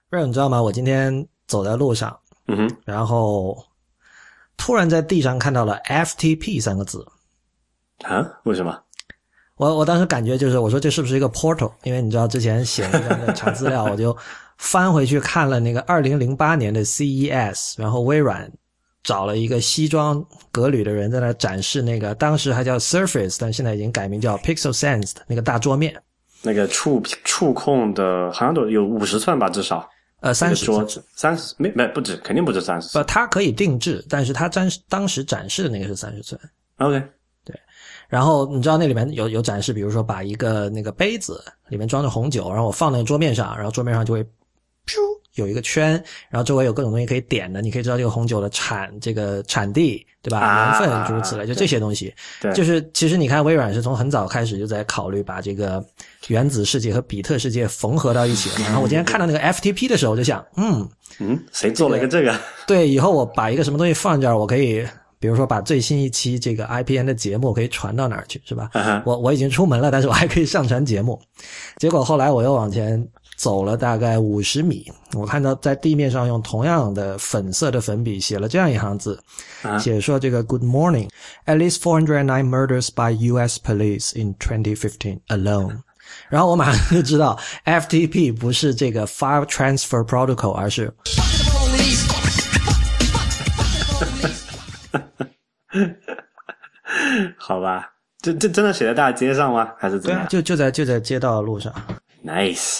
不是，你知道吗？我今天走在路上，然后突然在地上看到了 FTP 三个字。 啊？为什么？ 我当时感觉就是我说这是不是一个 portal？ 因为你知道之前写那个查资料，我就翻回去看了那个2008年的 CES， 然后微软找了一个西装革履的人在那展示那个当时还叫 Surface， 但现在已经改名叫 Pixel Sense 的那个大桌面。 那个触控的好像都有50寸吧，至少。 30寸。 没不止，肯定不止30寸。 它可以定制，但是它当时展示的那个是30寸。 OK。 对。然后你知道那里面有展示，比如说把一个那个杯子里面装着红酒，然后我放那个桌面上，然后桌面上就会噗有一个圈，然后周围有各种东西可以点的，你可以知道这个红酒的产地，对吧？年份诸如此类，就这些东西。 对， 就是其实你看微软是从很早开始就在考虑把这个原子世界和比特世界缝合到一起了。然后我今天看到那个 FTP 的时候，我就想， 谁做了一个这个？ 对，以后我把一个什么东西放这儿，我可以比如说把最新一期这个 IPN 的节目可以传到哪儿去，是吧？我已经出门了，但是我还可以上传节目。结果后来我又往前走了大概50米，我看到在地面上用同样的粉色的粉笔写了这样一行字，写说这个 Good morning, at least 409 murders by US police in 2015 alone。然后我马上就知道 FTP 不是这个 File Transfer Protocol， 而是好吧，这真的写在大街上吗？还是怎么样？ 对啊，就在街道路上。 Nice。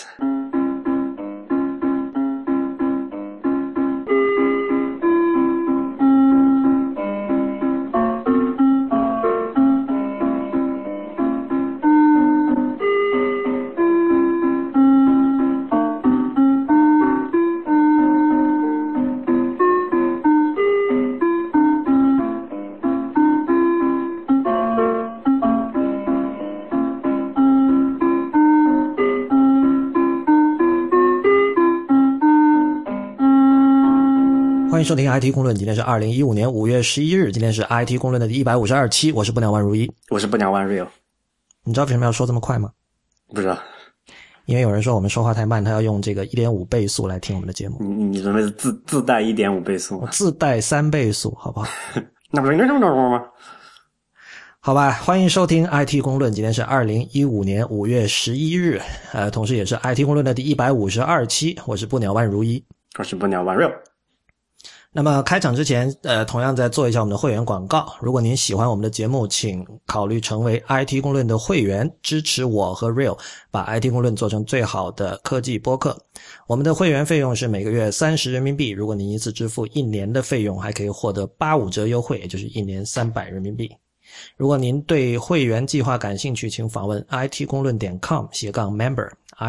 欢迎收听 IT 公论，今天是2015年5月11日，今天是 IT 公论的第152期，我是不鸟万如一， 我是不鸟万 real。 你知道为什么要说这么快吗？ 不知道。 因为有人说我们说话太慢，他要用这个 1.5 倍速来听我们的节目。 你准备是自带 1.5 倍速吗？ 我自带3倍速，好不好？ 那不是应该这么吗？ 好吧，欢迎收听 IT 公论，今天是2015年5月11日，同时也是 IT 公论的第152期，我是不鸟万如一， 我是不鸟万 real。 那么开场之前同样再做一下我们的会员广告。如果您喜欢我们的节目，请考虑成为 IT 公论的会员，支持我和 Real 把 IT 公论做成最好的科技播客。我们的会员费用是每个月30人民币，如果您一次支付1年的费用，还可以获得85折优惠，也就是1年300人民币。如果您对会员计划感兴趣，请访问 it公论.com/member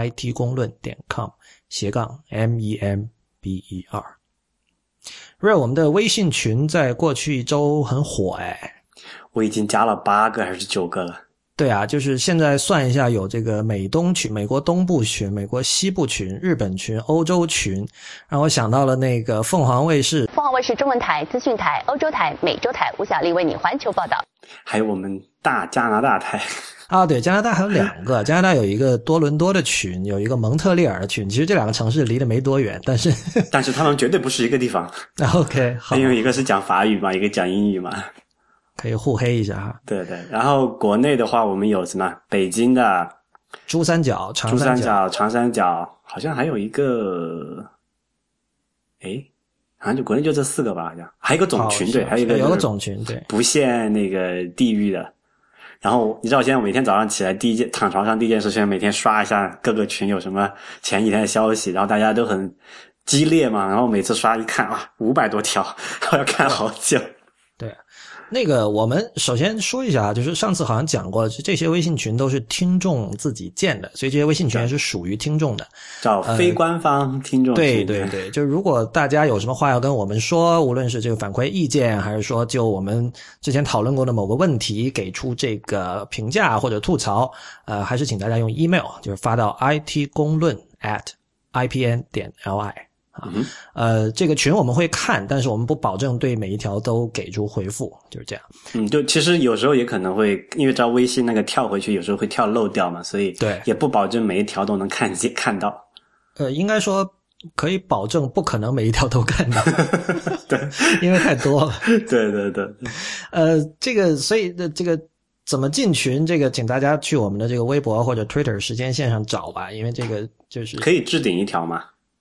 it公论.com/member。Real， 我们的微信群在过去一周很火我已经加了8个还是9个了。 对啊，就是现在算一下，有这个美东群、美国东部群、美国西部群、日本群、欧洲群，让我想到了那个凤凰卫视中文台、资讯台、欧洲台、美洲台，吴小莉为你环球报道。 还有我们大加拿大台啊，对，加拿大还有2个，加拿大有一个多伦多的群，有一个蒙特利尔的群，其实这2个城市离得没多远，但是他们绝对不是一个地方。 OK， 好， 因为一个是讲法语嘛，一个讲英语嘛， 可以互黑一下哈。 对对，然后国内的话，我们有什么北京的珠三角、长三角，好像还有一个，好像就国内就这4个吧，好像还有一个总群，对，还有一个有个总群，对， 不限那个地域的。然后你知道，现在我每天早上起来躺床上第一件事，现在每天刷一下各个群有什么前几天的消息，然后大家都很激烈嘛，然后每次刷一看啊，500多条，然后要看好久。 对，那个我们首先说一下，就是上次好像讲过了，这些微信群都是听众自己建的，所以这些微信群是属于听众的， 叫非官方听众群。 对对对，就是如果大家有什么话要跟我们说，无论是这个反馈意见，还是说就我们之前讨论过的某个问题给出这个评价或者吐槽，还是请大家用 email， 就是发到 it公论@ipn.li。这个群我们会看，但是我们不保证对每一条都给出回复，就是这样。 就其实有时候也可能会，因为照微信那个跳回去，有时候会跳漏掉嘛，所以对， 也不保证每一条都能看到。 应该说可以保证不可能每一条都看到， 对， 因为太多了。 对对对， 这个所以这个怎么进群，这个请大家去我们的这个微博或者 Twitter 时间线上找吧，因为这个就是可以置顶一条吗？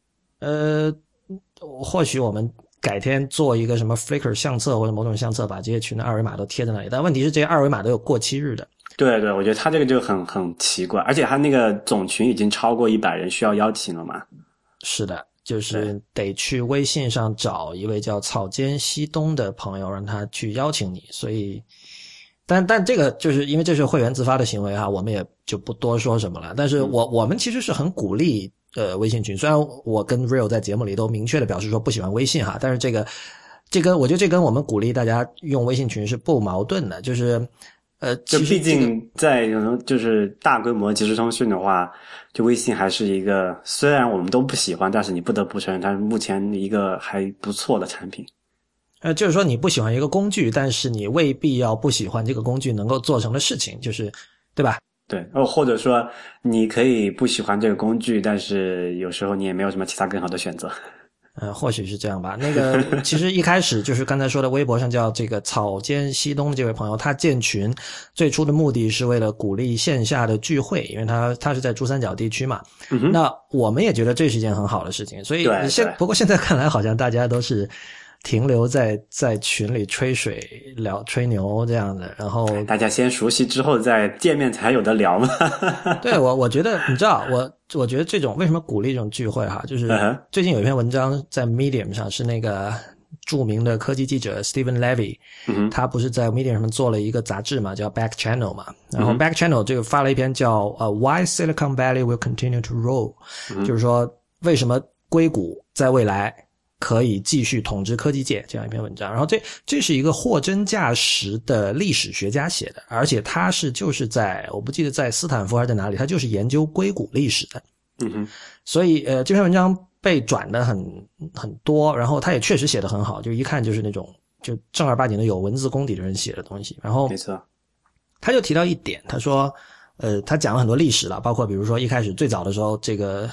或许我们改天做一个什么 Flickr 相册或者某种相册，把这些群的二维码都贴在那里。但问题是这些二维码都有过期日的。 对对，我觉得他这个就很奇怪，而且他那个总群已经超过100人需要邀请了嘛。 是的，就是得去微信上找一位叫草间西东的朋友，让他去邀请你。所以但这个就是因为这是会员自发的行为哈，我们也就不多说什么了。但是我们其实是很鼓励微信群，虽然我跟 Real 在节目里都明确的表示说不喜欢微信哈，但是这个我觉得这跟我们鼓励大家用微信群是不矛盾的，就是就毕竟在就是大规模即时通讯的话，就微信还是一个虽然我们都不喜欢，但是你不得不承认它是目前一个还不错的产品。 就是说你不喜欢一个工具，但是你未必要不喜欢这个工具能够做成的事情，就是对吧？ 对，或者说你可以不喜欢这个工具，但是有时候你也没有什么其他更好的选择。 或许是这样吧。那个其实一开始就是刚才说的微博上叫这个草间西东的这位朋友，他建群最初的目的是为了鼓励线下的聚会，因为他是在珠三角地区嘛。那我们也觉得这是一件很好的事情，所以不过现在看来好像大家都是停留在群里吹水吹牛这样的，然后大家先熟悉之后再见面才有的聊嘛。 对，我觉得你知道我觉得这种为什么鼓励这种聚会哈，就是最近有一篇文章在 Medium 上，是那个著名的科技记者 Steven Levy，他不是在 Medium 上做了一个杂志嘛，叫 Back Channel 嘛，然后 Back Channel 这个发了一篇叫Why Silicon Valley Will Continue to Roll，就是说为什么硅谷在未来可以继续统治科技界这样一篇文章。然后这是一个货真价实的历史学家写的，而且他就是在我不记得在斯坦福还是在哪里，他就是研究硅谷历史的。所以这篇文章被转的很多，然后他也确实写得很好，就一看就是那种就正儿八经的有文字功底的人写的东西。然后没错，他就提到一点，他说他讲了很多历史了，包括比如说一开始最早的时候，这个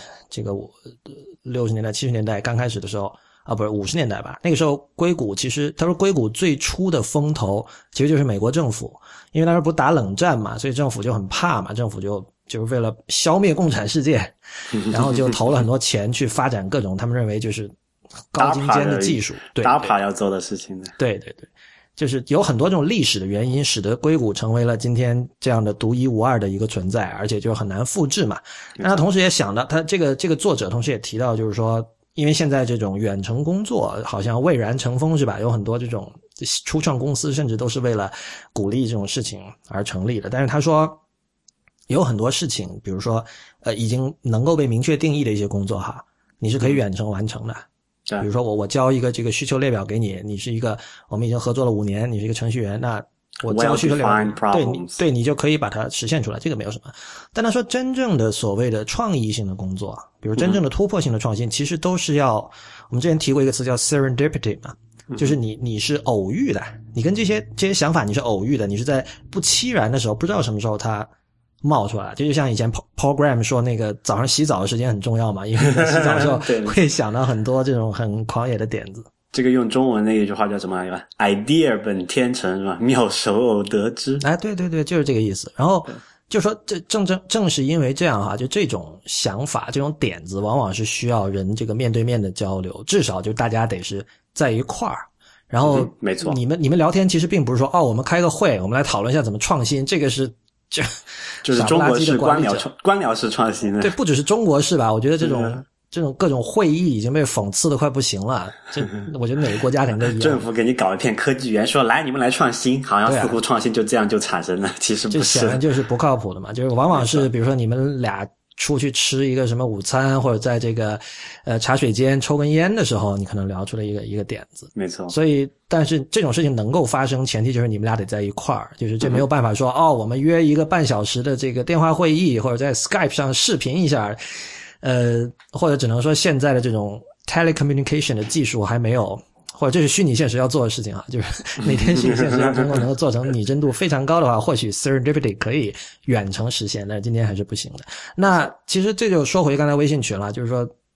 60年代70年代刚开始的时候不是50年代吧，那个时候硅谷其实他说硅谷最初的风头其实就是美国政府，因为当时不打冷战嘛，所以政府就很怕嘛，政府就是为了消灭共产世界，然后就投了很多钱去发展各种他们认为就是高精尖的技术，对 ，DARPA要做的事情的。 对对对，就是有很多这种历史的原因使得硅谷成为了今天这样的独一无二的一个存在，而且就很难复制嘛。那他同时也想到，他这个作者同时也提到，就是说因为现在这种远程工作好像蔚然成风是吧，有很多这种初创公司甚至都是为了鼓励这种事情而成立的。但是他说有很多事情比如说已经能够被明确定义的一些工作哈，你是可以远程完成的。比如说我交一个这个需求列表给你，你是一个我们已经合作了5年，你是一个程序员，那我交需求列表对你就可以把它实现出来，这个没有什么。但他说真正的所谓的创意性的工作，比如真正的突破性的创新，其实都是要我们之前提过一个词叫 serendipity 嘛，就是你是偶遇的，你跟这些想法你是偶遇的，你是在不期然的时候不知道什么时候它冒出来，就像以前 Paul Graham 说那个早上洗澡的时间很重要嘛，因为你洗澡的时候会想到很多这种很狂野的点子。 这个用中文那一句话叫什么来着 ？idea 本天成是吧？妙手偶得之。 哎，对对对，就是这个意思。然后就说这正是因为这样哈，就这种想法、这种点子，往往是需要人这个面对面的交流，至少就大家得是在一块儿。然后， 没错， 你们聊天其实并不是说我们开个会，我们来讨论一下怎么创新，这个是就是中国式官僚式创新的。 对，不只是中国式吧？我觉得这种各种会议已经被讽刺的快不行了。这我觉得每个国家肯定都一样。 政府给你搞一片科技园，说来你们来创新，好像似乎创新就这样就产生了，其实不是。 这显然就是不靠谱的嘛，就是往往是比如说你们俩出去吃一个什么午餐，或者在这个茶水间抽根烟的时候，你可能聊出了一个点子。 没错。 所以但是这种事情能够发生，前提就是你们俩得在一块儿，就是这没有办法说我们约一个半小时的这个电话会议，或者在 Skype 上视频一下，或者只能说现在的这种 telecommunication 的技术还没有，或者这是虚拟现实要做的事情就是哪天虚拟现实要中国能够做成拟真度非常高的话，或许 serendipity 可以远程实现，但是今天还是不行的。那其实这就说回刚才微信群了，就是说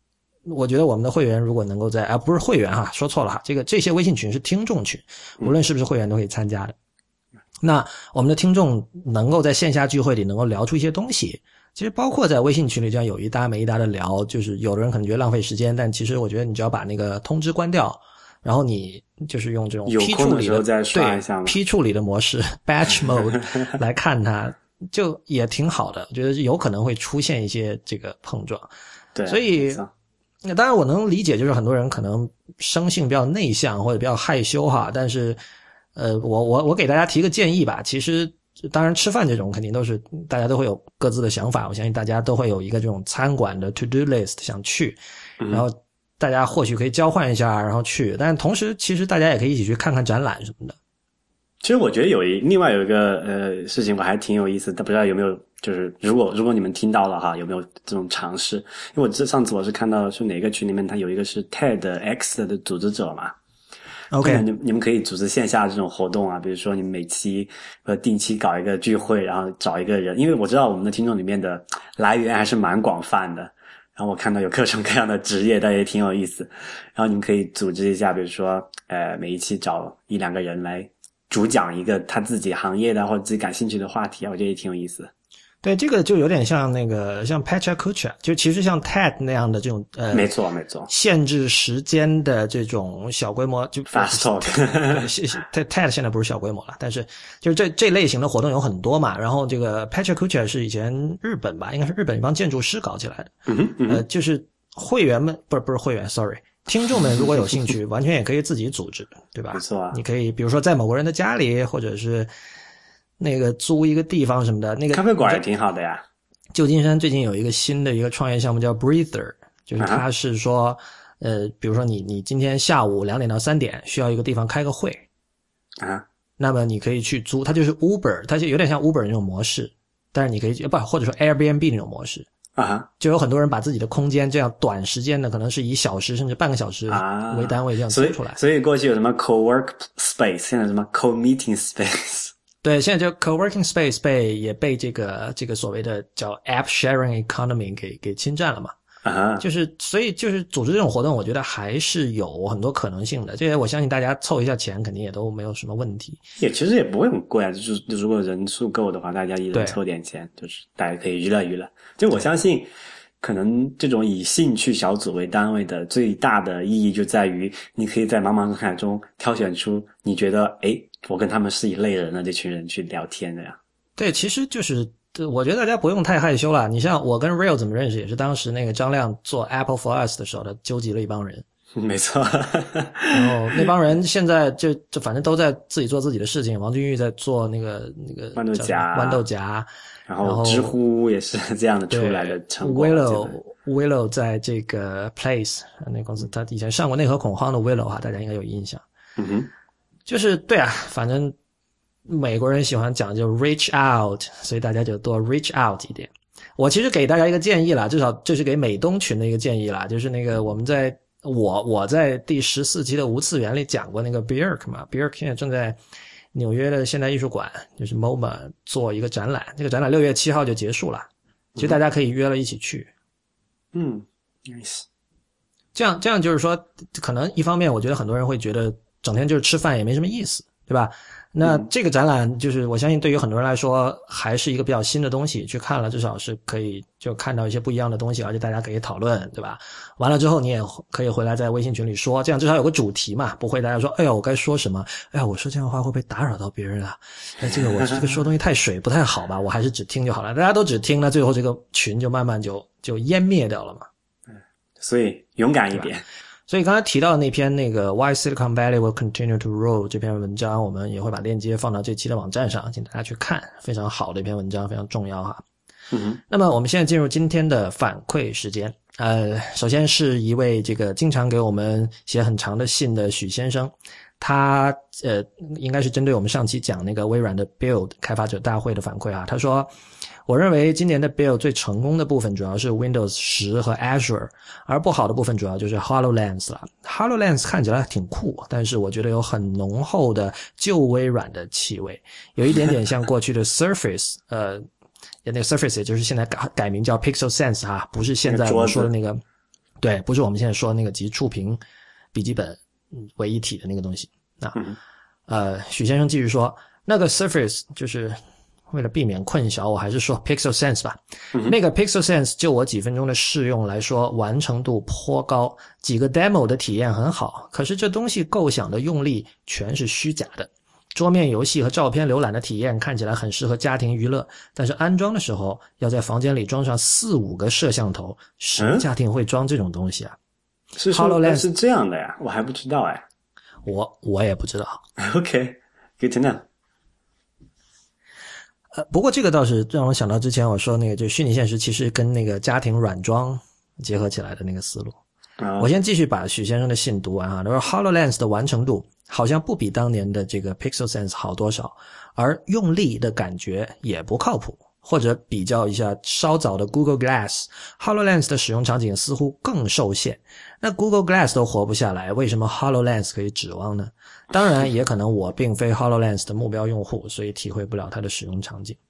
我觉得我们的会员如果能够在不是会员哈，说错了哈，这些微信群是听众群，无论是不是会员都可以参加的。那我们的听众能够在线下聚会里能够聊出一些东西，其实包括在微信群里这样有一搭没一搭的聊，就是有的人可能觉得浪费时间，但其实我觉得你只要把那个通知关掉，然后你就是用这种批处理的再刷一下批处理的模式 batch mode 来看它，就也挺好的。我觉得有可能会出现一些这个碰撞。 对， 所以当然我能理解，就是很多人可能生性比较内向或者比较害羞哈，但是我给大家提个建议吧，其实当然吃饭这种肯定都是大家都会有各自的想法，我相信大家都会有一个这种餐馆的 to do list 想去，然后大家或许可以交换一下然后去，但同时其实大家也可以一起去看看展览什么的。 其实我觉得另外有一个事情我还挺有意思，但不知道有没有，就是如果你们听到了哈，有没有这种尝试？因为上次我是看到是哪个群里面，它有一个是 TEDx 的组织者嘛。 OK， 你们可以组织线下这种活动啊，比如说你们每期定期搞一个聚会，然后找一个人，因为我知道我们的听众里面的来源还是蛮广泛的，然后我看到有各种各样的职业，但也挺有意思。然后你们可以组织一下，比如说每一期找一两个人来主讲一个他自己行业的或者自己感兴趣的话题，我觉得也挺有意思。 对，这个就有点像像 Pecha Kucha， 就其实像 TED 那样的这种没错， 限制时间的这种小规模，就 Fast Talk TED 现在不是小规模了，但是就是这类型的活动有很多嘛。然后这个 Pecha Kucha 是以前日本吧，应该是日本一帮建筑师搞起来的。就是会员们不是会员 ，sorry， 听众们如果有兴趣，完全也可以自己组织，对吧？ 没错啊， 你可以比如说在某个人的家里，或者是那个租一个地方什么的，那个咖啡馆也挺好的呀。 旧金山最近有一个新的一个创业项目叫 Breather， 就是它是说比如说你今天下午2点到3点需要一个地方开个会啊， 那么你可以去租，它就是 Uber， 它就有点像 Uber 那种模式，但是你可以或者说 Airbnb 那种模式啊， 就有很多人把自己的空间这样短时间的，可能是以小时甚至半个小时为单位这样租出来。 所以过去有什么 co-work space， 现在什么 co-meeting space。 对，现在就 co-working space 也被这个所谓的叫 app sharing economy 给侵占了嘛。所以就是组织这种活动，我觉得还是有很多可能性的。这些我相信大家凑一下钱，肯定也都没有什么问题。 其实也不会很贵啊，就是如果人数够的话，大家一人凑点钱，就是大家可以娱乐娱乐。就我相信，可能这种以兴趣小组为单位的最大的意义就在于，你可以在茫茫人海中挑选出你觉得我跟他们是一类人的这群人去聊天的呀。 对，其实就是我觉得大家不用太害羞了。你像我跟 Real 怎么认识，也是当时那个张亮做 Apple for Us 的时候，他纠集了一帮人。 没错。 然后那帮人现在就反正都在自己做自己的事情。王君玉在做那个豌豆荚， 然后知乎也是这样的出来的成果。 Willow 在这个 Place 那公司，他以前上过内核恐慌的 Willow 哈，大家应该有印象。就是对啊，反正美国人喜欢讲就 reach out， 所以大家就多 reach out 一点。我其实给大家一个建议啦，至少这是给美东群的一个建议啦，就是那个我在第14期的无次元里讲过那个 Björk 嘛 ，Björk 现在正在纽约的现代艺术馆，就是 MoMA 做一个展览，这个展览6月7号就结束了，其实大家可以约了一起去。 nice。 这样就是说，可能一方面我觉得很多人会觉得整天就是吃饭也没什么意思，对吧？那这个展览就是我相信对于很多人来说还是一个比较新的东西，去看了至少是可以就看到一些不一样的东西，而且大家可以讨论，对吧？完了之后你也可以回来在微信群里说，这样至少有个主题嘛，不会大家说哎呀我该说什么，哎呀我说这样的话会不会打扰到别人啊？哎这个我这个说东西太水不太好吧，我还是只听就好了。大家都只听，那最后这个群就慢慢就湮灭掉了嘛。 所以勇敢一点。 所以刚才提到的那篇那个 Why Silicon Valley Will Continue to Roll 这篇文章，我们也会把链接放到这期的网站上，请大家去看，非常好的一篇文章，非常重要哈。那么我们现在进入今天的反馈时间。首先是一位这个经常给我们写很长的信的许先生，他应该是针对我们上期讲那个微软的 Build 开发者大会的反馈啊。他说，我认为今年的 Build 最成功的部分主要是 Windows 10和 Azure， 而不好的部分主要就是 HoloLens 了。HoloLens 看起来挺酷，但是我觉得有很浓厚的旧微软的气味，有一点点像过去的 Surface， 那个 Surface 也就是现在改名叫 Pixel Sense 哈，不是现在我们说的那个对，不是我们现在说那个集触屏笔记本为一体的那个东西许先生继续说，那个 Surface 就是为了避免困淆，我还是说 Pixel Sense 吧。那个 Pixel Sense 就我几分钟的试用来说，完成度颇高，几个 demo 的体验很好，可是这东西构想的用力全是虚假的。桌面游戏和照片浏览的体验看起来很适合家庭娱乐，但是安装的时候要在房间里装上4-5个摄像头，什么家庭会装这种东西啊？ 是说是这样的呀？我还不知道哎。 我也不知道。 OK, good to know. 不过这个倒是让我想到之前我说那个，就虚拟现实其实跟那个家庭软装结合起来的那个思路。我先继续把许先生的信读完他说 HoloLens 的完成度好像不比当年的这个 Pixel Sense 好多少，而用力的感觉也不靠谱。或者比较一下稍早的 Google Glass， HoloLens 的使用场景似乎更受限。那 Google Glass 都活不下来，为什么 HoloLens 可以指望呢？当然也可能我并非 HoloLens 的目标用户，所以体会不了它的使用场景。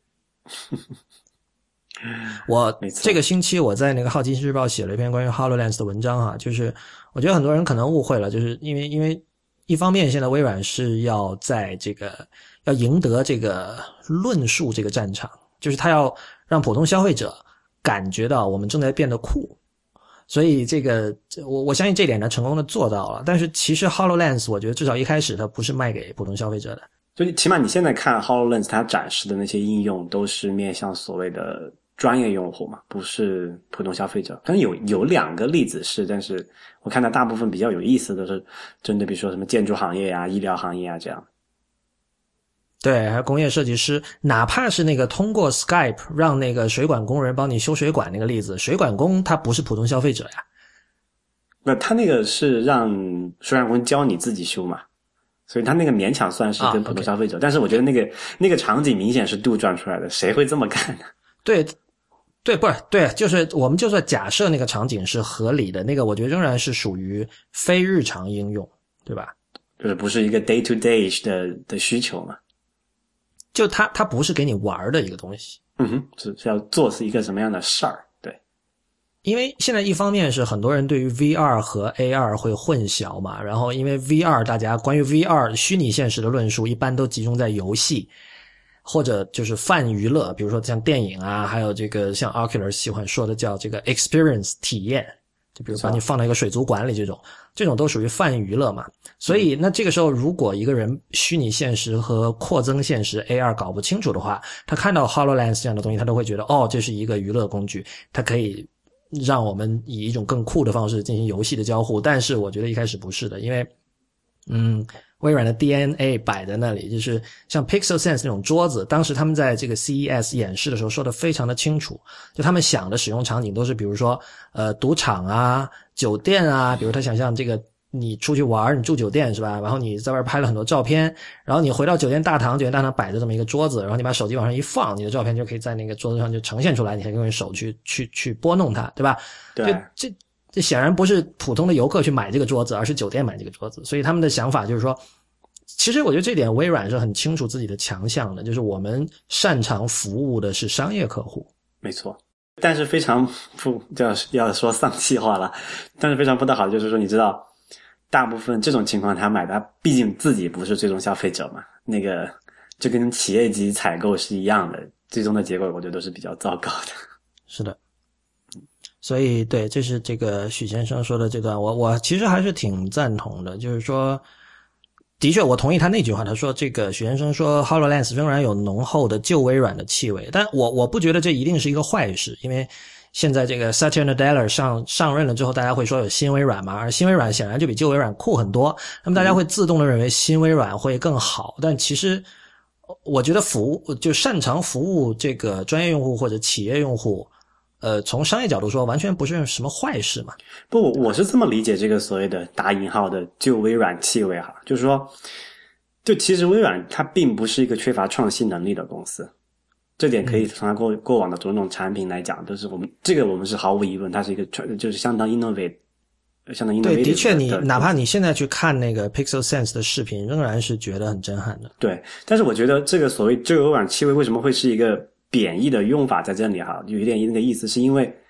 我这个星期我在那个好奇心日报写了一篇关于 HoloLens 的文章就是我觉得很多人可能误会了，就是因为一方面现在微软是要在这个要赢得这个论述这个战场，就是他要让普通消费者感觉到我们正在变得酷，所以这个我相信这点他成功的做到了。但是其实 HoloLens 我觉得至少一开始它不是卖给普通消费者的， 就起码你现在看 HoloLens 它展示的那些应用都是面向所谓的专业用户嘛，不是普通消费者。但是有2个例子是，但是我看到大部分比较有意思的是针对比如说什么建筑行业啊、医疗行业啊这样。 对，还有工业设计师，哪怕是那个通过 Skype 让那个水管工人帮你修水管那个例子，水管工他不是普通消费者呀。 那他那个是让水管工教你自己修嘛，所以他那个勉强算是跟普通消费者，但是我觉得那个场景明显是杜撰出来的，谁会这么干呢？ 对，不是对，就是我们就算假设那个场景是合理的，那个我觉得仍然是属于非日常应用，对吧？ 就是不是一个 day to day 的需求嘛。 就它不是给你玩的一个东西。 是要做是一个什么样的事儿。对， 因为现在一方面是很多人对于 VR 和 AR 会混淆嘛，然后因为 VR 大家关于 VR 虚拟现实的论述一般都集中在游戏或者就是泛娱乐，比如说像电影啊，还有这个像 Oculus 喜欢说的叫这个 experience 体验，就比如把你放到一个水族馆里这种都属于泛娱乐嘛。所以那这个时候如果一个人虚拟现实和扩增现实 AR 搞不清楚的话，他看到 HoloLens 这样的东西他都会觉得这是一个娱乐工具，它可以让我们以一种更酷的方式进行游戏的交互。但是我觉得一开始不是的，因为微软的 DNA 摆在那里，就是像 Pixel Sense 那种桌子，当时他们在这个 CES 演示的时候说得非常的清楚，就他们想的使用场景都是比如说赌场啊、酒店啊，比如他想象这个你出去玩，你住酒店是吧，然后你在外拍了很多照片，然后你回到酒店大堂，酒店大堂摆着这么一个桌子，然后你把手机往上一放，你的照片就可以在那个桌子上就呈现出来，你可以用手去拨弄它，对吧？ 对， 这显然不是普通的游客去买这个桌子，而是酒店买这个桌子。所以他们的想法就是说，其实我觉得这点微软是很清楚自己的强项的，就是我们擅长服务的是商业客户。 没错，但是非常要说丧气话了，但是非常不大好，就是说你知道大部分这种情况他买的毕竟自己不是最终消费者嘛，那个就跟企业级采购是一样的，最终的结果我觉得都是比较糟糕的。 是的，所以对，这是这个许先生说的这段，我其实还是挺赞同的，就是说的确我同意他那句话，他说这个许先生说 HoloLens 仍然有浓厚的旧微软的气味，但我不觉得这一定是一个坏事，因为现在这个 Satya Nadella 上任了之后，大家会说有新微软嘛，而新微软显然就比旧微软酷很多，那么大家会自动的认为新微软会更好，但其实我觉得就擅长服务这个专业用户或者企业用户，从商业角度说完全不是什么坏事嘛。 不，我是这么理解这个所谓的打引号的旧微软气味就是说，就其实微软它并不是一个缺乏创新能力的公司，这点可以从它过往的种种产品来讲，都是我们是毫无疑问，它是一个就是相当 innovative。 对，的确你哪怕你现在去看那个 Pixel Sense 的视频，仍然是觉得很震撼的。 对，但是我觉得这个所谓旧微软气味为什么会是一个贬义的用法在这里有一点那个意思，是因为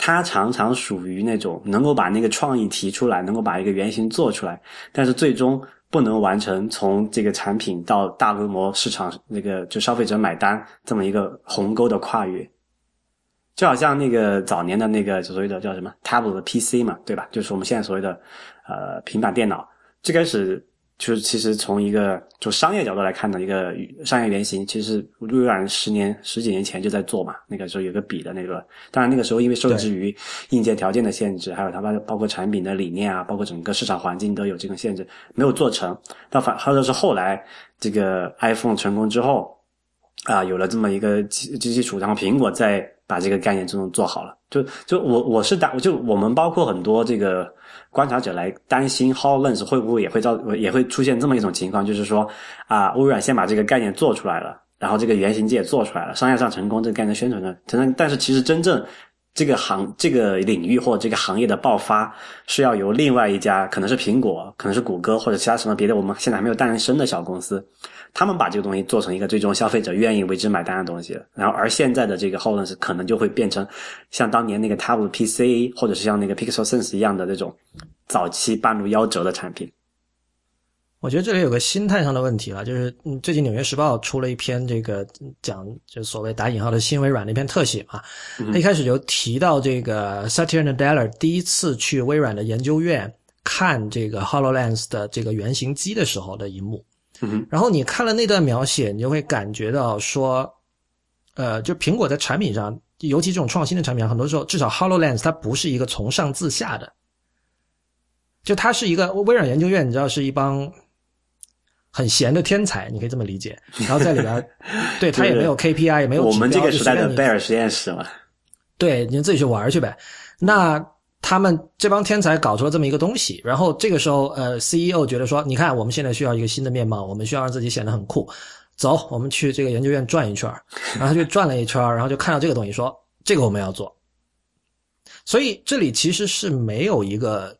它常常属于那种能够把那个创意提出来，能够把一个原型做出来，但是最终不能完成从这个产品到大规模市场那个就消费者买单这么一个鸿沟的跨越。就好像那个早年的那个所谓的叫什么 tablet PC 嘛，对吧？就是我们现在所谓的平板电脑，最开始就是其实从一个就商业角度来看的一个商业原型，其实微软十几年前就在做嘛。那个时候有个笔的那个，当然那个时候因为受制于硬件条件的限制，还有它包括产品的理念啊，包括整个市场环境都有这个限制，没有做成。或者是后来这个 iPhone 成功之后有了这么一个基础，然后苹果再把这个概念做好了。就我们包括很多这个观察者来担心 HoloLens 会不会也会出现这么一种情况，就是说微软先把这个概念做出来了，然后这个原型机也做出来了，商业上成功，这个概念宣传了，但是其实真正这个领域或者这个行业的爆发是要由另外一家，可能是苹果，可能是谷歌或者其他什么别的我们现在还没有诞生的小公司，他们把这个东西做成一个最终消费者愿意为之买单的东西了。然后而现在的这个 HoloLens 可能就会变成像当年那个 Tablet PC 或者是像那个 Pixel Sense 一样的这种早期半路夭折的产品。 我觉得这里有个心态上的问题了，就是最近《纽约时报》出了一篇这个讲就所谓打引号的新微软的一篇特写嘛，他一开始就提到这个 Satya Nadella 第一次去微软的研究院看这个 HoloLens 的这个原型机的时候的一幕。然后你看了那段描写，你就会感觉到说就苹果在产品上，尤其这种创新的产品上，很多时候至少 HoloLens 它不是一个从上至下的，就它是一个微软研究院，你知道是一帮很闲的天才，你可以这么理解。然后在里边对，它也没有 KPI 也没有指标， 我们这个时代的贝尔实验室嘛。 对，你自己去玩去呗。那他们这帮天才搞出了这么一个东西，然后这个时候CEO 觉得说，你看我们现在需要一个新的面貌，我们需要让自己显得很酷，走，我们去这个研究院转一圈，然后他就转了一圈，然后就看到这个东西说，这个我们要做。所以这里其实是没有一个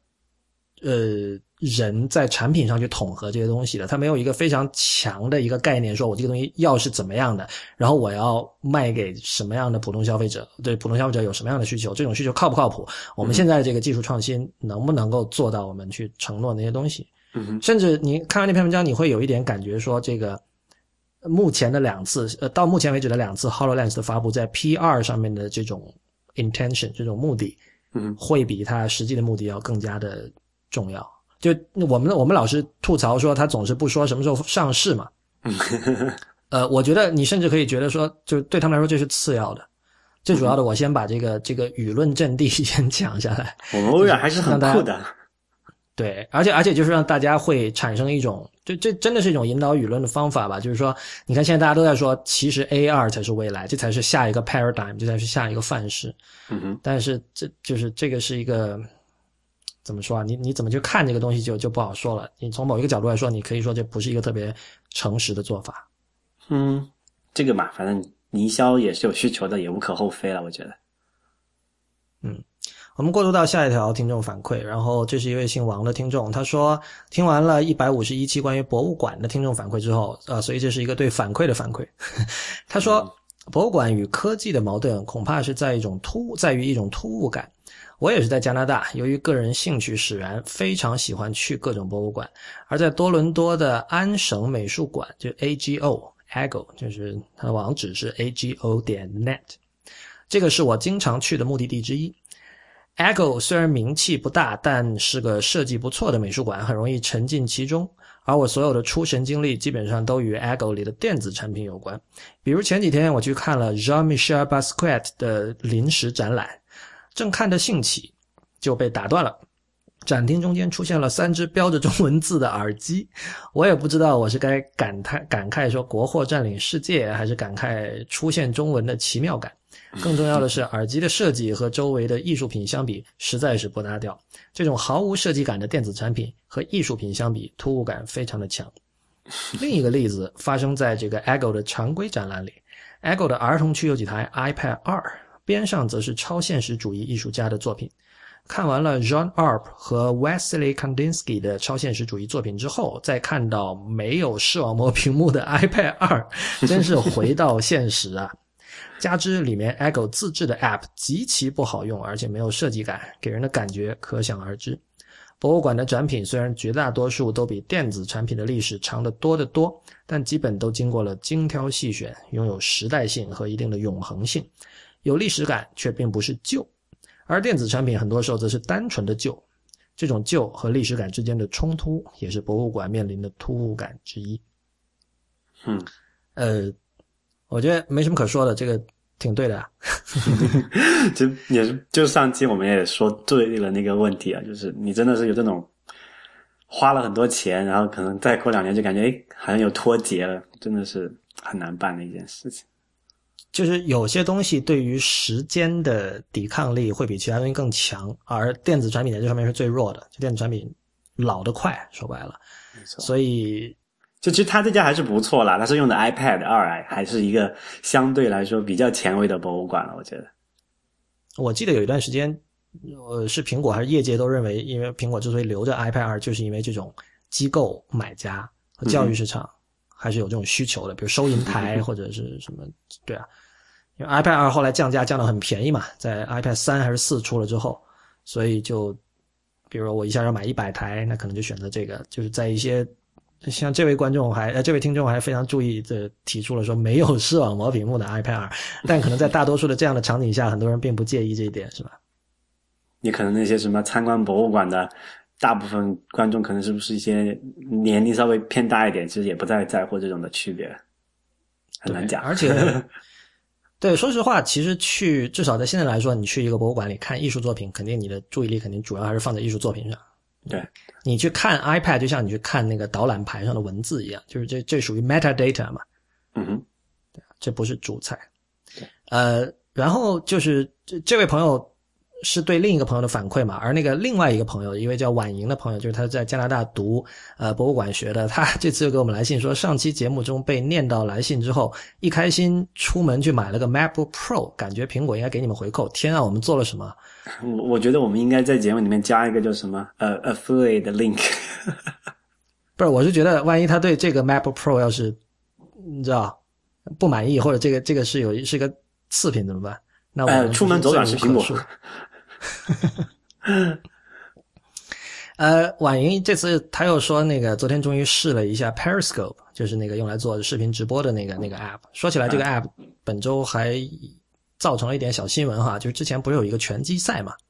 人在产品上去统合这些东西的，他没有一个非常强的一个概念，说我这个东西要是怎么样的，然后我要卖给什么样的普通消费者，对普通消费者有什么样的需求，这种需求靠不靠谱，我们现在这个技术创新能不能够做到我们去承诺那些东西。甚至你看完那篇文章，你会有一点感觉说，这个目前的到目前为止的2次 HoloLens 的发布，在 PR 上面的这种 intention 这种目的会比它实际的目的要更加的重要。就我们老是吐槽说他总是不说什么时候上市嘛。我觉得你甚至可以觉得说，就对他们来说这是次要的。最主要的，我先把这个舆论阵地先抢下来。 我们微软还是很酷的。 对，而且就是让大家会产生一种，这真的是一种引导舆论的方法吧。就是说，你看现在大家都在说，其实 AR 才是未来，这才是下一个 paradigm， 这才是下一个范式。但是这个是一个。怎么说啊？你怎么去看这个东西就不好说了。你从某一个角度来说，你可以说这不是一个特别诚实的做法。 这个嘛，反正营销也是有需求的，也无可厚非了，我觉得。 我们过渡到下一条听众反馈，然后这是一位姓王的听众，他说听完了151期关于博物馆的听众反馈之后，所以这是一个对反馈的反馈。他说，博物馆与科技的矛盾恐怕是在于一种突兀感。我也是在加拿大，由于个人兴趣使然，非常喜欢去各种博物馆。而在多伦多的安省美术馆，就 AGO， 就是它的网址是 ago.net， 这个是我经常去的目的地之一。AGO 虽然名气不大，但是个设计不错的美术馆，很容易沉浸其中。而我所有的出神经历基本上都与 AGO 里的电子产品有关。比如前几天我去看了 Jean-Michel Basquiat 的临时展览，正看得兴起就被打断了。展厅中间出现了3只标着中文字的耳机，我也不知道我是该感慨说国货占领世界，还是感慨出现中文的奇妙感。更重要的是，耳机的设计和周围的艺术品相比实在是不搭调。这种毫无设计感的电子产品和艺术品相比，突兀感非常的强。另一个例子发生在这个 AGO 的常规展览里。AGO 的儿童区有几台 iPad 2，边上则是超现实主义艺术家的作品。看完了 Jean Arp 和 Wassily Kandinsky 的超现实主义作品之后，再看到没有视网膜屏幕的 iPad 2，真是回到现实啊。 加之里面 Echo 自制的 App 极其不好用，而且没有设计感，给人的感觉可想而知。博物馆的展品虽然绝大多数都比电子产品的历史长得多得多，但基本都经过了精挑细选，拥有时代性和一定的永恒性，有历史感却并不是旧。而电子产品很多时候则是单纯的旧，这种旧和历史感之间的冲突也是博物馆面临的突兀感之一。我觉得没什么可说的，这个挺对的啊。 就上期我们也说对了那个问题啊，就是你真的是有这种花了很多钱，然后可能再过2年就感觉好像有脱节了，真的是很难办的一件事情。 就是有些东西对于时间的抵抗力会比其他东西更强，而电子产品在这方面是最弱的，就电子产品老得快，说白了。 没错。 所以就其实他这家还是不错啦，他是用的 iPad 2，还是一个相对来说比较前卫的博物馆了，我觉得。 我记得有一段时间是苹果还是业界都认为，因为苹果之所以留着 iPad 2，就是因为这种机构买家和教育市场还是有这种需求的，比如收银台或者是什么。对啊，因为 iPad 2后来降价降到很便宜嘛，在 iPad 3还是4出了之后，所以就比如我一下要买100台，那可能就选择这个。就是在一些像这位听众还非常注意的提出了说没有视网膜屏幕的 iPad 2，但可能在大多数的这样的场景下，很多人并不介意这一点，是吧？ 你可能那些什么参观博物馆的大部分观众可能是不是一些年龄稍微偏大一点，其实也不太在乎这种的区别，很难讲。 而且对，说实话，其实至少在现在来说，你去一个博物馆里看艺术作品，肯定你的注意力肯定主要还是放在艺术作品上。 对， 你去看 iPad 就像你去看那个导览牌上的文字一样，就是这属于 metadata 嘛。对，这不是主菜。然后就是这位朋友是对另一个朋友的反馈嘛，而那个另外一个朋友，一位叫婉莹的朋友，就是他在加拿大读博物馆学的，他这次又给我们来信说，上期节目中被念到来信之后，一开心出门去买了个 MacBook Pro， 感觉苹果应该给你们回扣。天啊，我们做了什么？ 我觉得我们应该在节目里面加一个叫什么affiliate link。 不是，我是觉得万一他对这个 MacBook Pro 要是你知道不满意，或者这个是一个次品怎么办？那我出门走两是苹果。 婉莹这次他又说那个昨天终于试了一下 Periscope， 就是那个用来做视频直播的那个 app。说起来这个 app 本周还造成了一点小新闻哈，就是之前不是有一个拳击赛嘛？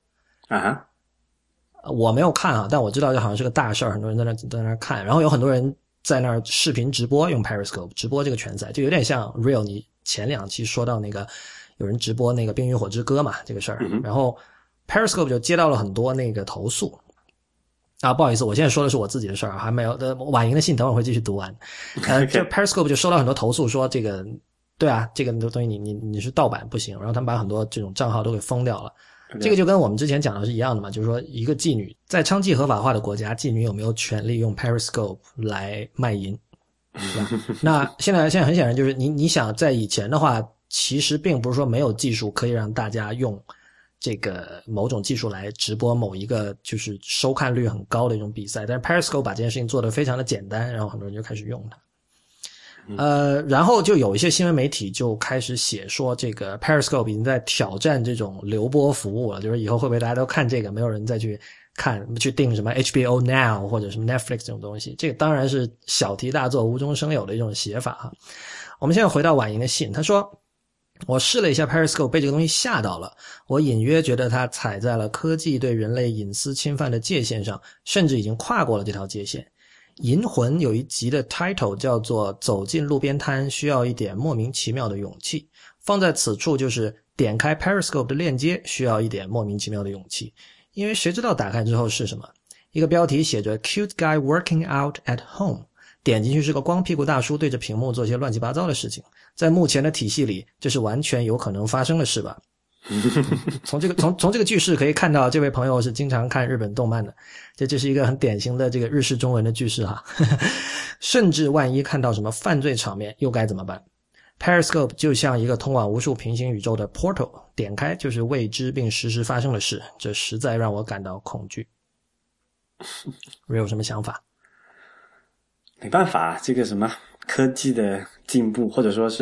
我没有看啊，但我知道这好像是个大事儿，很多人在那看，然后有很多人在那儿视频直播，用 Periscope 直播这个拳赛，就有点像 Real 你前2期说到那个有人直播那个《冰与火之歌》嘛，这个事儿。然后 Periscope 就接到了很多那个投诉啊，不好意思，我现在说的是我自己的事儿，还没有婉莹的信等会儿会继续读完。就 Periscope 就收到很多投诉说这个对啊，这个东西你是盗版不行，然后他们把很多这种账号都给封掉了。这个就跟我们之前讲的是一样的嘛，就是说一个妓女在娼妓合法化的国家，妓女有没有权利用 Periscope 来卖淫？是吧？那现在很显然就是你想在以前的话，其实并不是说没有技术可以让大家用这个某种技术来直播某一个就是收看率很高的一种比赛，但是 Periscope 把这件事情做得非常的简单，然后很多人就开始用它。然后就有一些新闻媒体就开始写说这个 Periscope 已经在挑战这种流播服务了，就是以后会不会大家都看这个，没有人再去订什么 HBO Now 或者什么 Netflix 这种东西。这个当然是小题大做无中生有的一种写法哈。我们现在回到婉莹的信，他说我试了一下 Periscope， 被这个东西吓到了，我隐约觉得它踩在了科技对人类隐私侵犯的界限上，甚至已经跨过了这条界限。银魂有一集的 title 叫做走进路边摊需要一点莫名其妙的勇气，放在此处就是点开 Periscope 的链接需要一点莫名其妙的勇气，因为谁知道打开之后是什么，一个标题写着 Cute guy working out at home， 点进去是个光屁股大叔对着屏幕做些乱七八糟的事情，在目前的体系里这是完全有可能发生的事吧。从这个句式可以看到这位朋友是经常看日本动漫的，这是一个很典型的这个日式中文的句式哈。甚至万一看到什么犯罪场面又该怎么办？ Periscope 就像一个通往无数平行宇宙的 portal， 点开就是未知并实时发生的事，这实在让我感到恐惧。有什么想法？ 没办法，这个什么科技的进步或者说是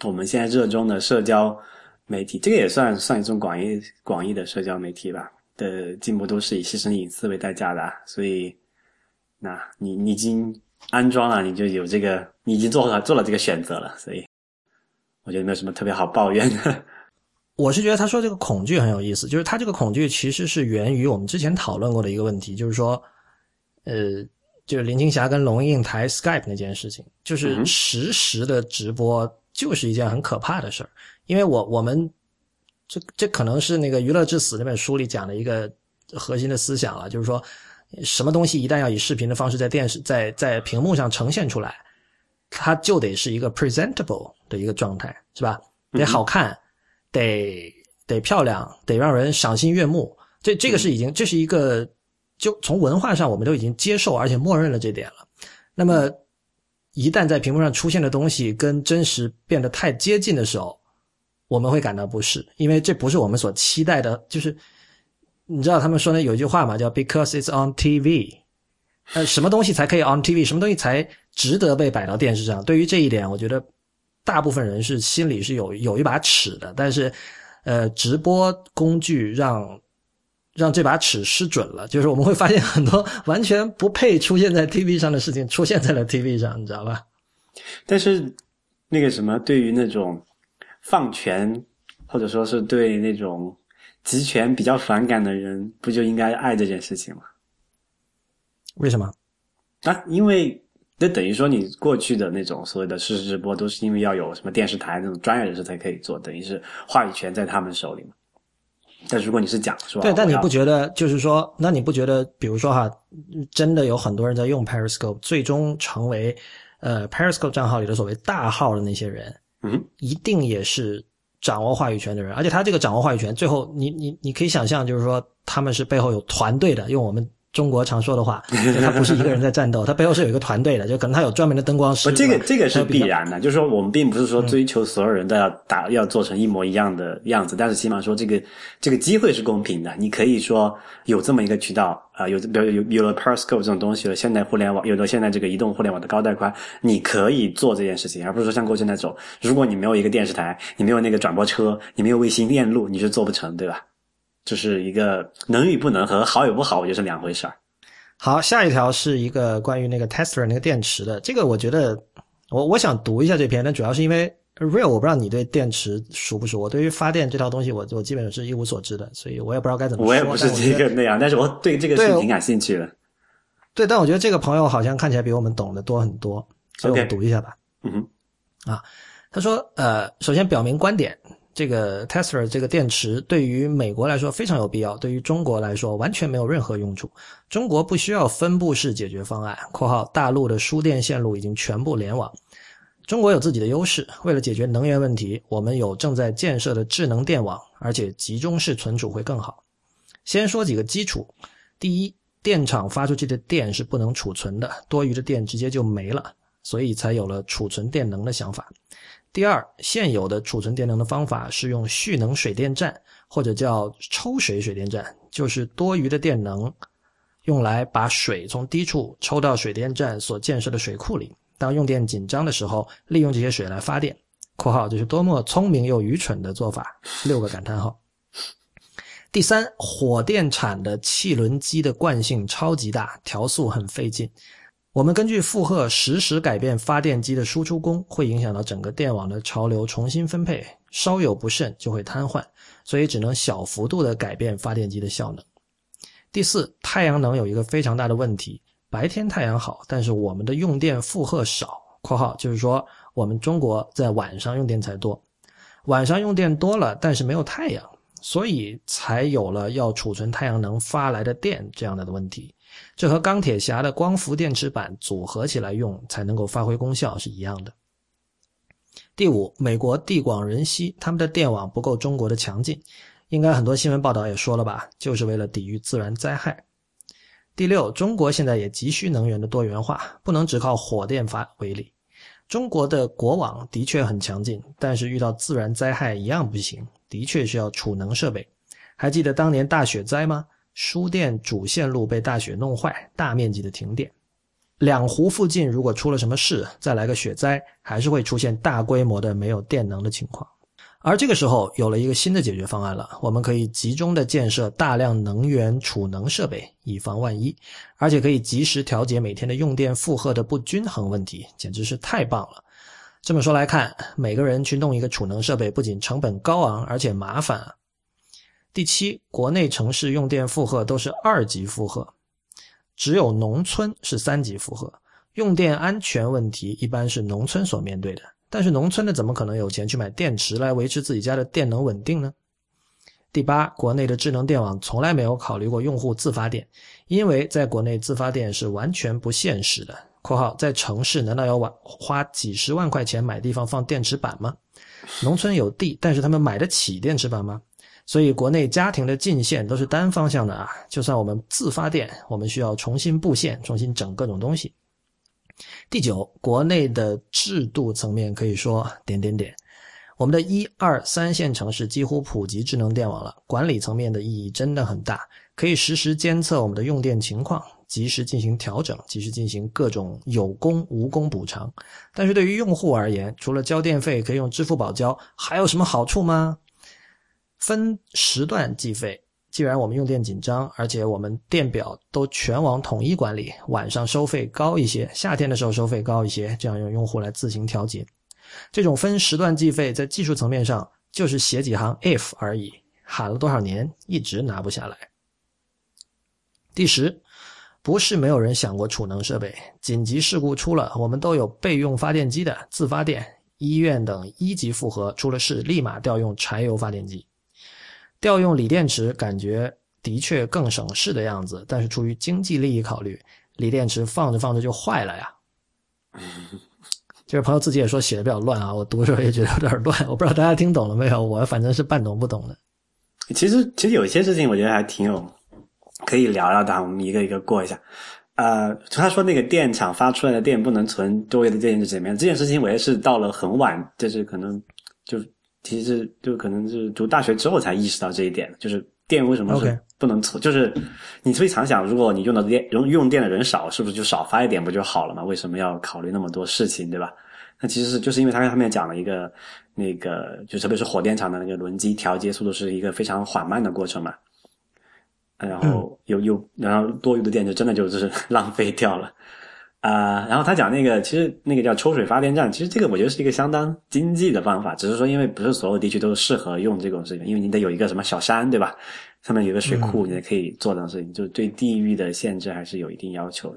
我们现在热衷的社交媒体，这个也算一种广义的社交媒体吧的进步，都是以牺牲隐私为代价的，所以那你已经安装了，你就有这个，你已经做了这个选择了，所以我觉得没有什么特别好抱怨的。 我是觉得他说这个恐惧很有意思，就是他这个恐惧其实是源于我们之前讨论过的一个问题，就是说就是林青霞跟龙应台 Skype 那件事情，就是实时的直播就是一件很可怕的事儿，因为我们这可能是那个《娱乐至死》那本书里讲的一个核心的思想了，就是说什么东西一旦要以视频的方式在屏幕上呈现出来，它就得是一个 presentable 的一个状态，是吧？得好看，得漂亮，得让人赏心悦目。这个是这是一个，就从文化上我们都已经接受而且默认了这点了。那么一旦在屏幕上出现的东西跟真实变得太接近的时候，我们会感到不适，因为这不是我们所期待的。就是你知道他们说的有一句话嘛，叫 because it's on TV。什么东西才可以 on TV， 什么东西才值得被摆到电视上？对于这一点，我觉得大部分人是心里是有一把尺的，但是直播工具让这把尺失准了，就是我们会发现很多完全不配出现在 TV 上的事情出现在了 TV 上，你知道吧？ 但是那个什么，对于那种放权或者说是对那种集权比较反感的人，不就应该爱这件事情吗？ 为什么？ 因为这等于说你过去的那种所谓的实时直播都是因为要有什么电视台那种专业人士才可以做，等于是话语权在他们手里嘛。但如果你是讲说， 对，但你不觉得就是说，那你不觉得比如说哈，真的有很多人在用 Periscope， 最终成为Periscope 账号里的所谓大号的那些人，一定也是掌握话语权的人，而且他这个掌握话语权，最后你可以想象，就是说他们是背后有团队的，用我们中国常说的话，他不是一个人在战斗，他背后是有一个团队的，就可能他有专门的灯光师。 这个是必然的，就是说我们并不是说追求所有人都要做成一模一样的样子，但是起码说这个机会是公平的，你可以说有这么一个渠道有了 Periscope 这种东西，有了现代互联网，有了现在这个移动互联网的高带宽，你可以做这件事情，而不是说像过去那种，如果你没有一个电视台，你没有那个转播车，你没有卫星链路，你是做不成，对吧？就是一个能与不能和好与不好，我觉得是两回事儿。 好，下一条是一个关于那个 Tesla 那个电池的，这个我觉得我想读一下这篇，但主要是因为 Real 我不知道你对电池熟不熟，我对于发电这套东西我基本上是一无所知的，所以我也不知道该怎么说。 我也不是这个那样，但是我对这个事情挺感兴趣的。 对，但我觉得这个朋友好像看起来比我们懂得多很多，所以我们读一下吧。他说首先表明观点，这个 Tesla 这个电池对于美国来说非常有必要，对于中国来说完全没有任何用处。中国不需要分布式解决方案（括号大陆的输电线路已经全部联网）。中国有自己的优势，为了解决能源问题，我们有正在建设的智能电网，而且集中式存储会更好。先说几个基础。第一，电厂发出去的电是不能储存的，多余的电直接就没了，所以才有了储存电能的想法。第二，现有的储存电能的方法是用蓄能水电站，或者叫抽水水电站，就是多余的电能用来把水从低处抽到水电站所建设的水库里，当用电紧张的时候利用这些水来发电（括号这是多么聪明又愚蠢的做法！6个感叹号）。第三，火电产的汽轮机的惯性超级大，调速很费劲。我们根据负荷实时改变发电机的输出功，会影响到整个电网的潮流重新分配，稍有不慎就会瘫痪，所以只能小幅度的改变发电机的效能。第四，太阳能有一个非常大的问题，白天太阳好，但是我们的用电负荷少（括号就是说我们中国在晚上用电才多，晚上用电多了，但是没有太阳，所以才有了要储存太阳能发来的电这样的问题。这和钢铁侠的光伏电池板组合起来用才能够发挥功效是一样的。第五，美国地广人稀，他们的电网不够中国的强劲，应该很多新闻报道也说了吧，就是为了抵御自然灾害。第六，中国现在也急需能源的多元化，不能只靠火电发为例。中国的国网的确很强劲，但是遇到自然灾害一样不行，的确需要储能设备。还记得当年大雪灾吗？输电主线路被大雪弄坏，大面积的停电。 两湖附近如果出了什么事，再来个雪灾，还是会出现大规模的没有电能的情况。而这个时候有了一个新的解决方案了，我们可以集中的建设大量能源储能设备，以防万一，而且可以及时调节每天的用电负荷的不均衡问题，简直是太棒了。这么说来看，每个人去弄一个储能设备不仅成本高昂，而且麻烦啊。第七，国内城市用电负荷都是2级负荷，只有农村是3级负荷。用电安全问题一般是农村所面对的，但是农村的怎么可能有钱去买电池来维持自己家的电能稳定呢？第八，国内的智能电网从来没有考虑过用户自发电，因为在国内自发电是完全不现实的。括号在城市难道要花几十万块钱买地方放电池板吗？农村有地，但是他们买得起电池板吗？所以国内家庭的进线都是单方向的啊，就算我们自发电，我们需要重新布线，重新整各种东西。第九，国内的制度层面可以说……我们的1、2、3线城市几乎普及智能电网了，管理层面的意义真的很大，可以实时监测我们的用电情况，及时进行调整，及时进行各种有功无功补偿。但是对于用户而言，除了交电费可以用支付宝交，还有什么好处吗？分时段计费，既然我们用电紧张，而且我们电表都全网统一管理，晚上收费高一些，夏天的时候收费高一些，这样让用户来自行调节。这种分时段计费在技术层面上就是写几行 if 而已，喊了多少年一直拿不下来。第10，不是没有人想过储能设备，紧急事故出了，我们都有备用发电机的，自发电、医院等1级负荷出了事立马调用柴油发电机。调用锂电池感觉的确更省事的样子，但是出于经济利益考虑，锂电池放着放着就坏了呀。这位朋友自己也说写的比较乱啊，我读的时候也觉得有点乱，我不知道大家听懂了没有，我反正是半懂不懂的。 其实有些事情我觉得还挺有可以聊聊的，我们一个一个过一下。他说那个电厂发出来的电不能存多余的电是怎么样？这件事情我也是到了很晚，就是可能其实就可能是读大学之后才意识到这一点，就是电为什么是不能存，就是你可以常想，如果你用电的人少，是不是就少发一点不就好了嘛？为什么要考虑那么多事情，对吧？那其实就是因为他们讲了一个那个，就特别是火电厂的那个轮机调节速度是一个非常缓慢的过程嘛，然后然后多余的电就真的就是浪费掉了。然后他讲那个，其实那个叫抽水发电站，其实这个我觉得是一个相当经济的方法，只是说因为不是所有地区都适合用这种事情，因为你得有一个什么小山，对吧？上面有个水库，你才可以做这种事情，就对地域的限制还是有一定要求的。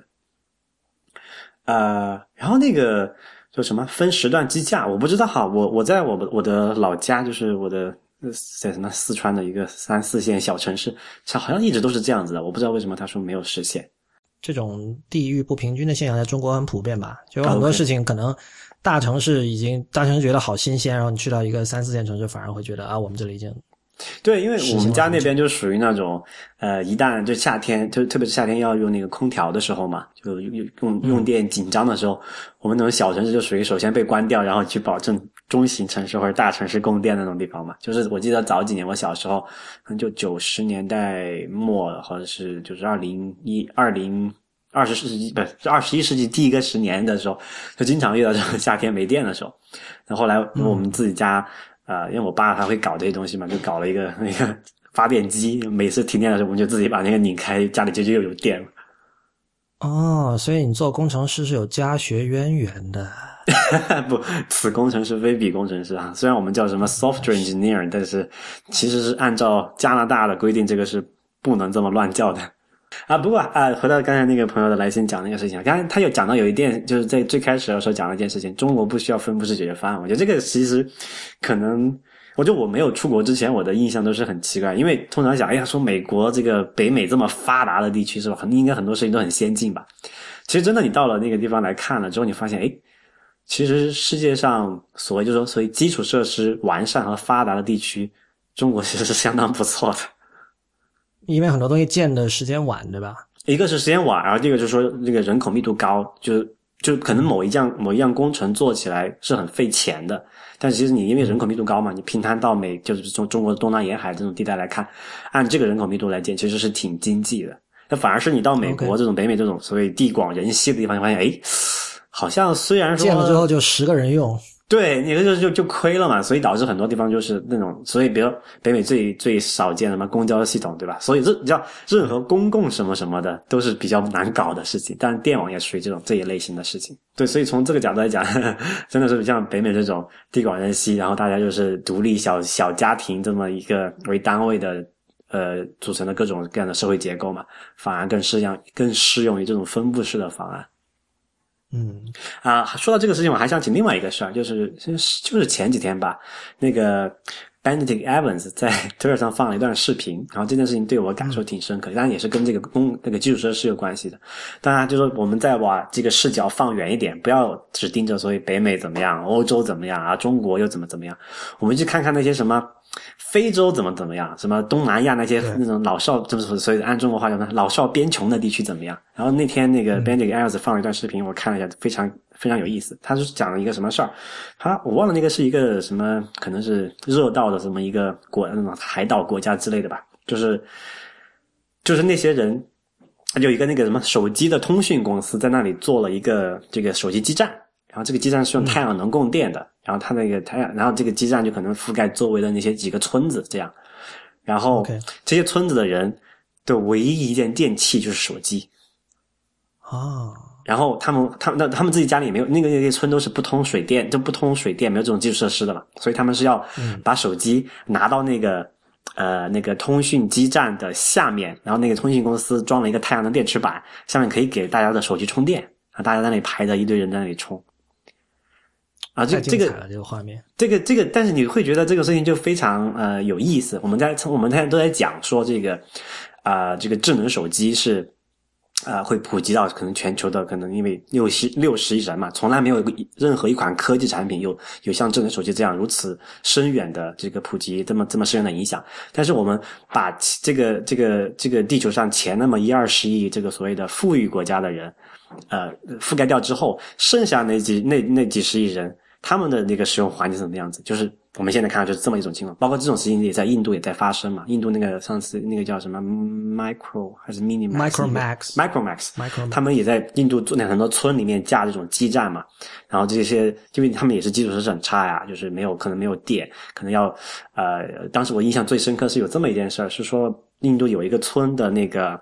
然后那个就什么分时段计价，我不知道哈，我在我的老家，就是我的在什么四川的一个3、4线小城市，好像一直都是这样子的，我不知道为什么他说没有实现。 这种地域不平均的现象在中国很普遍吧，就有很多事情可能大城市觉得好新鲜，然后你去到一个3、4线城市反而会觉得我们这里已经对，因为我们家那边就属于那种一旦就夏天，就特别是夏天要用那个空调的时候嘛，就用电紧张的时候，我们那种小城市就属于首先被关掉，然后去保证中型城市或者大城市供电的那种地方嘛。就是我记得早几年我小时候，可能就90年代末或者是就是21世纪第一个10年的时候，就经常遇到这种夏天没电的时候。那后来我们自己家因为我爸他会搞这些东西嘛，就搞了一个那个发电机，每次停电的时候我们就自己把那个拧开，家里就又有电了。 哦，所以你做工程师是有家学渊源的。 不，此工程师非彼工程师啊。虽然我们叫什么 software engineer， 但是其实是按照加拿大的规定，这个是不能这么乱叫的。不过回到刚才那个朋友的来信讲那个事情，刚才他有讲到有一点，就是在最开始的时候讲了一件事情，中国不需要分布式解决方案。我觉得这个其实可能，我觉得我没有出国之前，我的印象都是很奇怪，因为通常讲，说美国这个北美这么发达的地区是吧，应该很多事情都很先进吧。其实真的你到了那个地方来看了之后，你发现其实世界上所谓基础设施完善和发达的地区，中国其实是相当不错的。 因为很多东西建的时间晚，对吧？ 一个是时间晚，然后这个就是说这个人口密度高，就可能某一样工程做起来是很费钱的，但其实你因为人口密度高嘛，你平摊到就是从中国的东南沿海这种地带来看，按这个人口密度来建，其实是挺经济的。 那反而是你到美国这种北美这种所谓地广人稀的地方，你发现诶，好像虽然说建了之后就10个人用， 对，你就亏了嘛，所以导致很多地方就是那种，所以比如北美最少见什么公交系统，对吧？所以你知道任何公共什么什么的都是比较难搞的事情，但电网也属于这一类型的事情。对，所以从这个角度来讲，真的是像北美这种地广人稀，然后大家就是独立小家庭这么一个为单位的组成的各种各样的社会结构嘛，反而更适用于这种分布式的方案。说到这个事情，我还想起另外一个事儿，就是前几天吧，那个 Benedict Evans 在 Twitter 上放了一段视频，然后这件事情对我感受挺深刻，当然也是跟这个那个基础设施有关系的。当然就是我们再把这个视角放远一点，不要只盯着所谓北美怎么样，欧洲怎么样啊，中国又怎么样，我们去看看那些什么非洲怎么样，什么东南亚那些那种老少，就是所以按中国话讲呢，老少边穷的地区怎么样。然后那天那个 Benedict Evans 放了一段视频，我看了一下，非常非常有意思。他是讲了一个什么事儿，我忘了那个是一个什么，可能是热带的什么一个那种海岛国家之类的吧，就是那些人有一个那个什么手机的通讯公司在那里做了一个这个手机基站，然后这个基站是用太阳能供电的，然后然后这个基站就可能覆盖周围的那些几个村子这样，然后这些村子的人的唯一一件电器就是手机。然后他们自己家里也没有那些村都是不通水电，没有这种基础设施的嘛，所以他们是要把手机拿到那个通讯基站的下面，然后那个通讯公司装了一个太阳能电池板，下面可以给大家的手机充电，然后大家在那里排着一堆人在那里充。 太精彩了这个画面。 这个，但是你会觉得这个事情就非常有意思。我们现在都在讲说这个这个智能手机是会普及到可能全球的可能因为60亿人嘛，从来没有任何一款科技产品有像智能手机这样如此深远的这个普及这么深远的影响。但是我们把这个地球上前那么1-20亿这个所谓的富裕国家的人覆盖掉之后，剩下那几十亿人他们的那个使用环境是什么样子，就是我们现在看到就是这么一种情况。包括这种事情也在印度也在发生嘛，印度那个上次那个叫什么 Micro 还是 Minimax， 他们也在印度做很多村里面架这种基站嘛，然后这些因为他们也是基础设施很差呀，就是可能没有电，可能要当时我印象最深刻是有这么一件事儿，是说印度有一个村的那个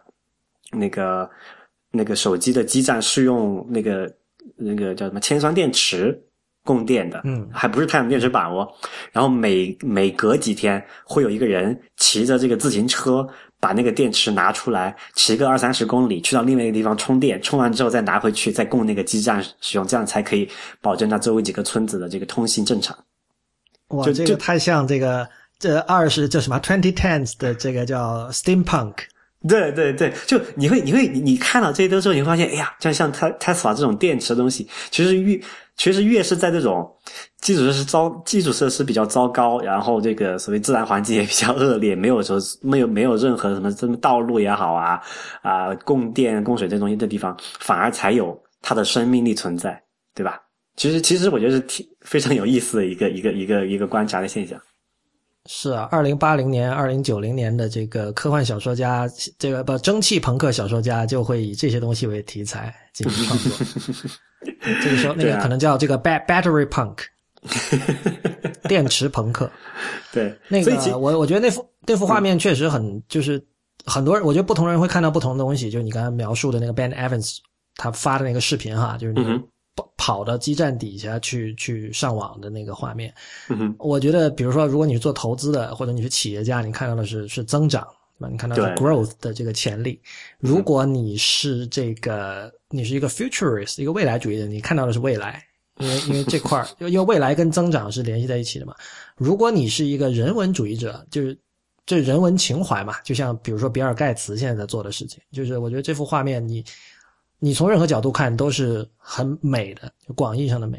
手机的基站是用那个叫什么铅酸电池供电的，还不是太阳能电池板哦。然后每隔几天会有一个人骑着这个自行车把那个电池拿出来，骑个20-30公里去到另外一个地方充电，充完之后再拿回去再供那个基站使用，这样才可以保证它周围几个村子的这个通信正常。 哇，这个太像这叫什么 2010s 的这个叫 Steampunk。 对，就你看到这些之后，你会发现，哎呀，像 Tesla 这种电池的东西，其实越是在这种基础设施比较糟糕，然后这个所谓自然环境也比较恶劣，没有任何什么道路也好供电供水这东西的地方，反而才有它的生命力存在，对吧？其实我觉得是非常有意思的一个观察的现象。 是啊，2080年、2090年的这个科幻小说家，蒸汽朋克小说家就会以这些东西为题材进行创作。这个时候，那个可能叫这个 battery punk， 电池朋克。 对， 那个我觉得那幅画面确实就是很多人，我觉得不同人会看到不同的东西。就是你刚才描述的那个 Ben Evans 他发的那个视频哈，就是那个跑到基站底下去上网的那个画面。我觉得比如说如果你是做投资的或者你是企业家，你看到的是增长，对吧？你看到的是 growth 的这个潜力。如果你是你是一个 futurist， 一个未来主义者，你看到的是未来，因为这块因为未来跟增长是联系在一起的嘛。如果你是一个人文主义者，就是这人文情怀嘛，就像比如说比尔盖茨现在在做的事情，就是我觉得这幅画面你从任何角度看都是很美的，就广义上的美。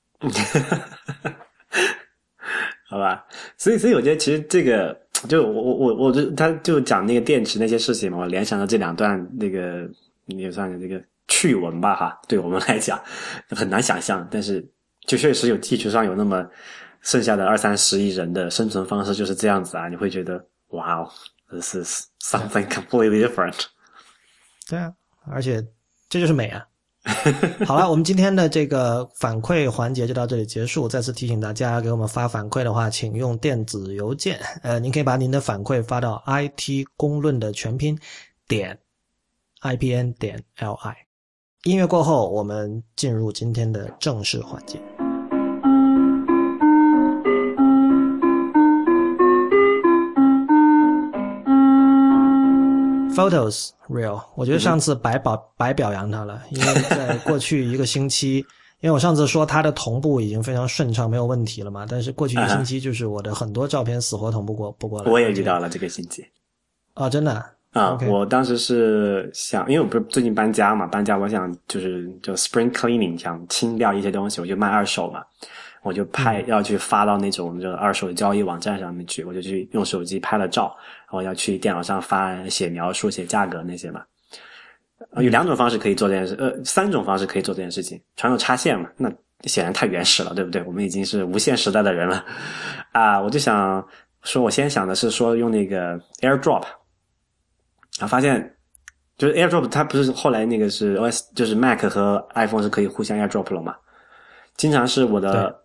好吧，所以我觉得其实这个就他就讲那个电池那些事情嘛，我联想到这两段那个也算是这个趣闻吧哈，对我们来讲很难想象，但是就确实有地球上有那么剩下的20-30亿人的生存方式就是这样子啊，你会觉得哇哦，this is something completely different。 对啊，而且这就是美啊。好了，我们今天的这个反馈环节就到这里结束。再次提醒大家，给我们发反馈的话，请用电子邮件。您可以把您的反馈发到 IT 公论的全拼点 IPN.LI。音乐过后，我们进入今天的正式环节。Photos Real， 我觉得上次白表扬他了，因为在过去一个星期，因为我上次说他的同步已经非常顺畅，没有问题了嘛，但是过去一个星期就是我的很多照片死活同步不过来。 我也遇到了这个星期。 哦，真的啊、 okay. 我当时是想，因为我不是最近搬家嘛，我想就 spring cleaning， 想清掉一些东西，我就卖二手嘛。我就要去发到那种就二手交易网站上面去，我就去用手机拍了照，然后要去电脑上发写描述、写价格那些嘛。有2种方式可以做这件事，3种方式可以做这件事情。传统插线嘛，那显然太原始了，对不对？我们已经是无线时代的人了啊！我就想说，我先想的是说用那个 AirDrop， 然后发现就是 AirDrop 它不是后来那个是 OS， 就是 Mac 和 iPhone 是可以互相 AirDrop 了嘛？经常是我的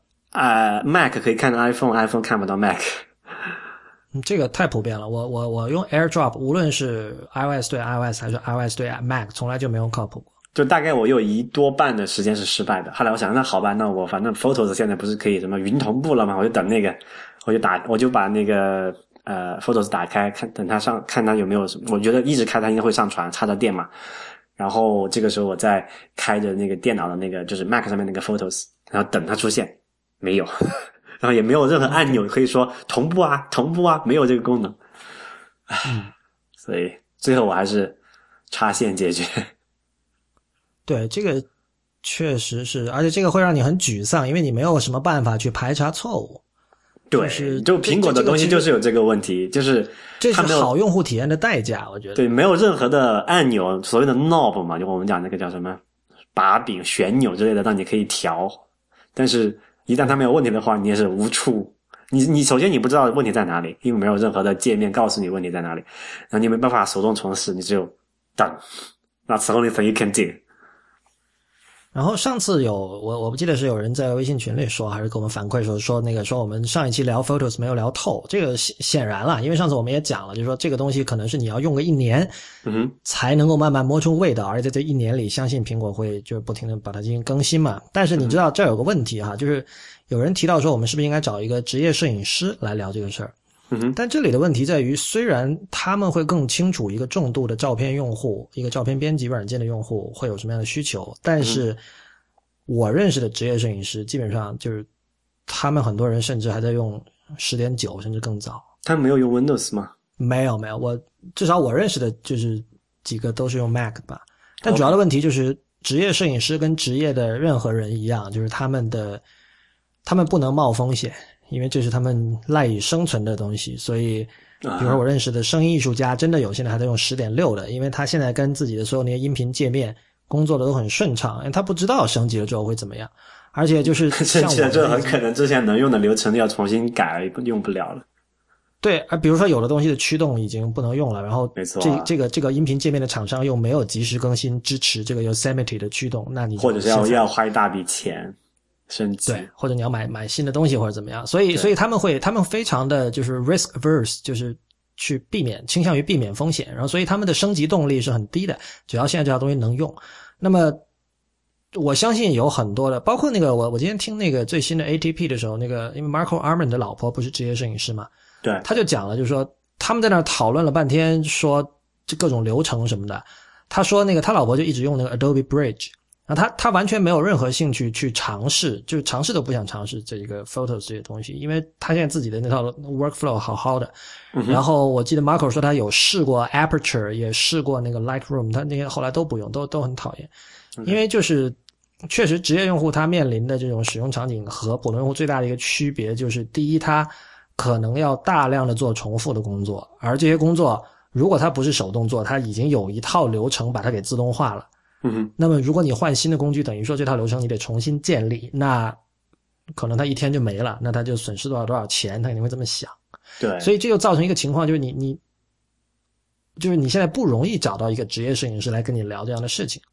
Mac 可以看到 iPhone 看不到 Mac。 这个太普遍了，我用 AirDrop， 无论是 iOS 对 iOS 还是 iOS 对 Mac， 从来就没有靠谱过。 就大概我有1多半的时间是失败的。后来我想，那好吧，那我反正 Photos 现在不是可以什么云同步了吗？我就等那个，我就把那个Photos 打开，等它看它有没有什么，我觉得一直开它应该会上传，插着电嘛。然后这个时候我再开着那个电脑的那个就是 Mac 上面那个 Photos， 然后等它出现，没有。然后也没有任何按钮可以说同步啊，没有这个功能。所以最后我还是插线解决。 对，这个确实是，而且这个会让你很沮丧，因为你没有什么办法去排查错误。 对，就苹果的东西就是有这个问题，就是这是好用户体验的代价，我觉得。 对，没有任何的按钮，所谓的 knob 嘛，就我们讲那个叫什么把柄、旋钮之类的，让你可以调。但是一旦它没有问题的话，你也是无处。你首先你不知道问题在哪里，因为没有任何的界面告诉你问题在哪里，然后你没办法手动重试，你只有等。That's the only thing you can do。 然后上次我不记得是有人在微信群里说，还是给我们反馈说我们上一期聊 Photos 没有聊透，这个显然了，因为上次我们也讲了，就是说这个东西可能是你要用个1年，才能够慢慢摸出味道，而且在这1年里，相信苹果会就是不停的把它进行更新嘛。但是你知道这有个问题哈，就是有人提到说我们是不是应该找一个职业摄影师来聊这个事儿。但这里的问题在于，虽然他们会更清楚一个重度的照片用户，一个照片编辑软件的用户会有什么样的需求，但是我认识的职业摄影师基本上就是他们很多人甚至还在用 10.9 甚至更早。 他们没有用 Windows 吗？ 没有，至少我认识的就是几个都是用 Mac 吧。但主要的问题就是职业摄影师跟职业的任何人一样，就是他们不能冒风险，因为这是他们赖以生存的东西。所以比如说我认识的声音艺术家真的有现在还在用 10.6 的，因为他现在跟自己的所有那些音频界面工作的都很顺畅，因为他不知道升级了之后会怎么样，而且就是升级了之后很可能之前能用的流程要重新改，用不了了。 对，比如说有的东西的驱动已经不能用了，然后没错这个音频界面的厂商又没有及时更新支持这个 Yosemite 的驱动，那你或者是要花一大笔钱升级， 对，或者你要买新的东西或者怎么样，所以他们非常的就是 risk averse， 就是去倾向于避免风险，然后所以他们的升级动力是很低的，只要现在这套东西能用。那么我相信有很多的，包括那个我今天听那个最新的 ATP 的时候，那个因为 Marco Arman 的老婆不是职业摄影师嘛， 对， 他就讲了，就是说他们在那儿讨论了半天，说这各种流程什么的。他说那个他老婆就一直用那个 Adobe Bridge， 然后他完全没有任何兴趣去尝试，就尝试都不想尝试这个 Photos 这些东西，因为他现在自己的那套 workflow 好好的。然后我记得 Marco 说他有试过 Aperture， 也试过那个 Lightroom， 他那些后来都不用，都很讨厌。因为就是确实职业用户他面临的这种使用场景和普通用户最大的一个区别就是，第一，他可能要大量的做重复的工作，而这些工作如果他不是手动做，他已经有一套流程把它给自动化了。那么如果你换新的工具，等于说这套流程你得重新建立，那可能他1天就没了，那他就损失多少钱，他肯定会这么想。 对， 所以这就造成一个情况，就是你就是你现在不容易找到一个职业摄影师来跟你聊这样的事情。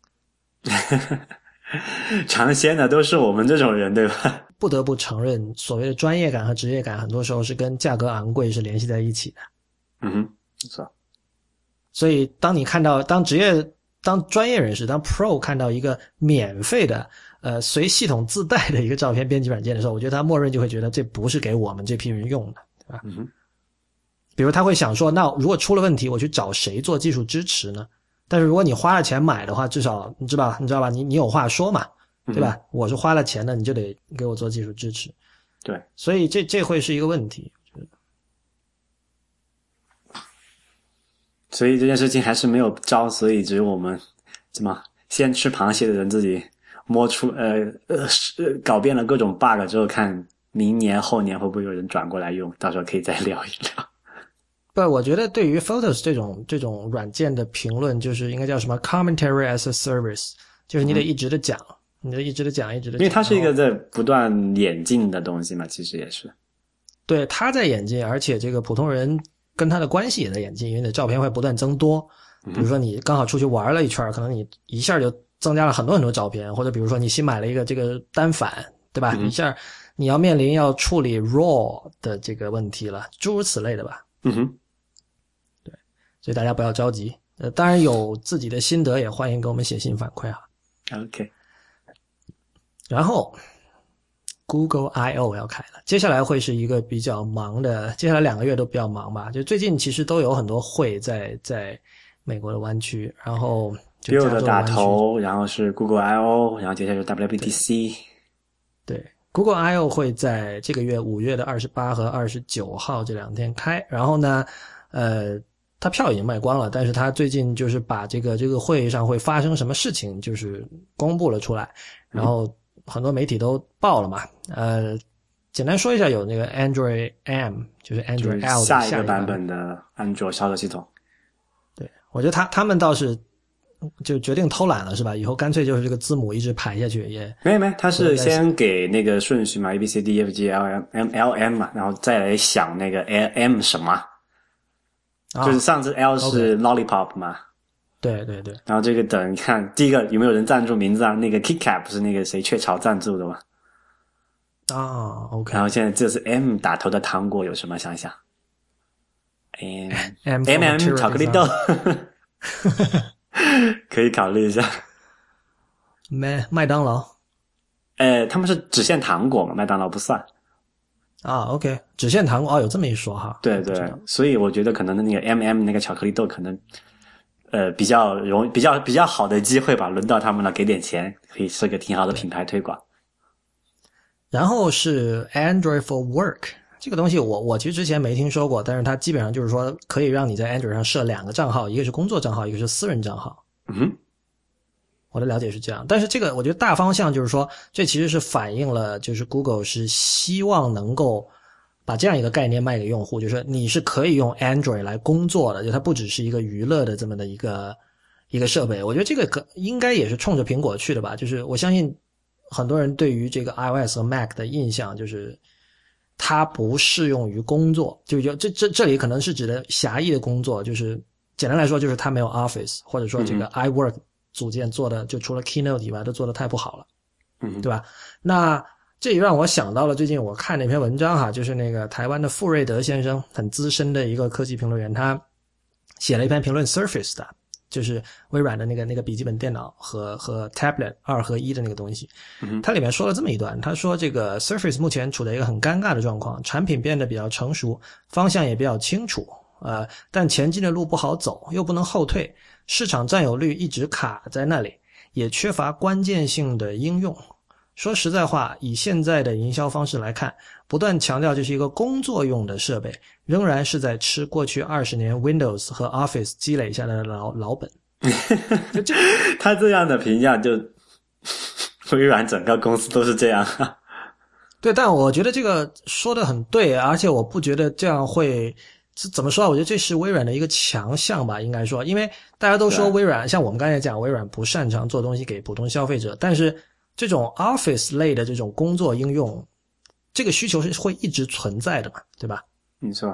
尝鲜的都是我们这种人，对吧？ 不得不承认，所谓的专业感和职业感，很多时候是跟价格昂贵是联系在一起的。 嗯哼，没错。 所以当你看到当专业人士当 Pro 看到一个免费的随系统自带的一个照片编辑软件的时候，我觉得他默认就会觉得这不是给我们这批人用的，对吧？ 嗯哼。 比如他会想说，那如果出了问题我去找谁做技术支持呢？但是如果你花了钱买的话，至少你知道吧，你有话说嘛，对吧？我是花了钱的，你就得给我做技术支持。 对， 所以这会是一个问题。 所以这件事情还是没有招，所以只有我们怎么先吃螃蟹的人自己摸出搞遍了各种 bug 之后，看明年后年会不会有人转过来用，到时候可以再聊一聊。 不，我觉得对于 Photos 这种软件的评论，就是应该叫什么 commentary as a service， 就是你得一直的讲，你得一直的讲，一直的讲。 因为它是一个在不断演进的东西嘛，其实也是。对， 它在演进，而且这个普通人跟它的关系也在演进，因为你的照片会不断增多。比如说你刚好出去玩了一圈，可能你一下就增加了很多很多照片，或者比如说你新买了一个这个单反，对吧？一下你要面临要处理 RAW 的这个问题了，诸如此类的吧。 嗯哼。 所以大家不要着急，当然有自己的心得也欢迎给我们写信反馈啊。 OK。 然后 Google I/O 要开了，接下来会是一个比较忙的，接下来2个月都比较忙吧。就最近其实都有很多会在美国的湾区，然后就加州的湾区 Build 打头，然后是 Google I/O， 然后接下来就 WWDC。 对 ，Google I/O 会在这个月5月的28和29号这2天开，然后呢，他票已经卖光了，但是他最近就是把这个会议上会发生什么事情就是公布了出来，然后很多媒体都报了嘛。简单说一下，有那个 Android M， 就是 Android L 的下一个版本的安卓操作系统。 对，我觉得他们倒是就决定偷懒了，是吧？以后干脆就是这个字母一直排下去也。 没，他是先给那个顺序嘛 ，A B C D E F G L M 嘛，然后再来想那个 M 什么。就是上次 L 是 Lollipop 嘛， 对， 然后这个等你看第一个有没有人赞助名字啊？那个 KitKat 不是那个谁雀巢赞助的吗？ OK。 然后现在这是 M 打头的糖果有什么？想一想 ，M 巧克力豆，可以考虑一下。 麦当劳， 他们是只限糖果嘛，麦当劳不算。 OK， 只限糖果有这么一说哈。 对，所以我觉得可能那个 MM 那个巧克力豆可能比较好的机会吧，轮到他们了，给点钱，可以是个挺好的品牌推广。 然后是 Android for Work 这个东西我其实之前没听说过，但是它基本上就是说可以让你在 Android 上设2个账号，一个是工作账号，一个是私人账号。我的了解是这样，但是这个我觉得大方向就是说，这其实是反映了就是 Google 是希望能够把这样一个概念卖给用户，就是你是可以用 Android 来工作的，就它不只是一个娱乐的这么的一个设备。我觉得这个应该也是冲着苹果去的吧，就是我相信很多人对于这个 iOS 和 Mac 的印象就是它不适用于工作，就这里可能是指的狭义的工作，就是简单来说就是它没有 Office， 或者说这个 iWork 组件做的就除了 Keynote 以外都做的太不好了，对吧？那这也让我想到了最近我看那篇文章哈，就是那个台湾的傅瑞德先生，很资深的一个科技评论员，他写了一篇评论 Surface 的，就是微软的那个笔记本电脑和 Tablet 2合1的那个东西。它里面说了这么一段，他说这个 Surface 目前处在一个很尴尬的状况，产品变得比较成熟，方向也比较清楚，但前进的路不好走，又不能后退，市场占有率一直卡在那里，也缺乏关键性的应用。说实在话，以现在的营销方式来看，不断强调这是一个工作用的设备，仍然是在吃过去20年 Windows 和 Office 积累下来的老本。 他这样的评价就微软整个公司都是这样。 对，但我觉得这个说得很对，而且我不觉得这样会怎么说啊？我觉得这是微软的一个强项吧，应该说，因为大家都说微软，像我们刚才讲，微软不擅长做东西给普通消费者，但是这种 Office 类的这种工作应用，这个需求是会一直存在的嘛，对吧？ 没错。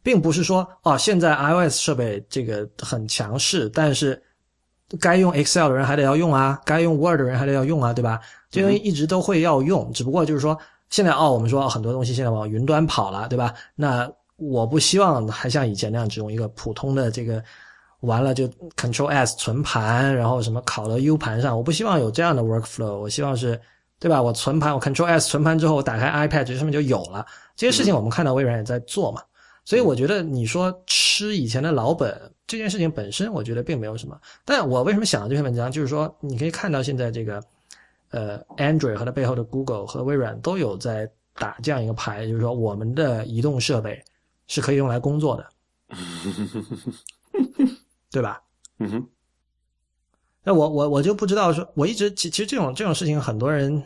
并不是说现在 iOS 设备这个很强势，但是该用 Excel 的人还得要用啊，该用 Word 的人还得要用啊，对吧？这东西一直都会要用，只不过就是说现在我们说很多东西现在往云端跑了，对吧？那我不希望还像以前那样只用一个普通的这个完了就 Ctrl S 存盘，然后什么拷到 U 盘上，我不希望有这样的 workflow， 我希望是对吧？我存盘，我 Ctrl S 存盘之后，我打开 iPad 这上面就有了。这些事情我们看到微软也在做嘛，所以我觉得你说吃以前的老本这件事情本身，我觉得并没有什么。但我为什么想到这篇文章，就是说你可以看到现在这个Android 和它背后的 Google 和微软都有在打这样一个牌，就是说我们的移动设备是可以用来工作的，对吧？ 嗯哼。 那我就不知道说，我一直其实这种事情，很多人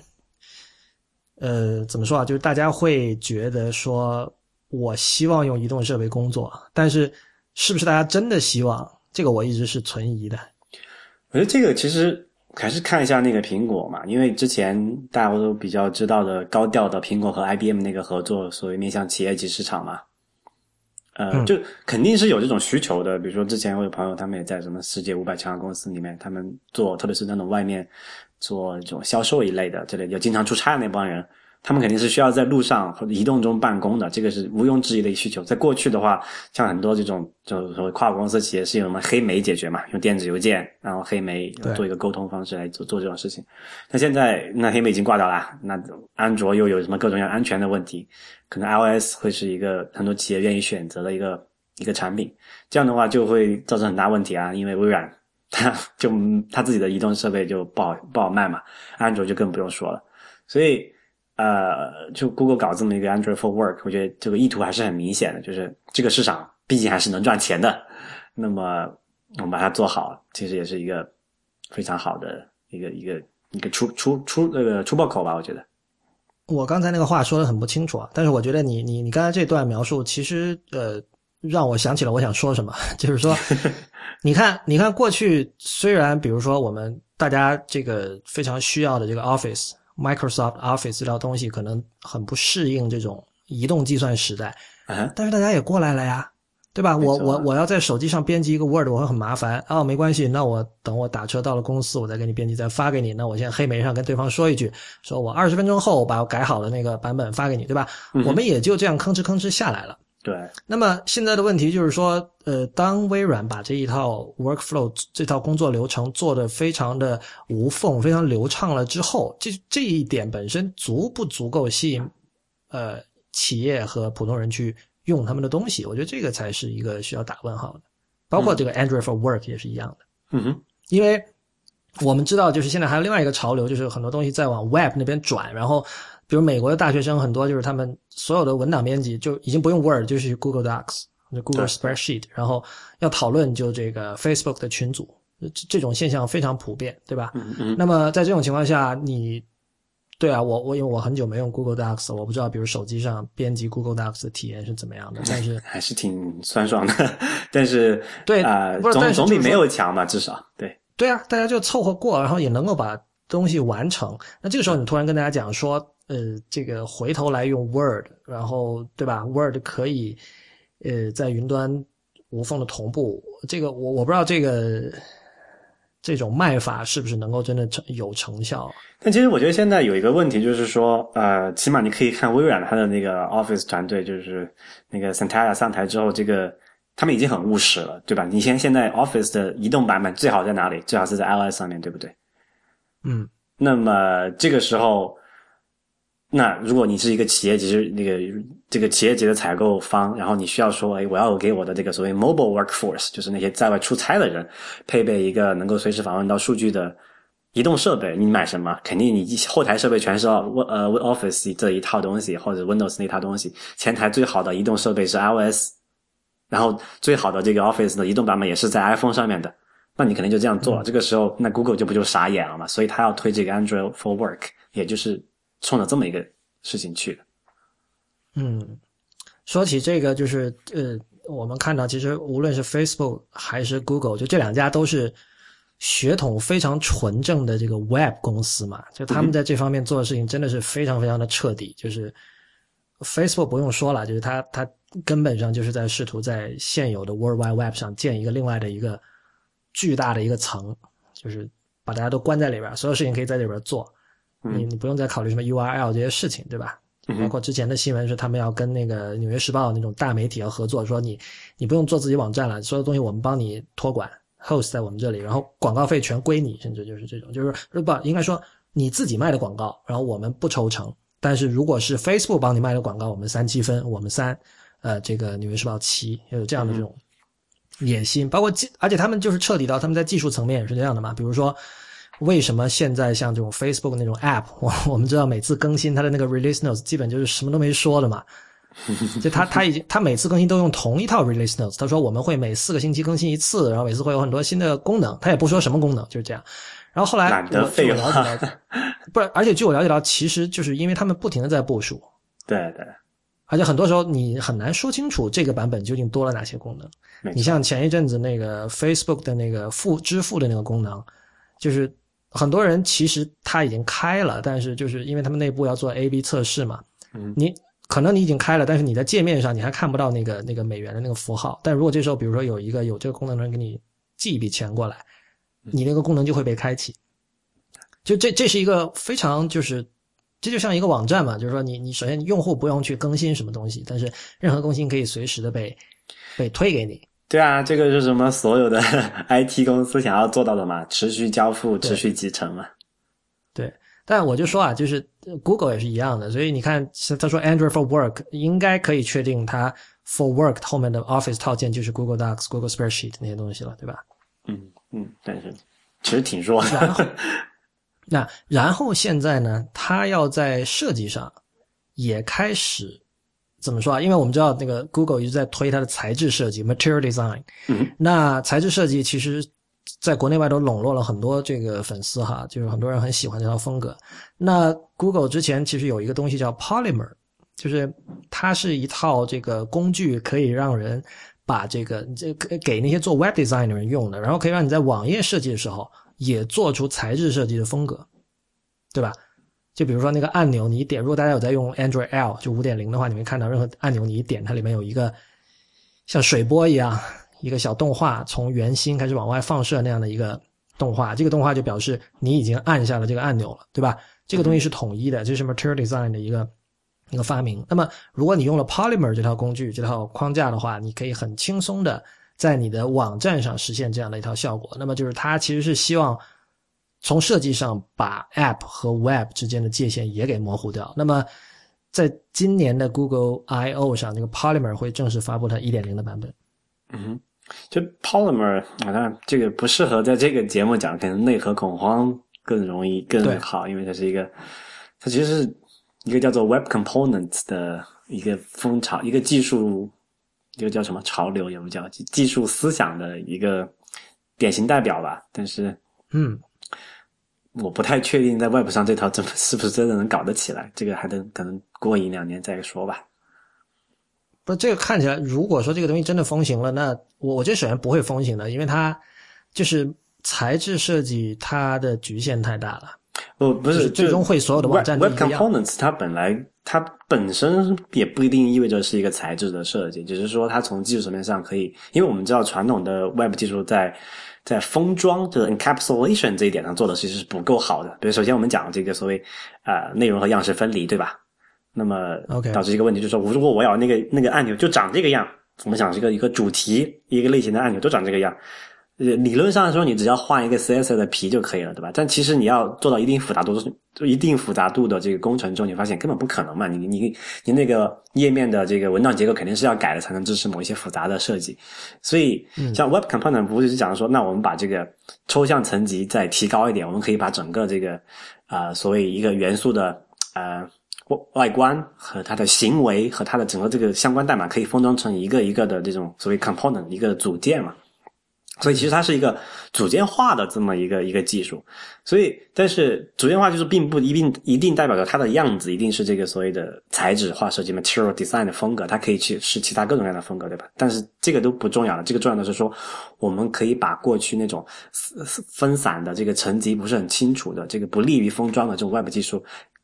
怎么说啊？就是大家会觉得说，我希望用移动设备工作，但是是不是大家真的希望？这个我一直是存疑的。 我觉得这个其实还是看一下那个苹果嘛，因为之前大家都比较知道的高调的苹果和 IBM 那个合作，所谓面向企业级市场嘛。就肯定是有这种需求的，比如说之前我有朋友他们也在什么世界500强公司里面，他们做特别是那种外面做这种销售一类的这类有经常出差的那帮人，他们肯定是需要在路上或者移动中办公的，这个是毋庸置疑的一个需求。在过去的话，像很多这种就是说跨国公司企业是用什么黑莓解决嘛，用电子邮件然后黑莓做一个沟通方式来做这种事情。那现在那黑莓已经挂掉了，那安卓又有什么各种各样安全的问题，可能 iOS 会是一个很多企业愿意选择的一个产品。这样的话就会造成很大问题啊，因为微软它自己的移动设备就不好卖嘛，安卓就更不用说了。所以就 Google 搞这么一个 Android for Work， 我觉得这个意图还是很明显的，就是这个市场毕竟还是能赚钱的，那么我们把它做好，其实也是一个非常好的一个出爆口吧，我觉得。 我刚才那个话说得很不清楚啊，但是我觉得你刚才这段描述其实让我想起了我想说什么，就是说你看过去虽然比如说我们大家这个非常需要的这个 Microsoft Office 这套东西可能很不适应这种移动计算时代，但是大家也过来了呀，对吧？我要在手机上编辑一个 Word 我会很麻烦没关系，那我等我打车到了公司我再给你编辑再发给你，那我现在黑莓上跟对方说一句，说我20分钟后把我改好的那个版本发给你，对吧？我们也就这样吭哧下来了。 对。 那么现在的问题就是说当微软把这一套 workflow 这套工作流程做得非常的无缝非常流畅了之后，这一点本身足不足够吸引企业和普通人去用他们的东西，我觉得这个才是一个需要打问号的。包括这个 Android for Work 也是一样的。因为我们知道就是现在还有另外一个潮流，就是很多东西在往 Web 那边转，然后比如美国的大学生很多就是他们所有的文档编辑就已经不用 Word 就是 Google Docs Google Spreadsheet， 然后要讨论就这个 Facebook 的群组，这种现象非常普遍，对吧？那么在这种情况下对啊，我因为我很久没用 Google Docs， 我不知道比如手机上编辑 Google Docs 的体验是怎么样的，但是还是挺酸爽的，但是对总比没有强吧，至少对啊，大家就凑合过，然后也能够把东西完成。那这个时候你突然跟大家讲说这个回头来用 Word， 然后对吧 Word 可以在云端无缝的同步，这个我不知道这种卖法是不是能够真的有成效。 但其实我觉得现在有一个问题就是说起码你可以看微软它的那个 Office 团队，就是那个 Satya 上台之后，这个他们已经很务实了，对吧？你现在 Office 的移动版本最好在哪里？最好是在 iOS 上面，对不对？那么这个时候，那如果你是一个企业级，这个企业级的采购方，然后你需要说我要给我的这个所谓 mobile workforce， 就是那些在外出差的人，配备一个能够随时访问到数据的移动设备，你买什么？肯定你后台设备全是Office 这一套东西，或者 Windows 那套东西，前台最好的移动设备是 iOS， 然后最好的这个 Office 的移动版本也是在 iPhone 上面的，那你肯定就这样做。这个时候那 Google 不就傻眼了嘛？所以他要推这个 Android for Work， 也就是冲着这么一个事情去的。 说起这个就是我们看到其实无论是 Facebook 还是 Google， 就这两家都是血统非常纯正的这个 Web 公司嘛，就他们在这方面做的事情真的是非常非常的彻底，就是 Facebook 不用说了，就是它根本上就是在试图在现有的 World Wide Web 上建一个另外的一个巨大的一个层，就是把大家都关在里边，所有事情可以在里边做。你不用再考虑什么 URL 这些事情，对吧？包括之前的新闻是他们要跟那个纽约时报那种大媒体要合作，说你不用做自己网站了，所有东西我们帮你托管 host 在我们这里，然后广告费全归你，甚至就是这种，就是不应该说你自己卖的广告，然后我们不抽成，但是如果是 Facebook 帮你卖的广告，我们3-7分，我们3，这个纽约时报7，有这样的这种野心，包括而且他们就是彻底到他们在技术层面也是这样的嘛，比如说。为什么现在像这种 Facebook 那种 App， 我们知道每次更新它的那个 Release Notes 基本就是什么都没说的嘛，就他每次更新都用同一套 Release Notes， 他说我们会每4个星期更新一次，然后每次会有很多新的功能，他也不说什么功能，就是这样。然后后来懒得废话， 不是，而且据我了解到，其实就是因为他们不停的在部署， 对对， 而且很多时候你很难说清楚这个版本究竟多了哪些功能。你像前一阵子那个 Facebook 的那个支付的那个功能，就是很多人其实他已经开了，但是就是因为他们内部要做 A/B 测试嘛，你可能你已经开了，但是你在界面上你还看不到那个美元的那个符号。但如果这时候比如说有这个功能的人给你寄一笔钱过来，你那个功能就会被开启。就这是一个非常就是这就像一个网站嘛，就是说你首先用户不用去更新什么东西，但是任何更新可以随时的被推给你。 对啊，这个是什么所有的 IT 公司想要做到的嘛，持续交付，持续集成嘛。 对，但我就说啊，就是 Google 也是一样的，所以你看他说 Android for Work 应该可以确定它 for Work 后面的 Office 套件就是 Google Docs、Google Spreadsheet 那些东西了，对吧？ 但是其实挺弱的。然后现在呢，它要在设计上也开始怎么说啊？因为我们知道那个 Google 一直在推它的材质设计 Material Design，那材质设计其实在国内外都笼络了很多这个粉丝哈，就是很多人很喜欢这套风格。那 Google 之前其实有一个东西叫 Polymer， 就是它是一套这个工具，可以让人把这给那些做 Web Design 的人用的，然后可以让你在网页设计的时候也做出材质设计的风格，对吧？就比如说那个按钮你一点，如果大家有在用 Android L 就 5.0 的话，你会看到任何按钮你一点，它里面有一个像水波一样一个小动画，从圆心开始往外放射那样的一个动画，这个动画就表示你已经按下了这个按钮了，对吧？这个东西是统一的，这是 Material Design 的一个发明。那么如果你用了 Polymer 这套工具这套框架的话，你可以很轻松的在你的网站上实现这样的一套效果。那么就是它其实是希望从设计上把 App 和 Web 之间的界限也给模糊掉。那么在今年的 Google I/O 上，这个 Polymer 会正式发布它 1.0 的版本。 就 Polymer 当然这个不适合在这个节目讲，可能内核恐慌更容易更好，因为它其实是一个叫做 Web Components 的一个风潮，一个技术，一个叫什么潮流也不叫技术思想的一个典型代表吧。但是我不太确定在 Web 上这套是不是真的能搞得起来，这个还得可能过1-2年再说吧。 不，这个看起来，如果说这个东西真的风行了，那我觉得首先不会风行的，因为它就是材质设计它的局限太大了。 不是， 最终会所有的网站都一样。 Web Components 它本身也不一定意味着是一个材质的设计，只是说它从技术层面上可以，因为我们知道传统的 Web 技术在封装这个 encapsulation 这一点上做的其实是不够好的。比如首先我们讲这个所谓内容和样式分离，对吧？那么导致一个问题就是说，如果我要那个按钮就长这个样，我们讲是一个主题一个类型的按钮都长这个样，理论上说你只要换一个 CSS 的皮就可以了，对吧？但其实你要做到一定复杂度的这个工程中，你发现根本不可能嘛。你那个页面的这个文档结构肯定是要改的，才能支持某一些复杂的设计。所以像 Web Component 不是讲说，那我们把这个抽象层级再提高一点，我们可以把整个这个所谓一个元素的外观和它的行为和它的整个这个相关代码可以封装成一个一个的这种所谓 component 一个组件嘛。所以其实它是一个组件化的这么一个技术。所以但是组件化就是并不一定代表着它的样子一定是这个所谓的材质化设计 material design 的风格，它可以去是其他各种各样的风格，对吧？但是这个都不重要了，这个重要的是说我们可以把过去那种分散的这个层级不是很清楚的这个不利于封装的这种 Web 技术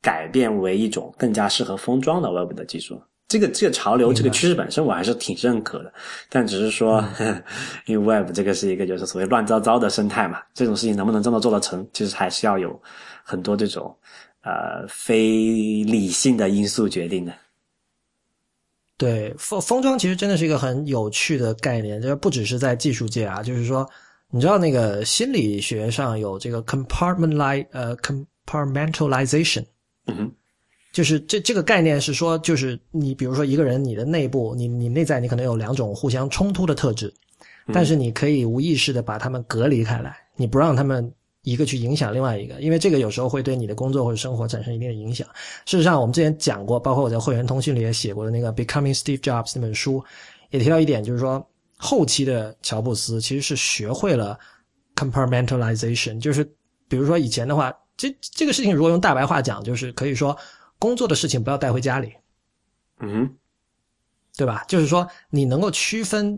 改变为一种更加适合封装的 Web 的技术。这个潮流，这个趋势本身我还是挺认可的，但只是说，因为 Web 这个是一个就是所谓乱糟糟的生态嘛，这种事情能不能真的做得成，其实还是要有很多这种非理性的因素决定的。 对，封装其实真的是一个很有趣的概念，这不只是在技术界啊，就是说，你知道那个心理学上有这个 compartmentalization， 就是这个概念是说，就是你比如说一个人，你的内部，你内在你可能有两种互相冲突的特质，但是你可以无意识的把它们隔离开来，你不让他们一个去影响另外一个，因为这个有时候会对你的工作或者生活产生一定的影响。事实上我们之前讲过，包括我在会员通讯里也写过的那个 Becoming Steve Jobs 那本书也提到一点，就是说后期的乔布斯其实是学会了 compartmentalization， 就是比如说以前的话，这个事情如果用大白话讲，就是可以说工作的事情不要带回家里，对吧？就是说你能够区分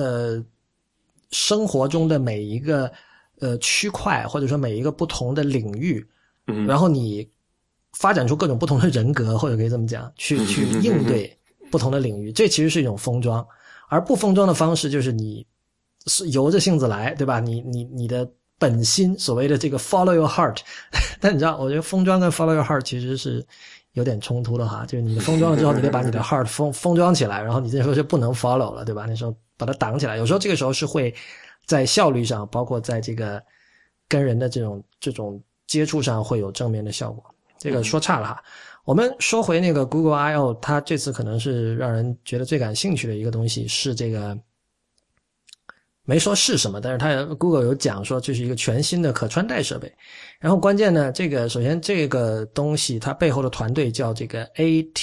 生活中的每一个区块，或者说每一个不同的领域，然后你发展出各种不同的人格，或者可以这么讲，去应对不同的领域，这其实是一种封装。而不封装的方式就是你是由着性子来，对吧？你的本心，所谓的这个 follow your heart 但你知道我觉得封装跟 follow your heart 其实是有点冲突的哈，就是你封装了之后，你得把你的 heart 封装起来，然后你这时候就不能 follow 了，对吧？那时候把它挡起来，有时候这个时候是会在效率上，包括在这个跟人的这种接触上会有正面的效果。这个说差了哈。我们说回那个 Google I/O， 它这次可能是让人觉得最感兴趣的一个东西是这个，没说是什么，但是它 Google 有讲说这是一个全新的可穿戴设备。然后关键呢，首先这个东西它背后的团队叫这个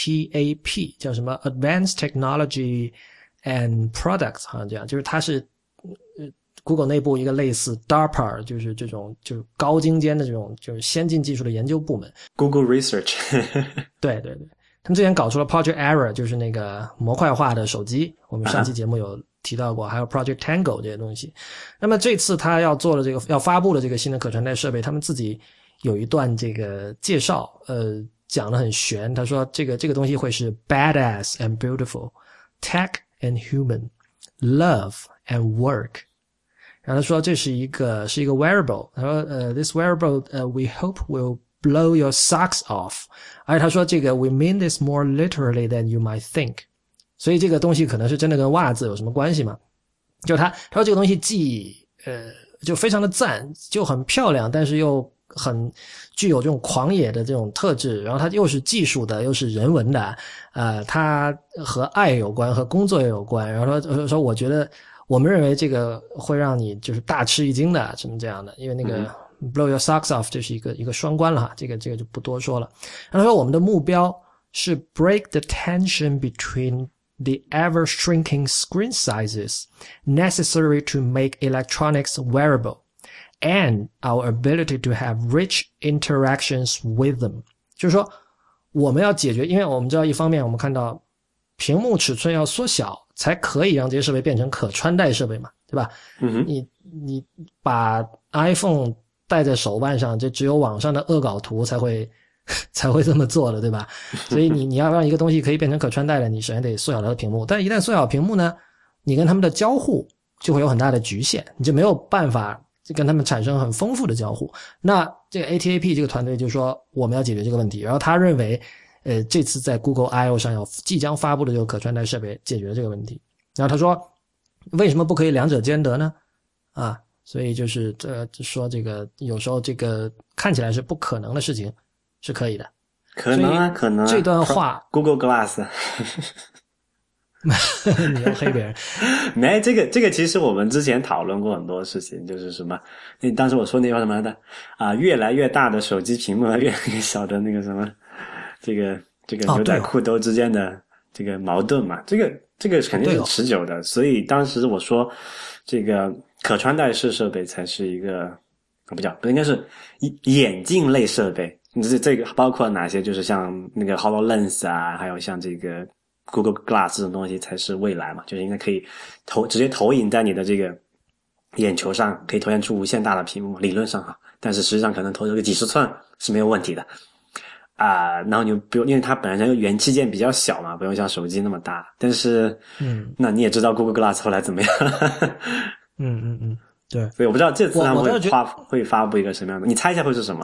ATAP， 叫什么 Advanced Technology and Products， 好像这样，就是它是Google 内部一个类似 DARPA， 就是这种就是高精尖的这种就是先进技术的研究部门。 Google Research 对，他们之前搞出了 Project Era， 就是那个模块化的手机，我们上期节目有提到过，还有 Project Tango 这些东西。那么这次他要做的这个要发布的这个新的可穿戴设备，他们自己有一段这个介绍，讲得很玄。他说这个东西会是 badass and beautiful, tech and human, love and work。然后他说这是一个 wearable， 他说this wearable we hope will blow your socks off。 而且他说这个 we mean this more literally than you might think， 所以这个东西可能是真的跟袜子有什么关系吗？就他说这个东西既就非常的赞，就很漂亮，但是又很具有这种狂野的这种特质，然后它又是技术的又是人文的，它和爱有关，和工作也有关。然后说我觉得我们认为这个会让你就是大吃一惊的，什么这样的，因为那个 blow your socks off 这是一个双关了哈，这个就不多说了。然后说我们的目标是 break the tension between the ever-shrinking screen sizes necessary to make electronics wearable and our ability to have rich interactions with them。 就是说我们要解决，因为我们知道一方面我们看到屏幕尺寸要缩小才可以让这些设备变成可穿戴设备嘛，对吧？你把 iPhone 戴在手腕上，这只有网上的恶搞图才会这么做的，对吧？所以你要让一个东西可以变成可穿戴的，你首先得缩小它的屏幕。但一旦缩小屏幕呢，你跟他们的交互就会有很大的局限，你就没有办法跟他们产生很丰富的交互。那这个 ATAP 这个团队就说我们要解决这个问题，然后他认为这次在 Google I/O 上即将发布的这个可穿戴设备解决了这个问题。然后他说为什么不可以两者兼得呢？所以就是说这个有时候这个看起来是不可能的事情是可以的。 可能啊，可能啊。 这段话 Google Glass 你要黑别人没，这个其实我们之前讨论过很多事情，就是什么当时我说那句话什么来的越来越大的手机屏幕，越来越小的那个什么这个牛仔裤兜之间的这个矛盾嘛，这个肯定是持久的。所以当时我说这个可穿戴式设备才是一个不应该是眼镜类设备。这个包括哪些？就是像那个 HoloLens 还有像这个 Google Glass 这种东西才是未来嘛，就是应该可以直接投影在你的这个眼球上，可以投影出无限大的屏幕，理论上但是实际上可能投这个几十寸是没有问题的。 然后你不用，因为它本身元器件比较小嘛，不用像手机那么大。但是，那你也知道 Google Glass 后来怎么样？ 对。 所以我不知道这次他们会发布一个什么样的，你猜一下会是什么？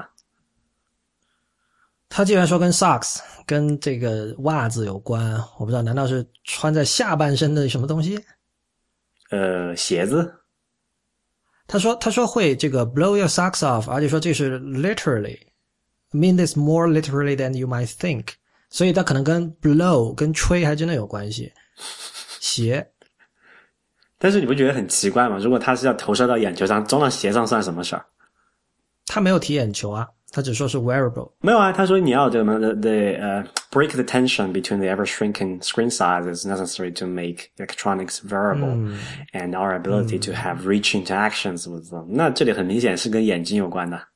他既然说跟 socks 跟这个袜子有关，我不知道，难道是穿在下半身的什么东西？ 鞋子。 他说会这个 blow your socks off， 而且说这是 literally mean this more literally than you might think， 所以它可能跟 blow 跟吹还真的有关系。鞋。 但是你不觉得很奇怪吗？如果他是要投射到眼球上，装到鞋上算什么事儿？ 他没有提眼球啊，他只说是 wearable。 没有啊，他说你要这个break the tension between the ever-shrinking screen sizes necessary to make electronics wearable and our ability to have rich interactions with them。那这里很明显是跟眼睛有关的，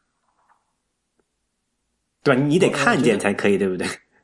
对吧？你得看见才可以，对不对？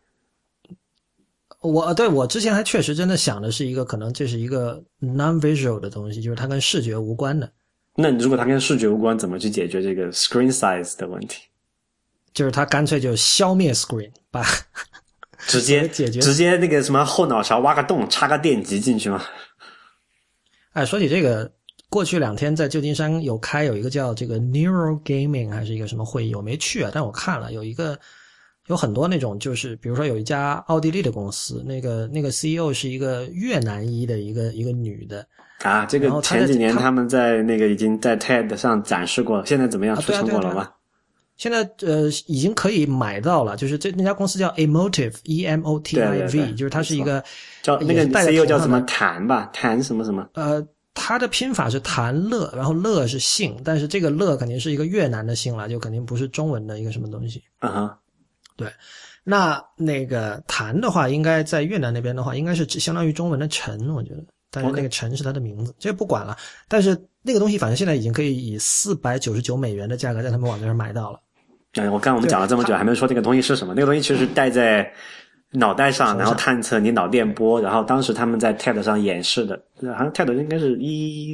我之前还确实真的想的是一个可能这是一个 non-visual 的东西，就是它跟视觉无关的。 那如果它跟视觉无关，怎么去解决这个 screen size 的问题？ 就是它干脆就消灭 screen， 把直接那个什么后脑勺挖个洞，插个电极进去吗？ 哎，说起这个，过去2天在旧金山有一个叫这个 Neuro Gaming 还是一个什么会议，我没去啊，但我看了有很多那种，就是比如说有一家奥地利的公司，那个 CEO 是一个越南裔的一个女的啊，这个前几年他们在那个已经在 TED 上展示过了，现在怎么样？出成果了吗？ 现在已经可以买到了，就是那家公司叫 Emotive EMOTIV， 对， 就是它是一个叫那个 CEO 叫什么谭吧，谭什么什么？ 它的拼法是谭乐，然后乐是姓，但是这个乐肯定是一个越南的姓了，就肯定不是中文的一个什么东西。对，那个谭的话，应该在越南那边的话，应该是相当于中文的陈，我觉得。但是那个陈是他的名字，这不管了。但是那个东西，反正现在已经可以以$499的价格在他们网站上买到了。 我刚我们讲了这么久，还没说这个东西是什么。那个东西其实戴在脑袋上，然后探测你脑电波。然后当时他们在 TED 上演示的，好像 TED 应该是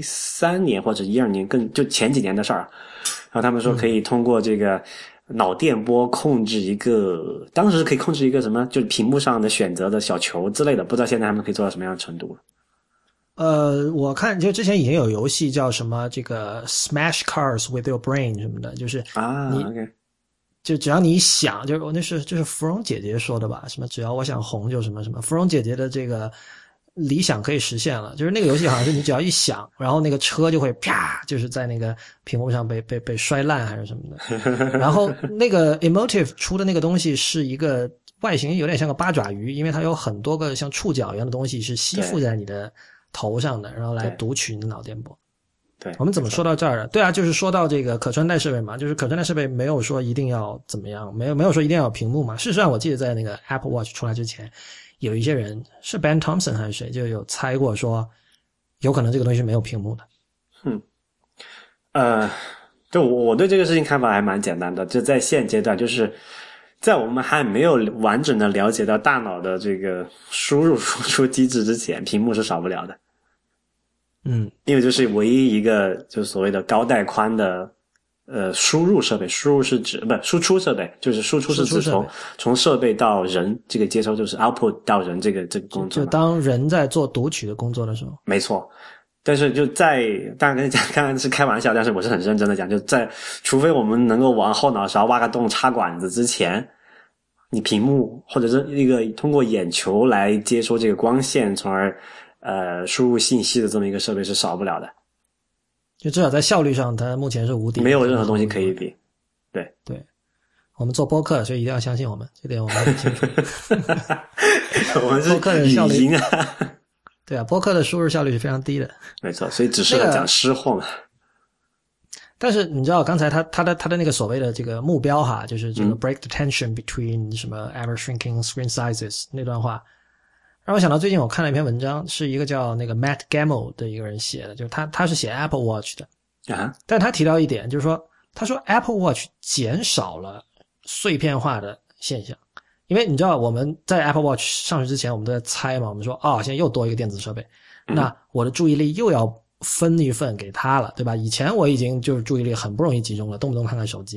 13年或者12年，就前几年的事儿。然后他们说可以通过这个脑电波控制当时可以控制一个什么，就屏幕上的选择的小球之类的，不知道现在他们可以做到什么样的程度了。 我看就之前已经有游戏叫什么这个 Smash Cars with Your Brain 什么的，就是 OK， 就只要你想，就是芙蓉姐姐说的吧，什么只要我想红就什么什么，芙蓉姐姐的这个理想可以实现了，就是那个游戏好像是你只要一想，然后那个车就会啪，就是在那个屏幕上被摔烂还是什么的。然后那个 Emotive 出的那个东西是一个外形有点像个八爪鱼，因为它有很多个像触角一样的东西是吸附在你的头上的，然后来读取你的脑电波。 对， 我们怎么说到这儿的？对啊，就是说到这个可穿戴设备嘛，就是可穿戴设备没有说一定要怎么样，没有说一定要有屏幕嘛。事实上，我记得在那个 Apple Watch 出来之前，有一些人是 Ben Thompson 还是谁就有猜过说，有可能这个东西是没有屏幕的。 就我对这个事情看法还蛮简单的，就在现阶段，就是在我们还没有完整的了解到大脑的这个输入输出机制之前，屏幕是少不了的。因为这是唯一一个就所谓的高带宽的输入设备，输入是指不输出设备，就是输出是指从设备到人这个接收，就是 output 到人这个工作。 就当人在做读取的工作的时候。 没错。但是就当然跟你讲，刚刚是开玩笑，但是我是很认真的讲，就除非我们能够往后脑勺挖个洞插管子之前，你屏幕或者是一个通过眼球来接收这个光线，从而输入信息的这么一个设备是少不了的。 就至少在效率上，它目前是无敌， 没有任何东西可以比。对， 我们做播客，所以一定要相信我们，这点我们很清楚。 我们是语音啊。 对啊，播客的输入效率是非常低的。 没错，所以只适合讲湿货嘛。 但是你知道刚才他的那个所谓的这个目标哈，就是这个 break the tension between 什么 ever shrinking screen sizes 那段话，让我想到最近我看了一篇文章，是一个叫那个 Matt Gemmell 的一个人写的，就是他是写 Apple Watch 的啊，但他提到一点，就是说他说 Apple Watch 减少了碎片化的现象。因为你知道我们在 Apple Watch 上市之前我们都在猜嘛，我们说现在又多一个电子设备，那我的注意力又要分一份给它了，对吧？以前我已经就是注意力很不容易集中了，动不动看看手机。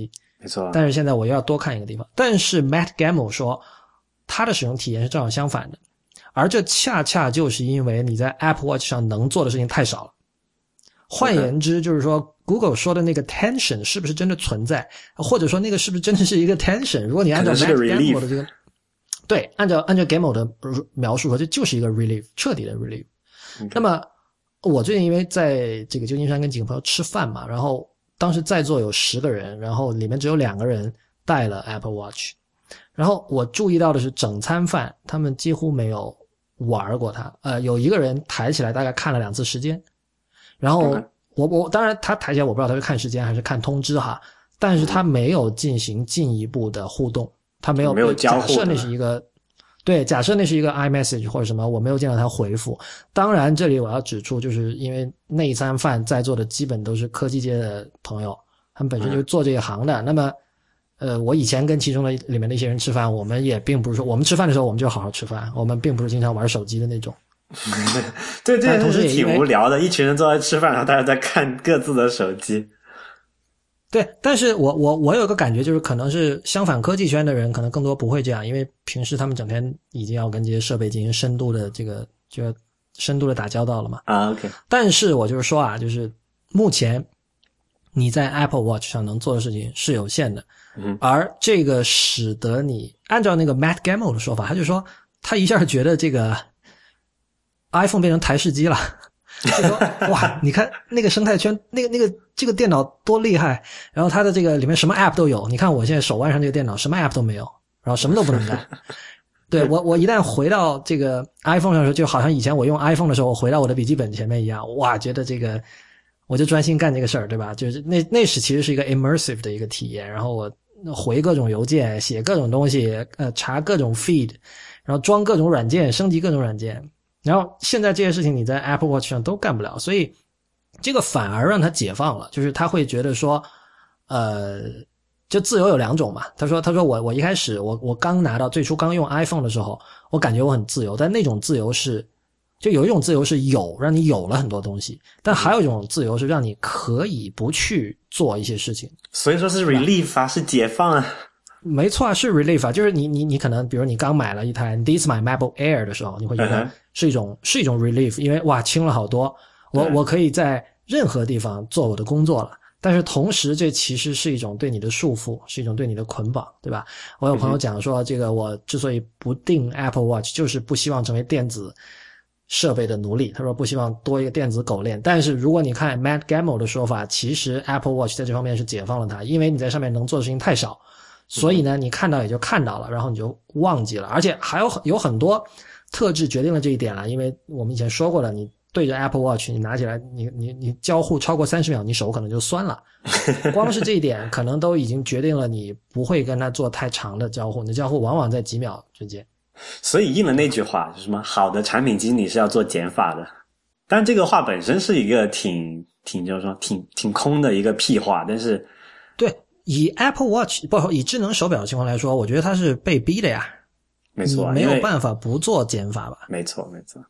没错。 但是现在我又要多看一个地方。但是 Matt Gemmell 说他的使用体验是正好相反的，而这恰恰就是因为你在 Apple Watch 上能做的事情太少了。换言之，就是说 Google 说的那个 tension 是不是真的存在，或者说那个是不是真的是一个 tension， 如果你按照 Matt Gemmell 的这个，对，按照 Gemmell 的描述说，这就是一个 relief， 彻底的 relief。那么我最近因为在这个旧金山跟几个朋友吃饭嘛，然后当时在座有10个人，然后里面只有2个人带了 Apple Watch， 然后我注意到的是整餐饭他们几乎没有玩过它，有一个人抬起来大概看了2次时间，然后我当然他抬起来我不知道他是看时间还是看通知哈，但是他没有进行进一步的互动，他没有交互， 假设那是一个对，假设那是一个 iMessage 或者什么，我没有见到他回复。当然这里我要指出，就是因为那一餐饭在座的基本都是科技界的朋友，他们本身就是做这一行的。那么我以前跟其中的里面的一些人吃饭，我们也并不是说我们吃饭的时候我们就好好吃饭，我们并不是经常玩手机的那种。 对，这同时挺无聊的，一群人坐在吃饭，然后大家在看各自的手机。 对，但是我有个感觉，就是可能是相反科技圈的人可能更多不会这样，因为平时他们整天已经要跟这些设备进行深度的深度的打交道了嘛。 OK。 但是我就是说啊，就是目前你在 Apple Watch 上能做的事情是有限的，而这个使得你按照那个 Matt Gemmell 的说法，他就说他一下觉得这个 iPhone 变成台式机了。就说哇，你看那个生态圈，这个电脑多厉害，然后它的这个里面什么 app 都有。你看我现在手腕上这个电脑什么 app 都没有，然后什么都不能干。对，我一旦回到这个 iPhone 上的时候，就好像以前我用 iPhone 的时候，我回到我的笔记本前面一样，哇，觉得这个我就专心干这个事儿，对吧？就是那其实是一个 immersive 的一个体验。然后我回各种邮件，写各种东西，查各种 feed， 然后装各种软件，升级各种软件。然后现在这些事情你在 Apple Watch 上都干不了，所以这个反而让他解放了，就是他会觉得说就自由有2种嘛。他说我一开始我刚拿到最初刚用 iPhone 的时候，我感觉我很自由，但那种自由是就有一种自由是让你有了很多东西，但还有一种自由是让你可以不去做一些事情。 所以说是 relief 啊，是解放啊。 没错啊，是 relief 啊，就是你可能比如你刚买了一台，你第一次买 MacBook Air 的时候，你会觉得是一种relief， 因为哇轻了好多，我可以在任何地方做我的工作了。但是同时这其实是一种对你的束缚，是一种对你的捆绑，对吧？我有朋友讲说，这个我之所以不订 Apple Watch， 就是不希望成为电子设备的奴隶。他说不希望多一个电子狗链。但是如果你看 Matt Gemmell 的说法，其实 Apple Watch 在这方面是解放了它，因为你在上面能做的事情太少。所以呢，你看到也就看到了，然后你就忘记了，而且还有很多特质决定了这一点了。因为我们以前说过了，你对着 Apple Watch， 你拿起来，你交互超过30秒，你手可能就酸了。光是这一点，可能都已经决定了你不会跟它做太长的交互，你的交互往往在几秒之间。 所以应了那句话，就是什么好的产品经理是要做减法的。但这个话本身是一个挺就是说挺空的一个屁话，但是对。以 Apple Watch 以智能手表的情况来说，我觉得它是被逼的呀。 没错， 你没有办法不做减法吧？ 没错。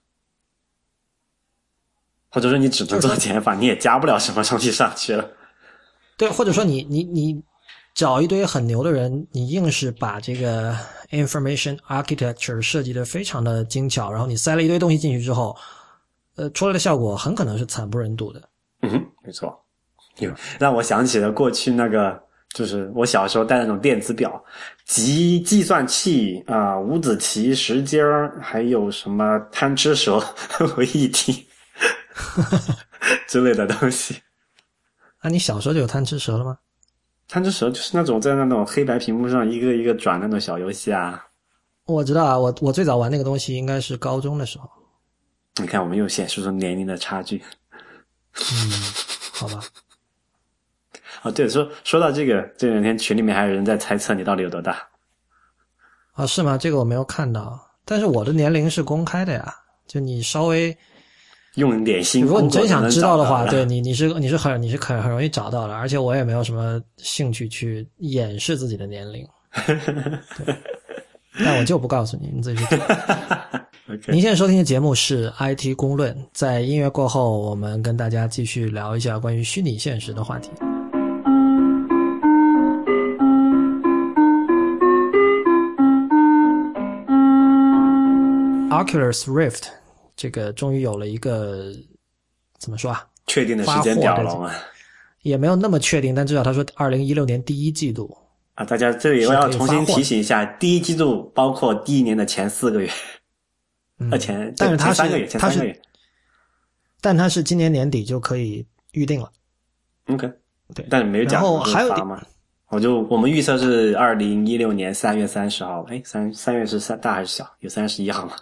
或者说你只能做减法，你也加不了什么东西上去了。 对，或者说你找一堆很牛的人，你硬是把这个 information architecture 设计得非常的精巧，然后你塞了一堆东西进去之后，出来的效果很可能是惨不忍睹的。 没错。让我想起了过去那个。就是我小时候带那种电子表，集计算器五子棋、时间还有什么贪吃蛇为一体之类的东西。 你小时候就有贪吃蛇了吗？ 贪吃蛇就是那种在那种黑白屏幕上一个一个转那种小游戏啊。 我知道啊，我最早玩那个东西应该是高中的时候。 你看我们又显示出年龄的差距。 好吧。 对，说到这个，这两天群里面还有人在猜测你到底有多大。 是吗？这个我没有看到，但是我的年龄是公开的呀，就你稍微用点心， 如果你真想知道的话，对你是很容易找到的，而且我也没有什么兴趣去掩饰自己的年龄。对，但我就不告诉你，你自己去找。 Okay. 您现在收听的节目是 IT 公论，在音乐过后，我们跟大家继续聊一下关于虚拟现实的话题。 Oculus Rift 这个终于有了一个怎么说啊？ 确定的时间表了吗？ 也没有那么确定，但至少他说2016年第一季度啊。大家这里我要重新提醒一下，第一季度包括第一年的前4个月， 但是它前3个月，前3个月， 但它是今年年底就可以预定了。 OK， 对， 但是没有讲。 然后还有嘛，我们预测是2016年3月30号，3月是大还是小？有31号吗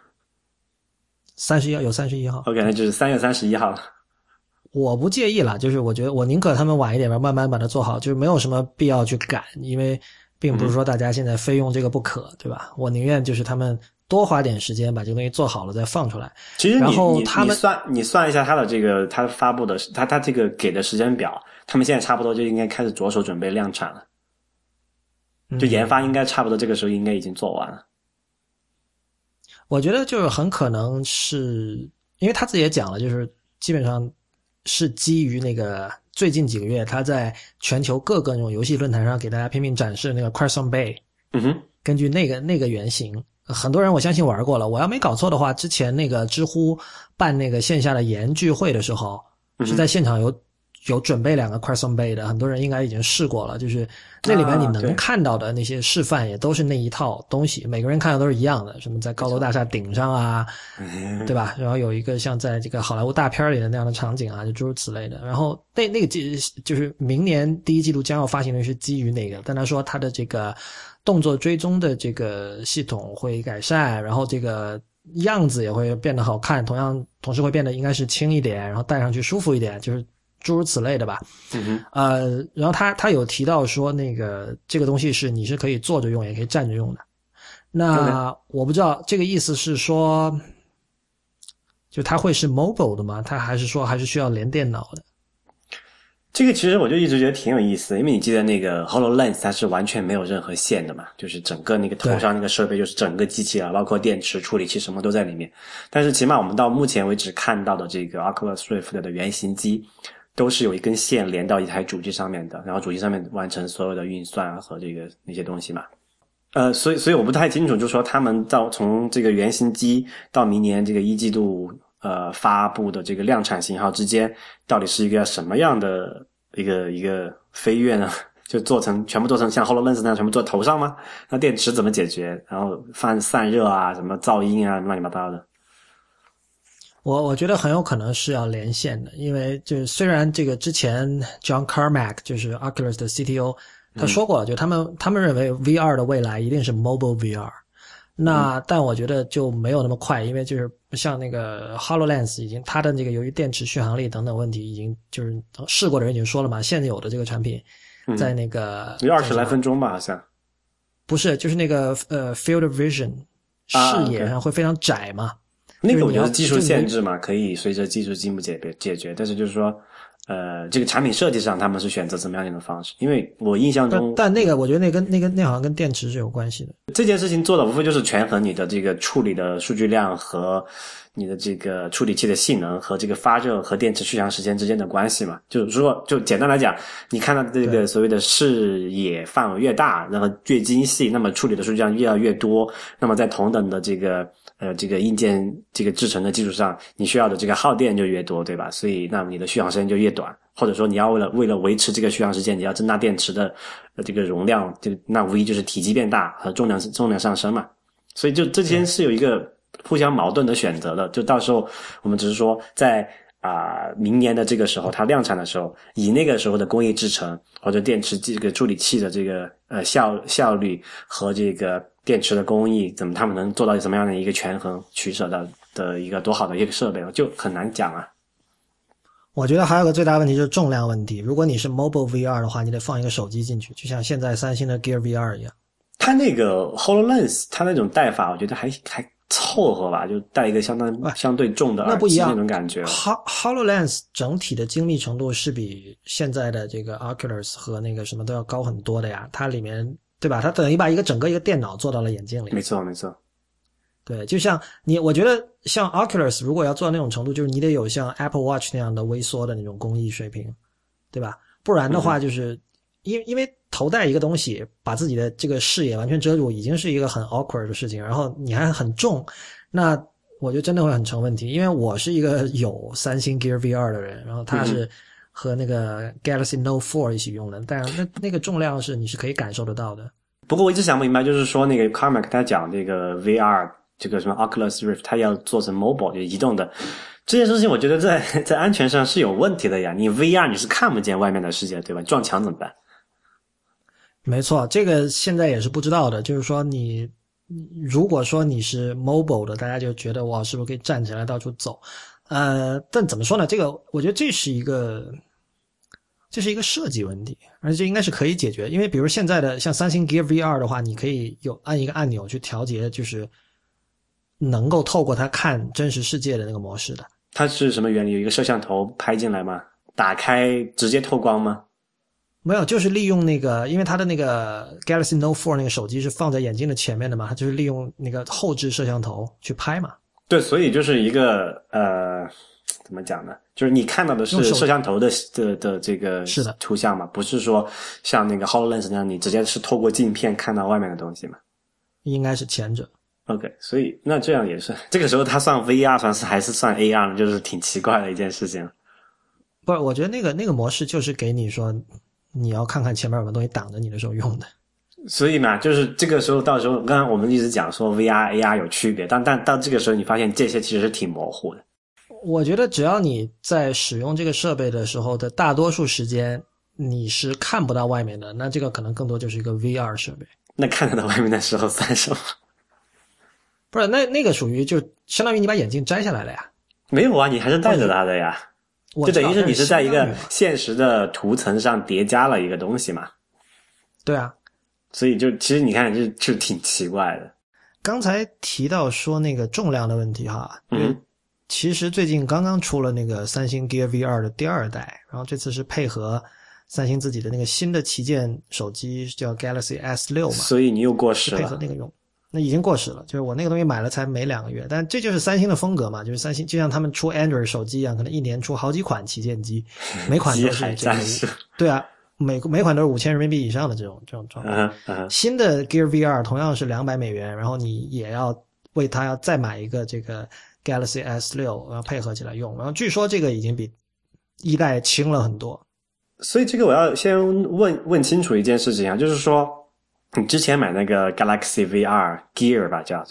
？31有31号。 OK， 那就是3月31号了。 我不介意啦，就是我觉得我宁可他们晚一点吧，慢慢把它做好，就是没有什么必要去赶，因为并不是说大家现在非用这个不可，对吧？我宁愿就是他们多花点时间把这个东西做好了再放出来。 其实然后你算一下他的这个他发布的他这个给的时间表，他们现在差不多就应该开始着手准备量产了。就研发应该差不多这个时候应该已经做完了。 我觉得就是很可能是因为他自己也讲了，就是基本上是基于那个最近几个月他在全球各个那种游戏论坛上给大家拼命展示那个 Crescent Bay， 根据那个原型，很多人我相信玩过了。我要没搞错的话，之前那个知乎办那个线下的研聚会的时候，是在现场有准备2个 Crescent Bay 的，很多人应该已经试过了，就是那里边你能看到的那些示范也都是那一套东西，每个人看到都是一样的，什么在高楼大厦顶上啊，对吧？然后有一个像在这个好莱坞大片里的那样的场景啊，就诸如此类的。然后那个就是明年第一季度将要发行的是基于那个，但他说他的这个动作追踪的这个系统会改善，然后这个样子也会变得好看，同时会变得应该是轻一点，然后戴上去舒服一点，就是诸如此类的吧。然后他有提到说那个这个东西是你是可以坐着用也可以站着用的。那我不知道这个意思是说就它会是 mobile 的吗？它还是说还是需要连电脑的？ 这个其实我就一直觉得挺有意思的，因为你记得那个 HoloLens 它是完全没有任何线的嘛，就是整个那个头上那个设备就是整个机器啊，包括电池、处理器什么都在里面。但是起码我们到目前为止看到的这个 Oculus Rift 的原型机都是有一根线连到一台主机上面的，然后主机上面完成所有的运算和那些东西嘛。所以我不太清楚，就是说他们从这个原型机到明年这个一季度发布的这个量产型号之间，到底是一个什么样的一个飞跃呢？就全部做成像 HoloLens 那样全部做头上吗？那电池怎么解决？然后散热啊，什么噪音啊，乱七八糟的。 我觉得很有可能是要连线的，因为就是虽然这个之前 John Carmack 就是 Oculus 的 CTO 他说过了，就他们认为 VR 的未来一定是 mobile VR。但我觉得就没有那么快，因为就是像那个 HoloLens 已经它的这个由于电池续航力等等问题已经就是试过的人已经说了嘛，现有的这个产品在那个 20来分钟吧好像。 不是，就是那个field of vision 视野上会非常窄嘛。 那个我觉得技术限制嘛，可以随着技术进步解决，但是就是说这个产品设计上他们是选择怎么样一种方式？因为我印象中， 但那个我觉得那好像跟电池是有关系的。 这件事情做的无非就是权衡你的这个处理的数据量和你的这个处理器的性能和这个发热和电池续航时间之间的关系嘛。就是说，就简单来讲，你看到这个所谓的视野范围越大，然后越精细，那么处理的数据量越来越多，那么在同等的这个硬件这个制成的基础上，你需要的这个耗电就越多，对吧？所以那么你的续航时间就越短，或者说你要为了维持这个续航时间，你要增大电池的这个容量，那无疑就是体积变大和重量上升嘛。所以就这些是有一个互相矛盾的选择的，就到时候我们只是说在明年的这个时候它量产的时候，以那个时候的工艺制成或者电池这个处理器的这个效率和这个电池的工艺他们能做到什么样的一个权衡取舍的一个多好的一个设备，就很难讲啊。 我觉得还有个最大问题就是重量问题，如果你是 mobile VR 的话，你得放一个手机进去，就像现在三星的 Gear VR 一样。 它那个 HoloLens 它那种带法我觉得还凑合吧，就带一个相对重的耳机那种感觉。 HoloLens 整体的精密程度是比现在的这个 Oculus 和那个什么都要高很多的呀，它里面对吧，它等于把整个一个电脑做到了眼镜里。 没错对，就像我觉得像 Oculus 如果要做到那种程度，就是你得有像 Apple Watch 那样的微缩的那种工艺水平，对吧？不然的话就是因为头戴一个东西把自己的这个视野完全遮住已经是一个很 awkward 的事情，然后你还很重， 那我觉得真的会很成问题，因为我是一个有三星 Gear VR 的人，然后他是和那个 Galaxy Note 4一起用的，但是那个重量是你是可以感受得到的。 不过我一直想不明白，就是说那个 Carmack 他讲这个 VR 这个什么 Oculus Rift 他要做成 mobile 就移动的这件事情，我觉得在安全上是有问题的呀。你 VR 你是看不见外面的世界，对吧？撞墙怎么办？ 没错，这个现在也是不知道的，就是说你如果说你是 mobile 的，大家就觉得哇，是不是可以站起来到处走？但怎么说呢？这个我觉得这是一个设计问题，而且这应该是可以解决。因为比如现在的像三星 Gear VR 的话，你可以按一个按钮去调节，就是能够透过它看真实世界的那个模式的。 它是什么原理？有一个摄像头拍进来吗？打开直接透光吗？ 没有，就是利用那个，因为它的那个 Galaxy Note 4那个手机是放在眼镜的前面的嘛，它就是利用那个后置摄像头去拍嘛。 对，所以就是一个怎么讲呢？就是你看到的是摄像头的这个图像嘛，不是说像那个 HoloLens 那样，你直接是透过镜片看到外面的东西嘛？ 应该是前者。 OK， 所以那这样也是，这个时候它算 VR 还是算 AR 呢？就是挺奇怪的一件事情。 不是，我觉得那个模式就是给你说你要看看前面有个东西挡着你的时候用的。 所以嘛，就是这个时候，到时候刚刚我们一直讲说 VR、AR 有区别，但到这个时候你发现这些其实是挺模糊的。 我觉得只要你在使用这个设备的时候的大多数时间你是看不到外面的，那这个可能更多就是一个 VR 设备。 那看得到外面的时候算什么？ 不是，那个属于就相当于你把眼镜摘下来了呀。 没有啊，你还是戴着它的呀。就等于是你是在一个现实的图层上叠加了一个东西嘛。 对啊。 所以就其实你看就挺奇怪的。 刚才提到说那个重量的问题哈，其实最近刚刚出了那个三星 Gear VR 的第2代，然后这次是配合三星自己的那个新的旗舰手机叫 Galaxy S6 嘛。 所以你又过时了。 配合那个用。那已经过时了，就是我那个东西买了才没2个月，但这就是三星的风格嘛，就是三星就像他们出 Android 手机一样，可能一年出好几款旗舰机，每款都是这个，对啊，每款都是5000人民币以上的这种状况。新的 Gear VR 同样是$200，然后你也要为它要再买一个这个 Galaxy S6， 然后配合起来用，然后据说这个已经比1代轻了很多。 所以这个我要先问清楚一件事情啊，就是说你之前买那个 Galaxy VR Gear 吧，叫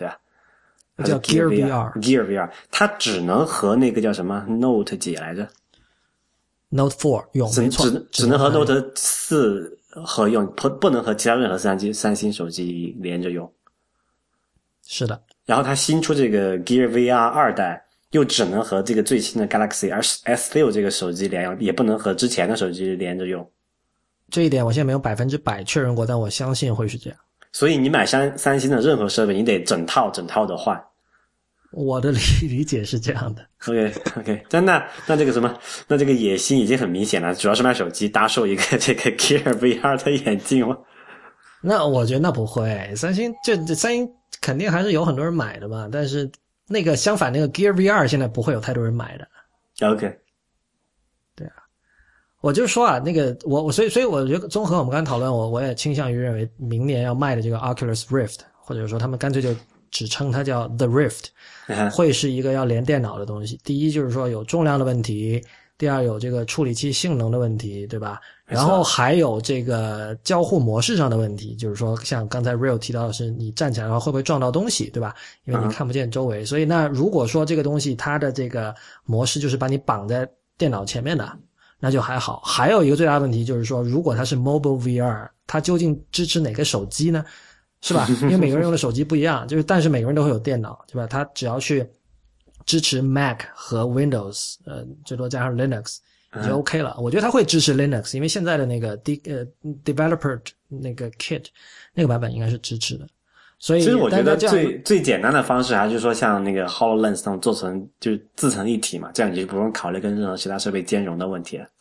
Gear VR，Gear VR， 它只能和那个叫什么 Note 几来着 ？Note 4用，没错， 只能和 Note 4合用，不能和其他任何三星手机连着用。 是的。 然后它新出这个 Gear VR 2代，又只能和这个最新的 Galaxy S6 这个手机连用，也不能和之前的手机连着用。 这一点我现在没有100%确认过，但我相信会是这样。 所以你买三星的任何设备，你得整套的换。 我的理解是这样的。 OK， 但那这个什么，那这个野心已经很明显了，主要是卖手机搭售一个这个 Gear VR 的眼镜吗？ 那我觉得那不会，三星肯定还是有很多人买的嘛，但是那个相反，那个 Gear VR 现在不会有太多人买的。 OK。 对啊。我就说啊，那个所以我觉得综合我们刚才讨论，我也倾向于认为明年要卖的这个 Oculus Rift， 或者说他们干脆就只称它叫 The Rift， 会是一个要连电脑的东西。第一就是说有重量的问题，第二有这个处理器性能的问题，对吧？然后还有这个交互模式上的问题，就是说像刚才 Real 提到的是你站起来的话会不会撞到东西，对吧？因为你看不见周围。所以那如果说这个东西它的这个模式就是把你绑在电脑前面的，那就还好。还有一个最大的问题就是说，如果它是 Mobile VR， 它究竟支持哪个手机呢？是吧？因为每个人用的手机不一样，但是每个人都会有电脑，对吧？它只要去支持 Mac 和 Windows， 最多加上 Linux 也就 OK 了。我觉得它会支持 Linux， 因为现在的那个Developer 那个 Kit 那个版本应该是支持的。所以其实我觉得最简单的方式还是说像那个 HoloLens 那种做成就是自成一体嘛，这样你就不用考虑跟任何其他设备兼容的问题了。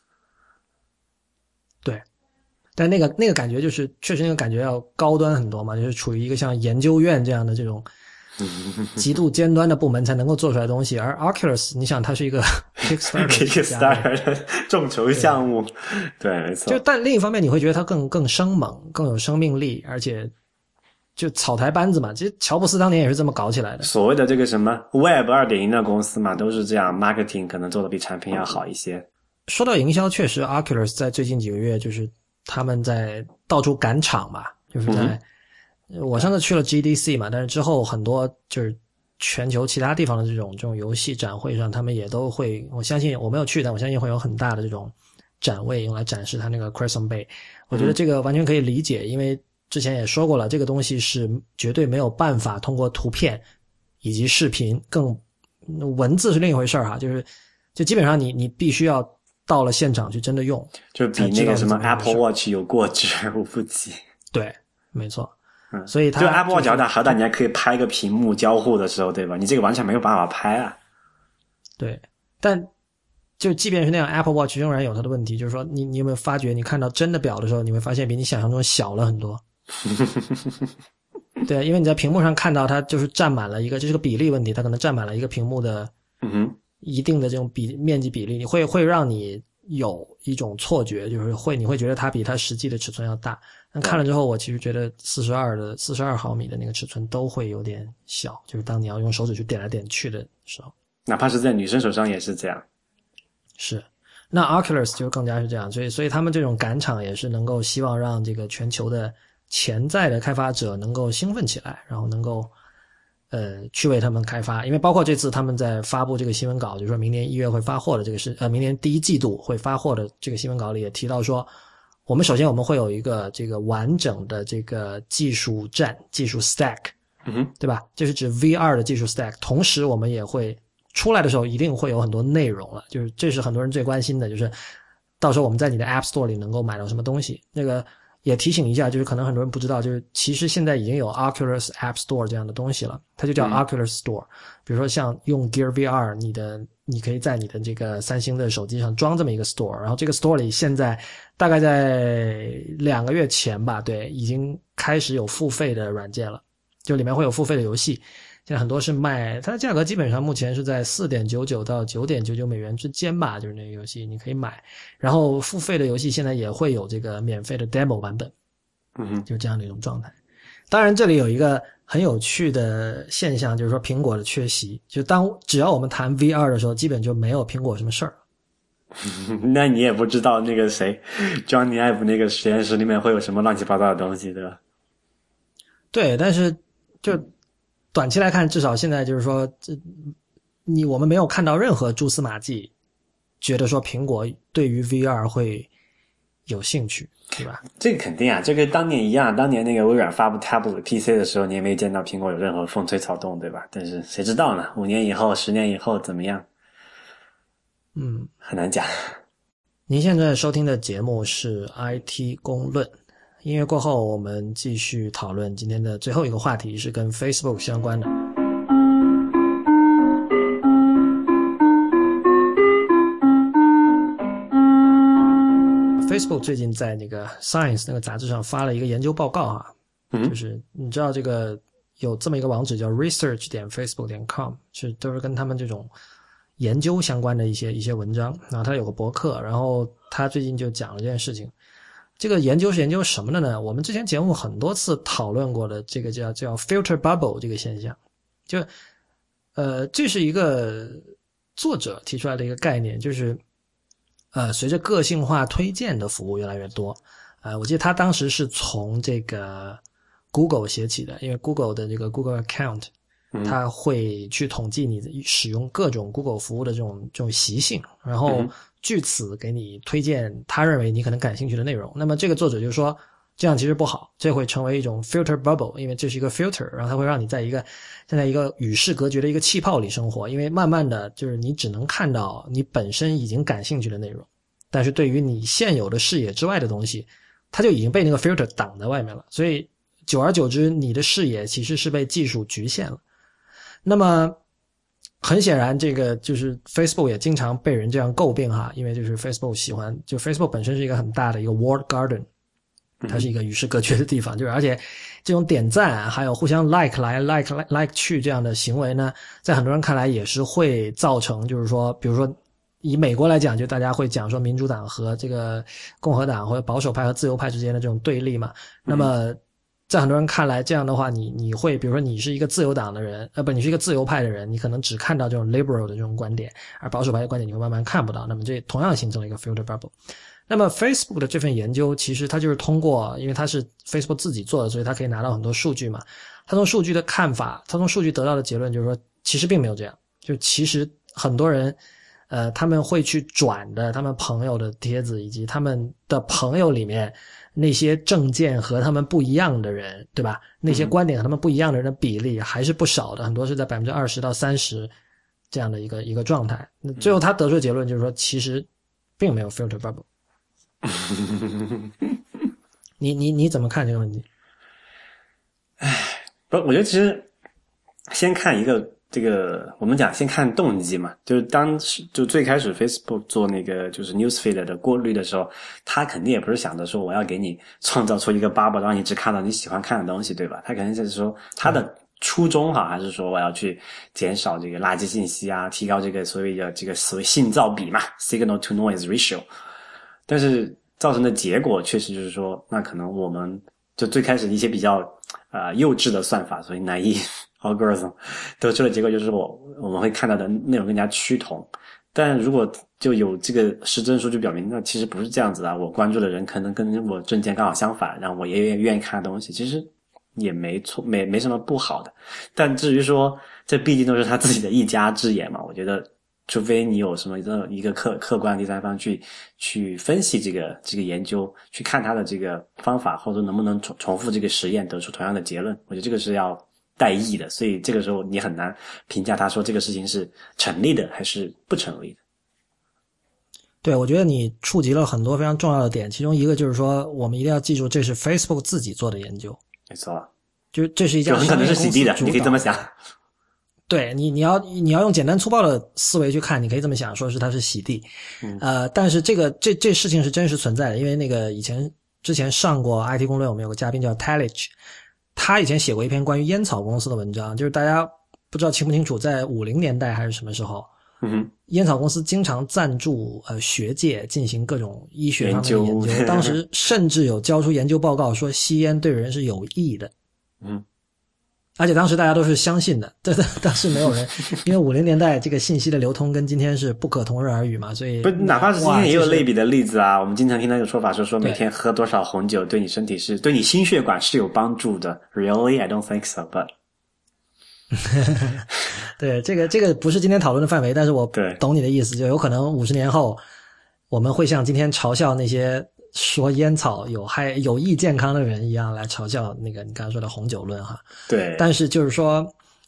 对。但那个感觉就是确实那个感觉要高端很多嘛，就是处于一个像研究院这样的这种极度尖端的部门才能够做出来的东西。而 Oculus 你想它是一个 Kickstarter 的众筹项目。 对，没错。 但另一方面你会觉得它更生猛，更有生命力，而且就草台班子嘛，其实乔布斯当年也是这么搞起来的。 所谓的这个什么 Web 2.0 的公司嘛，都是这样 marketing 可能做的比产品要好一些。 说到营销，确实 Oculus 在最近几个月就是他们在到处赶场嘛，就是在我上次去了 GDC 嘛，但是之后很多就是全球其他地方的这种游戏展会上，他们也都会，我相信我没有去，但我相信会有很大的这种展位用来展示它那个 Crescent Bay。我觉得这个完全可以理解，因为之前也说过了，这个东西是绝对没有办法通过图片以及视频，更文字是另一回事哈，就基本上你必须要到了现场去真的用， 就比那个什么 Apple Watch 有过之而无不及。 对，没错。所以它就 Apple Watch 好歹你还可以拍个屏幕交互的时候，对吧？你这个完全没有办法拍啊。 对，但就即便是那样 ，Apple Watch 仍然有它的问题，就是说你有没有发觉，你看到真的表的时候，你会发现比你想象中小了很多。对，因为你在屏幕上看到它就是占满了一个，这是个比例问题，它可能占满了一个屏幕的一定的这种面积比例，你会让你有一种错觉，就是你会觉得它比它实际的尺寸要大。但看了之后，我其实觉得42毫米的那个尺寸都会有点小，就是当你要用手指去点来点去的时候， 哪怕是在女生手上也是这样。 是，那 Oculus 就更加是这样，所以他们这种赶场也是能够希望让这个全球的潜在的开发者能够兴奋起来，然后能够去为他们开发。因为包括这次他们在发布这个新闻稿，就是说明年1月会发货的这个明年第一季度会发货的这个新闻稿里也提到说，我们会有一个这个完整的这个技术栈、技术 stack， 对吧？这是指 VR 的技术 stack。同时我们也会出来的时候一定会有很多内容了，就是这是很多人最关心的，就是到时候我们在你的 App Store 里能够买到什么东西。那个也提醒一下，就是可能很多人不知道，就是其实现在已经有 Oculus App Store 这样的东西了，它就叫 Oculus Store。比如说像用 Gear VR， 你可以在你的这个三星的手机上装这么一个 Store， 然后这个 Store 里现在大概在2个月前吧，对，已经开始有付费的软件了，就里面会有付费的游戏。现在很多是卖，它的价格基本上目前是在 $4.99 到 $9.99 美元之间吧，就是那个游戏你可以买。然后付费的游戏现在也会有这个免费的 demo 版本，就这样的一种状态。当然这里有一个很有趣的现象，就是说苹果的缺席，就只要我们谈 VR 的时候，基本就没有苹果什么事儿。 那你也不知道那个谁 Johnny Ive 那个实验室里面会有什么乱七八糟的东西，对吧？ 对，但是就短期来看，至少现在就是说，我们没有看到任何蛛丝马迹，觉得说苹果对于 VR 会有兴趣，对吧？ 这个肯定啊，这跟当年一样，当年那个微软发布 Tablet PC 的时候，你也没见到苹果有任何风吹草动，对吧？但是谁知道呢？5年以后、10年以后怎么样？很难讲。 您现在收听的节目是 IT 公论。音乐过后，我们继续讨论今天的最后一个话题，是跟 Facebook 相关的。Facebook 最近在那个 Science 那个杂志上发了一个研究报告啊，就是你知道这个有这么一个网址叫 research.facebook.com， 都是跟他们这种研究相关的一些文章，然后他有个博客，然后他最近就讲了这件事情。这个研究是研究什么的呢？我们之前节目很多次讨论过的这个叫 filter bubble 这个现象，就这是一个作者提出来的一个概念，就是随着个性化推荐的服务越来越多，我记得他当时是从这个 Google 写起的，因为 Google 的这个 Google Account，他会去统计你使用各种 Google 服务的这种习性，然后据此给你推荐他认为你可能感兴趣的内容。那么这个作者就说，这样其实不好，这会成为一种 filter bubble， 因为这是一个 filter， 然后它会让你在一个与世隔绝的一个气泡里生活，因为慢慢的就是你只能看到你本身已经感兴趣的内容，但是对于你现有的视野之外的东西，它就已经被那个 filter 挡在外面了，所以久而久之你的视野其实是被技术局限了。那么很显然这个就是 Facebook 也经常被人这样诟病哈，因为就是 Facebook 本身是一个很大的一个 walled garden， 它是一个与世隔绝的地方，就是而且这种点赞还有互相 like 来 like 去这样的行为呢，在很多人看来也是会造成，就是说比如说以美国来讲，就大家会讲说民主党和这个共和党或者保守派和自由派之间的这种对立嘛，那么在很多人看来，这样的话你会比如说你是一个自由党的人，你是一个自由派的人，你可能只看到这种 liberal 的这种观点，而保守派的观点你会慢慢看不到，那么这同样形成了一个 filter bubble。那么 Facebook 的这份研究其实它就是通过，因为它是 Facebook 自己做的，所以它可以拿到很多数据嘛。它从数据的看法，它从数据得到的结论就是说其实并没有这样，就其实很多人他们会去转的他们朋友的帖子，以及他们的朋友里面那些政见和他们不一样的人，对吧？那些观点和他们不一样的人的比例还是不少的，很多是在 20% 到 30% 这样的一个状态。那最后他得出的结论就是说其实并没有 filter bubble。你怎么看这个问题？ 不，我觉得其实先看一个这个，我们讲先看动机嘛，就最开始 Facebook 做那个就是 newsfeed 的过滤的时候，他肯定也不是想着说我要给你创造出一个 bubble 让你只看到你喜欢看的东西，对吧？他肯定就是说他的初衷哈，还是说我要去减少这个垃圾信息啊，提高这个所谓信噪比嘛 ，signal to noise ratio。但是造成的结果确实就是说，那可能我们就最开始一些比较幼稚的算法，所以 naive algorithm 得出的结果就是我们会看到的内容更加趋同。但如果就有这个实证数据表明，那其实不是这样子的，我关注的人可能跟我政见刚好相反，然后我也愿意看的东西，其实也没错，没什么不好的。但至于说这毕竟都是他自己的一家之言嘛，我觉得除非你有什么一个客观的第三方去分析这个研究，去看他的这个方法，或者能不能重复这个实验得出同样的结论，我觉得这个是要代议的，所以这个时候你很难评价他说这个事情是成立的还是不成立的。 对，我觉得你触及了很多非常重要的点，其中一个就是说我们一定要记住这是 Facebook 自己做的研究。 没错， 就这是一家就很可能是洗地的，你可以这么想。 对，你要用简单粗暴的思维去看，你可以这么想，说是它是洗地。但是这事情是真实存在的，因为那个之前上过 IT 公论，我们有个嘉宾叫 Talich， 他以前写过一篇关于烟草公司的文章，就是大家不知道清不清楚，在50年代还是什么时候，烟草公司经常赞助学界进行各种医学方面的研究，当时甚至有交出研究报告说吸烟对人是有益的。而且当时大家都是相信的，当时没有人，因为50年代这个信息的流通跟今天是不可同日而语嘛，所以不，哪怕是今天也有类比的例子啊。我们经常听到一个说法，说每天喝多少红酒对你身体对你心血管是有帮助的。Really, I don't think so, but 对，这个不是今天讨论的范围，但是我懂你的意思，就有可能50年后我们会像今天嘲笑那些说烟草有益健康的人一样来嘲笑那个你刚才说的红酒论哈。 对。 但是就是说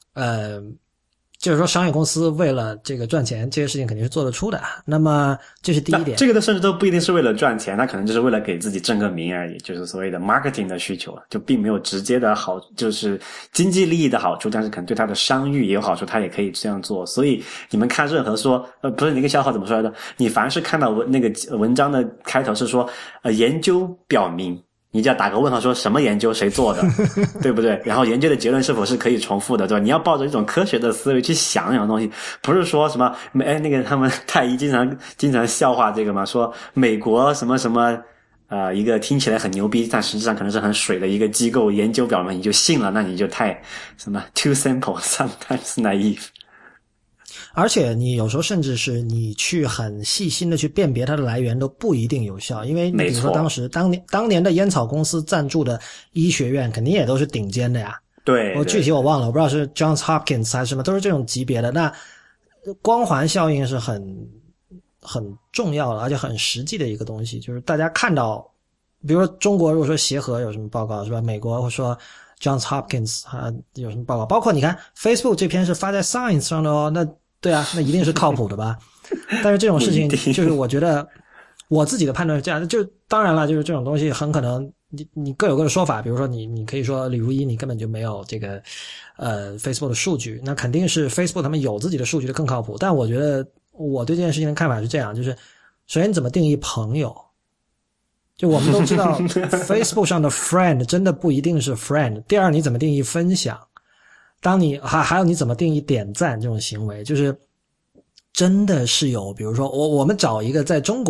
商业公司为了这个赚钱，这些事情肯定是做得出的。那么这是第一点。 这个甚至都不一定是为了赚钱，他可能就是为了给自己挣个名而已，就是所谓的 marketing 的需求，就并没有直接的就是经济利益的好处，但是可能对他的商誉也有好处，他也可以这样做。所以你们看任何说不是那个笑话怎么说来的，你凡是看到那个文章的开头是说研究表明，你就要打个问号，说什么研究谁做的，对不对？然后研究的结论是否是可以重复的，对吧？你要抱着一种科学的思维去想这种东西，不是说什么那个他们太医经常笑话这个嘛，说美国什么什么一个听起来很牛逼，但实际上可能是很水的一个机构研究表明，你就信了，那你就太什么 too simple sometimes naive。 而且你有时候甚至是你去很细心的去辨别它的来源都不一定有效，因为你比如说当年的烟草公司赞助的医学院肯定也都是顶尖的呀。 对， 我具体我忘了，我不知道是 Johns Hopkins 还是什么，都是这种级别的。那光环效应是很重要的，而且很实际的一个东西，就是大家看到，比如说中国如果说协和有什么报告是吧，美国或说Johns Hopkins 有什么报告，包括你看 Facebook 这篇是发在 Science 上的哦，那对啊，那一定是靠谱的吧。但是这种事情就是我觉得我自己的判断是这样，就当然了，就是这种东西很可能你各有各的说法，比如说你可以说李如一你根本就没有这个Facebook 的数据，那肯定是 Facebook 他们有自己的数据的更靠谱。但我觉得我对这件事情的看法是这样，就是首先你怎么定义朋友，就我们都知道Facebook 上的 friend 真的不一定是 friend。第二，你怎么定义分享，当你还有你怎么定义点赞这种行为，就是真的是有，比如说我们找一个在中国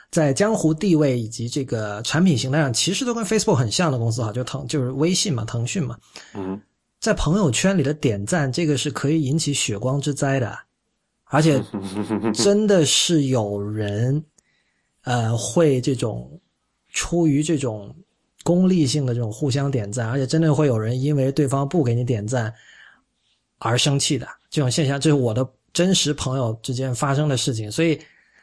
在江湖地位以及这个产品形态上，其实都跟 Facebook 很像的公司哈，就是微信嘛，腾讯嘛。在朋友圈里的点赞，这个是可以引起血光之灾的，而且真的是有人会这种出于这种功利性的这种互相点赞，而且真的会有人因为对方不给你点赞而生气的这种现象，这是我的真实朋友之间发生的事情。所以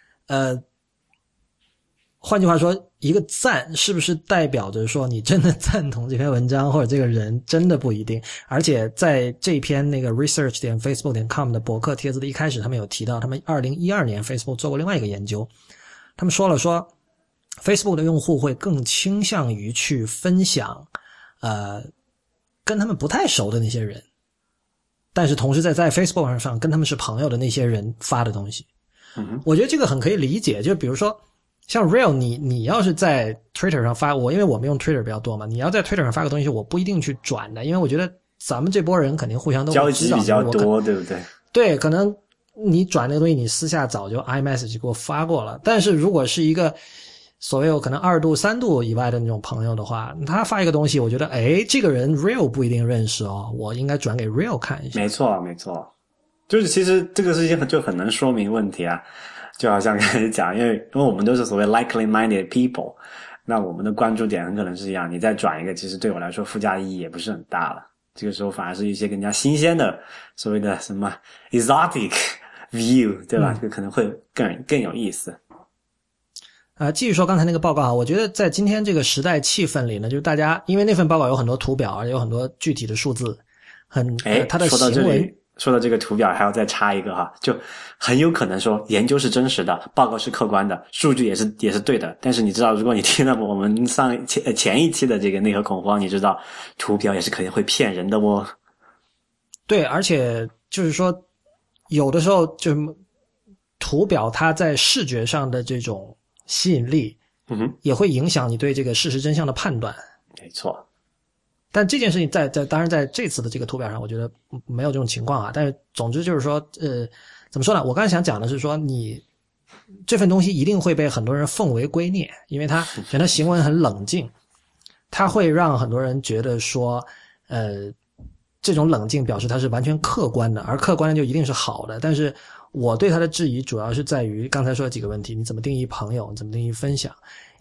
换句话说，一个赞是不是代表着说你真的赞同这篇文章或者这个人，真的不一定。而且在这篇那个 research.facebook.com 的博客帖子的一开始，他们有提到他们2012年 Facebook 做过另外一个研究，他们说 Facebook 的用户会更倾向于去分享跟他们不太熟的那些人，但是同时在 Facebook 上跟他们是朋友的那些人发的东西。我觉得这个很可以理解，就比如说像 Real 你要是在 Twitter 上发，因为我们用 Twitter 比较多嘛，你要在 Twitter 上发个东西，我不一定去转的，因为我觉得咱们这波人肯定互相都交集比较多，对不对？ 对，可能你转那个东西你私下早就 iMessage 给我发过了，但是如果是一个所谓有可能2度3度以外的那种朋友的话，他发一个东西，我觉得这个人 Real 不一定认识哦，我应该转给 Real 看一下。 没错，就是其实这个事情就很能说明问题啊。就好像刚才讲，因为我们都是所谓 likely minded people， 那我们的关注点很可能是一样，你再转一个，其实对我来说附加意义也不是很大了。这个时候反而是一些更加新鲜的所谓的什么 exotic view， 对吧？这个可能会更有意思。 继续说刚才那个报告啊，我觉得在今天这个时代气氛里呢，就是大家因为那份报告有很多图表，而且有很多具体的数字，它的行为。 说到这个图表还要再插一个哈，就很有可能说研究是真实的，报告是客观的，数据也是对的，但是你知道，如果你听了我们前一期的这个内核恐慌，你知道图表也是肯定会骗人的哦。 对，而且就是说有的时候就是图表它在视觉上的这种吸引力也会影响你对这个事实真相的判断。 没错。 但这件事情当然在这次的这个图表上，我觉得没有这种情况啊。但是总之就是说，怎么说呢？我刚才想讲的是说，你这份东西一定会被很多人奉为圭臬，因为他觉得行文很冷静，他会让很多人觉得说，这种冷静表示它是完全客观的，而客观的就一定是好的。但是我对他的质疑主要是在于刚才说的几个问题：你怎么定义朋友？你怎么定义分享？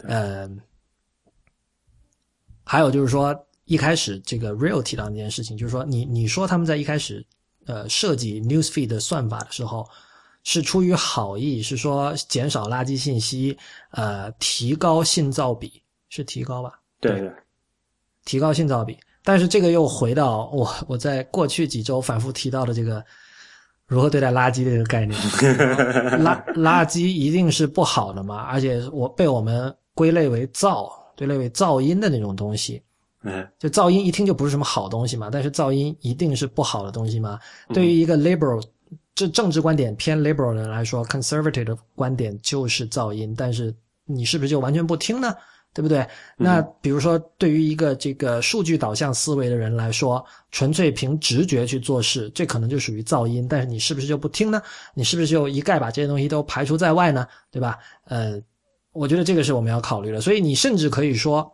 还有就是说。一开始这个 Real 提到那件事情，就是说你说他们在一开始设计 Newsfeed 的算法的时候是出于好意，是说减少垃圾信息，提高信噪比，是提高吧？ 对， 提高信噪比。但是这个又回到我在过去几周反复提到的这个如何对待垃圾的这个概念。垃圾一定是不好的嘛，而且被我们归类为噪音的那种东西。就噪音一听就不是什么好东西嘛，但是噪音一定是不好的东西吗？对于一个 liberal 这政治观点偏 liberal 的人来说 conservative 的观点就是噪音，但是你是不是就完全不听呢？对不对？那比如说对于一个这个数据导向思维的人来说，纯粹凭直觉去做事，这可能就属于噪音，但是你是不是就不听呢？你是不是就一概把这些东西都排除在外呢？对吧？我觉得这个是我们要考虑的。所以你甚至可以说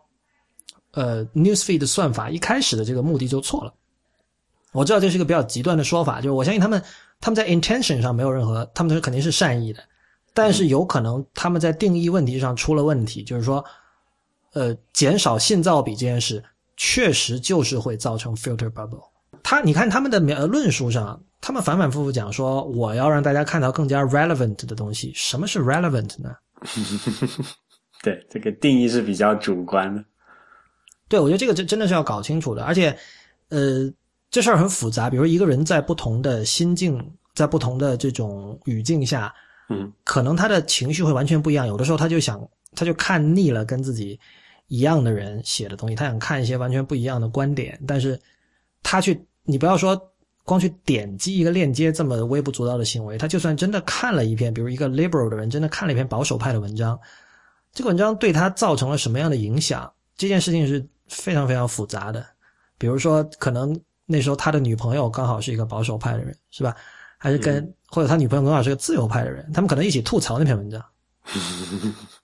Newsfeed 的算法一开始的这个目的就错了。我知道这是一个比较极端的说法，就是我相信他们在 intention 上没有任何，他们肯定是善意的，但是有可能他们在定义问题上出了问题，就是说减少信噪比这件事确实就是会造成 filter bubble。你看他们的论述上，他们反反复复讲说我要让大家看到更加 relevant 的东西。什么是 relevant 呢？ 对，这个定义是比较主观的。 对，我觉得这个真的是要搞清楚的，而且这事儿很复杂。比如一个人在不同的心境，在不同的这种语境下，可能他的情绪会完全不一样。有的时候他就看腻了跟自己一样的人写的东西，他想看一些完全不一样的观点，但是你不要说光去点击一个链接这么微不足道的行为，他就算真的看了一篇，比如一个 liberal 的人真的看了一篇保守派的文章，这个文章对他造成了什么样的影响，这件事情是非常非常复杂的。比如说可能那时候他的女朋友刚好是一个保守派的人，是吧？还是或者他女朋友刚好是个自由派的人，他们可能一起吐槽那篇文章。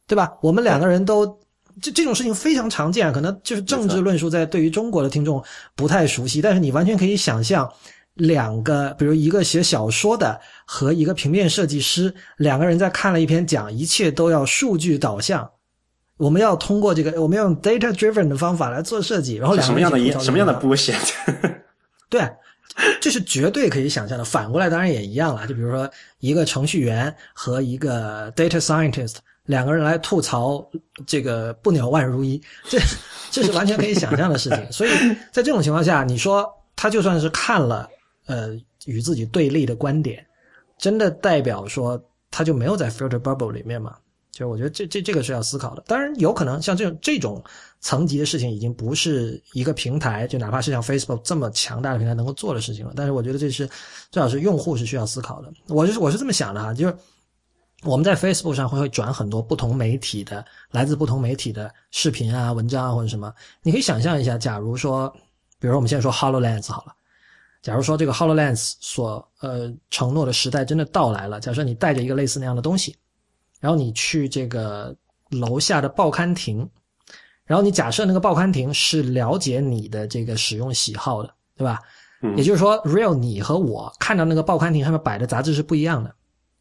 对吧？我们两个人都这种事情非常常见，可能就是政治论述在对于中国的听众不太熟悉，但是你完全可以想象两个，比如一个写小说的和一个平面设计师，两个人在看了一篇讲一切都要数据导向，我们要通过这个，我们要用 data driven 的方法来做设计，然后两个人什么样的 bullshit 对，这是绝对可以想象的。反过来当然也一样了，就比如说一个程序员和一个 data scientist， 两个人来吐槽这个不鸟万如一，这是完全可以想象的事情。所以在这种情况下，你说他就算是看了与自己对立的观点，真的代表说他就没有在 filter bubble 里面嘛？就我觉得这个是要思考的。当然有可能像这种层级的事情已经不是一个平台，就哪怕是像 Facebook 这么强大的平台能够做的事情了。但是我觉得这是至少是用户是需要思考的。我是这么想的哈，就是我们在 Facebook 上会转很多不同媒体的来自不同媒体的视频啊、文章啊或者什么。你可以想象一下，假如说比如说我们现在说 HoloLens 好了，假如说这个 HoloLens 所承诺的时代真的到来了，假设你带着一个类似那样的东西，然后你去这个楼下的报刊亭，然后你假设那个报刊亭是了解你的这个使用喜好的，对吧？也就是说 real 你和我看到那个报刊亭上面摆的杂志是不一样的。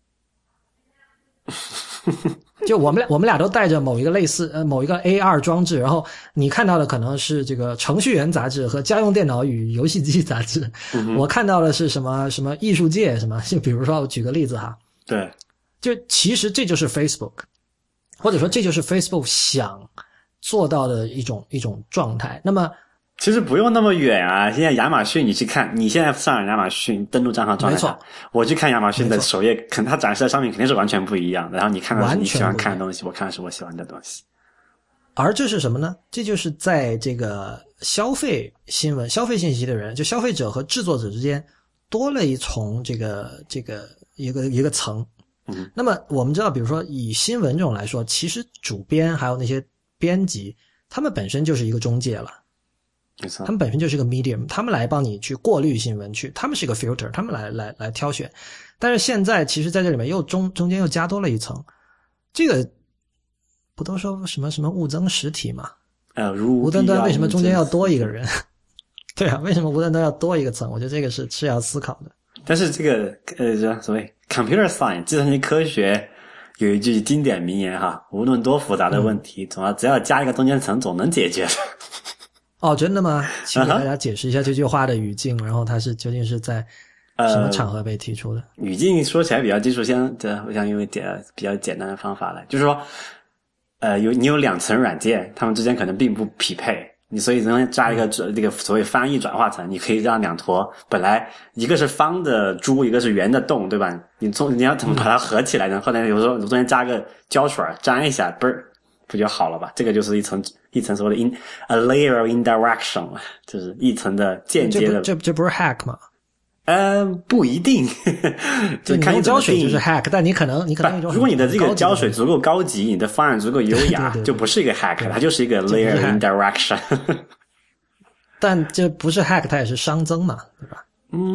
就我们俩都带着某一个类似某一个 AR 装置，然后你看到的可能是这个程序员杂志和家用电脑与游戏机杂志，我看到的是什么艺术界什么，就比如说我举个例子哈， 对， 就其实这就是 Facebook， 或者说这就是 Facebook 想做到的一种状态。那么其实不用那么远啊，现在亚马逊你去看，你现在上亚马逊登录账号状态，没错，我去看亚马逊的首页，可能它展示的商品肯定是完全不一样的，然后你看的是你喜欢看的东西，我看的是我喜欢的东西。 而这是什么呢？这就是在这个消费新闻、消费信息的人，就消费者和制作者之间多了一重这个一个层。那么我们知道，比如说以新闻这种来说，其实主编还有那些编辑，他们本身就是一个中介了。他们本身就是一个 medium， 他们来帮你去过滤新闻，他们是一个 filter， 他们来挑选。但是现在其实在这里面又中间又加多了一层，这个不都说什么物增实体嘛？无端端为什么中间要多一个人？对啊，为什么无端端要多一个层？我觉得这个是要思考的。 但是这个所谓 computer science 计算机科学有一句经典名言哈，无论多复杂的问题，只要加一个中间层，总能解决的。 哦，真的吗？请给大家解释一下这句话的语境，然后它是究竟是在什么场合被提出的？ 语境说起来比较基础，我想用一点比较简单的方法来，就是说，你有两层软件，它们之间可能并不匹配，你所以能加一个这个所谓翻译转化层，你可以让两坨本来一个是方的猪，一个是圆的洞，对吧？你要怎么把它合起来呢？后来有时候中间加个胶水粘一下，不就好了吧？这个就是一层所谓的a layer of indirection， 就是一层的间接的。 这不是 hack 吗？ 不一定。 就你用胶水就是 hack， 但你可能如果你的这个胶水足够高级，你的方案足够优雅，对，就不是一个 hack， 它就是一个 layer of indirection。 但这不是 hack， 它也是熵增嘛，对吧？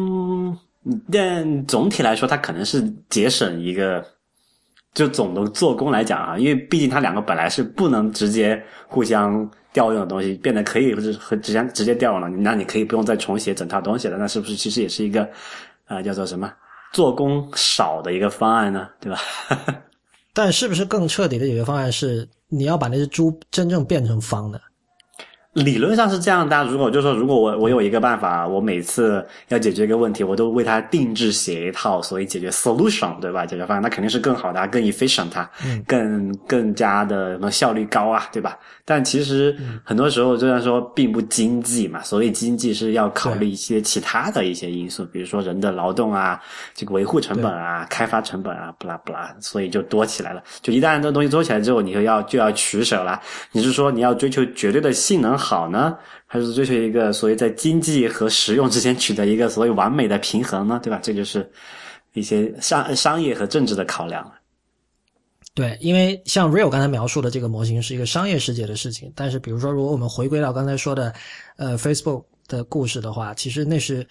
但总体来说，它可能是节省一个。就总的做工来讲啊，因为毕竟它两个本来是不能直接互相调用的东西，变得可以和直接调用了，那你可以不用再重写整套东西了，那是不是其实也是一个叫做什么做工少的一个方案呢？对吧？ 但是不是更彻底的解决方案是你要把那只猪真正变成方的？ 理论上是这样的，如果我有一个办法，我每次要解决一个问题，我都为它定制写一套所谓解决 solution， 对吧？解决方案那肯定是更好的，更 efficient， 更加的什么效率高啊，对吧？但其实很多时候虽然说并不经济嘛，所谓经济是要考虑一些其他的一些因素，比如说人的劳动啊，这个维护成本啊，开发成本啊，不啦不啦，所以就多起来了。就一旦这东西多起来之后，你就要取舍了。你是说你要追求绝对的性能好呢，还是追求一个所谓在经济和实用之间取得一个所谓完美的平衡呢？对吧？这就是一些商业和政治的考量。 对，因为像 Real 刚才描述的这个模型是一个商业世界的事情，但是比如说如果我们回归到刚才说的Facebook 的故事的话，其实那是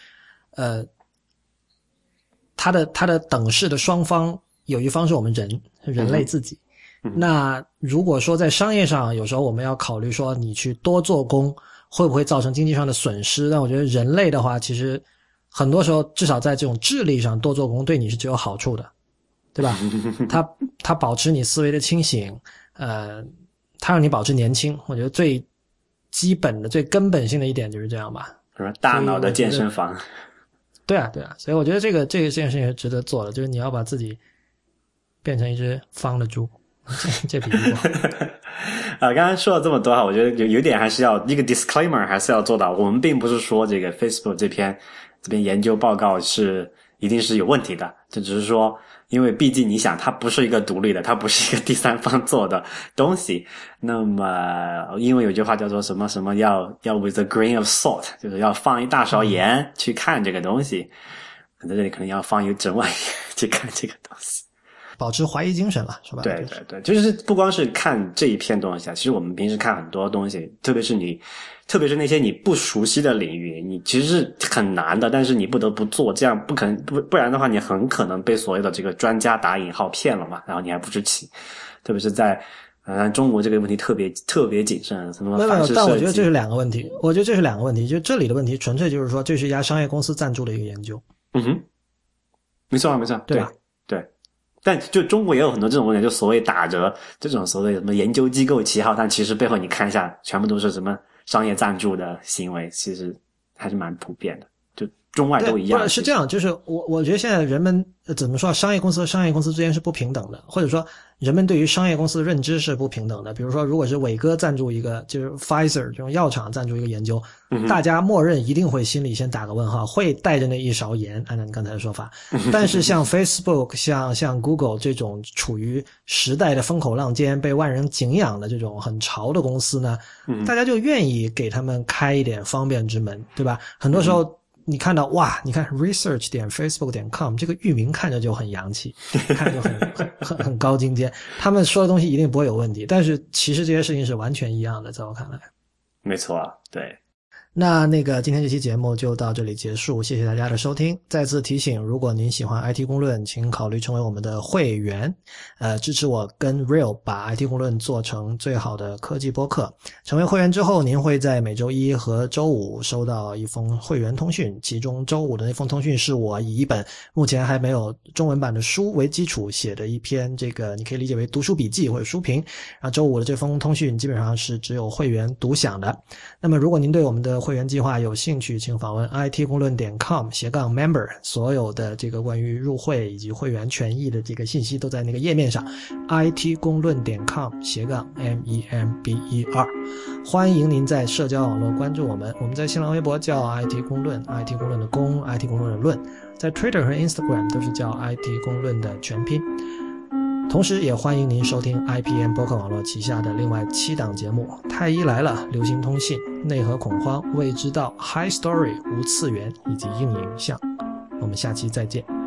它的等式的双方有一方是我们人类自己， 那如果说在商业上，有时候我们要考虑说你去多做工会不会造成经济上的损失，但我觉得人类的话，其实很多时候至少在这种智力上多做工对你是只有好处的，对吧？它保持你思维的清醒，它让你保持年轻，我觉得最基本的最根本性的一点就是这样吧。 大脑的健身房。 对啊，所以我觉得这件事情是值得做的，就是你要把自己变成一只方的猪。这比喻不好。 刚刚说了这么多我觉得有点还是要一个 disclaimer 还是要做到，我们并不是说这个 Facebook 这边研究报告是一定是有问题的，这只是说因为毕竟你想它不是一个独立的，它不是一个第三方做的东西，那么因为有句话叫做什么什么要 with a grain of salt， 就是要放一大勺盐去看这个东西，在这里可能要放一整碗盐去看这个东西，保持怀疑精神了，是吧？ 对，就是不光是看这一片东西其实我们平时看很多东西，特别是那些你不熟悉的领域，你其实是很难的，但是你不得不做，这样不然的话，你很可能被所谓的这个专家打引号骗了嘛，然后你还不知情，特别是在中国这个问题特别谨慎，什么反式设计。 但我觉得这是两个问题，就这里的问题纯粹就是说这是一家商业公司赞助的一个研究。 没错， 对吧？ 对。但就中国也有很多这种问题，就所谓打着这种所谓什么研究机构旗号，但其实背后你看一下全部都是什么商业赞助的行为，其实还是蛮普遍的，就中外都一样。 是这样，就是我觉得现在人们怎么说，商业公司和商业公司之间是不平等的，或者说人们对于商业公司的认知是不平等的。比如说如果是伟哥赞助一个，就是 Pfizer 这种药厂赞助一个研究，大家默认一定会心里先打个问号，会带着那一勺盐，按照你刚才的说法。但是像 Facebook 像 Google 这种处于时代的风口浪尖，被万人敬仰的这种很潮的公司呢，大家就愿意给他们开一点方便之门，对吧？很多时候你看到哇，你看 research.facebook.com 这个域名看着就很洋气，看着就很高精尖，他们说的东西一定不会有问题，但是其实这些事情是完全一样的，在我看来。 没错，对。 那今天这期节目就到这里结束，谢谢大家的收听。再次提醒，如果您喜欢 IT 公论，请考虑成为我们的会员，支持我跟 Real 把 IT 公论做成最好的科技播客。成为会员之后，您会在每周一和周五收到一封会员通讯，其中周五的那封通讯是我以一本目前还没有中文版的书为基础写的一篇，这个你可以理解为读书笔记或者书评。然后周五的这封通讯基本上是只有会员独享的。那么如果您对我们的会员计划有兴趣，请访问 it公论.com/member， 所有的这个关于入会以及会员权益的这个信息都在那个页面上 it公论.com/member。 欢迎您在社交网络关注我们在新浪微博叫 IT 公论， IT 公论的公， IT 公论的论，在 Twitter 和 Instagram 都是叫 IT 公论的全拼。同时也欢迎您收听 IPN 播客网络旗下的另外7档节目：太医来了、流行通信、内核恐慌、未知道、High Story、无次元以及硬影像。我们下期再见。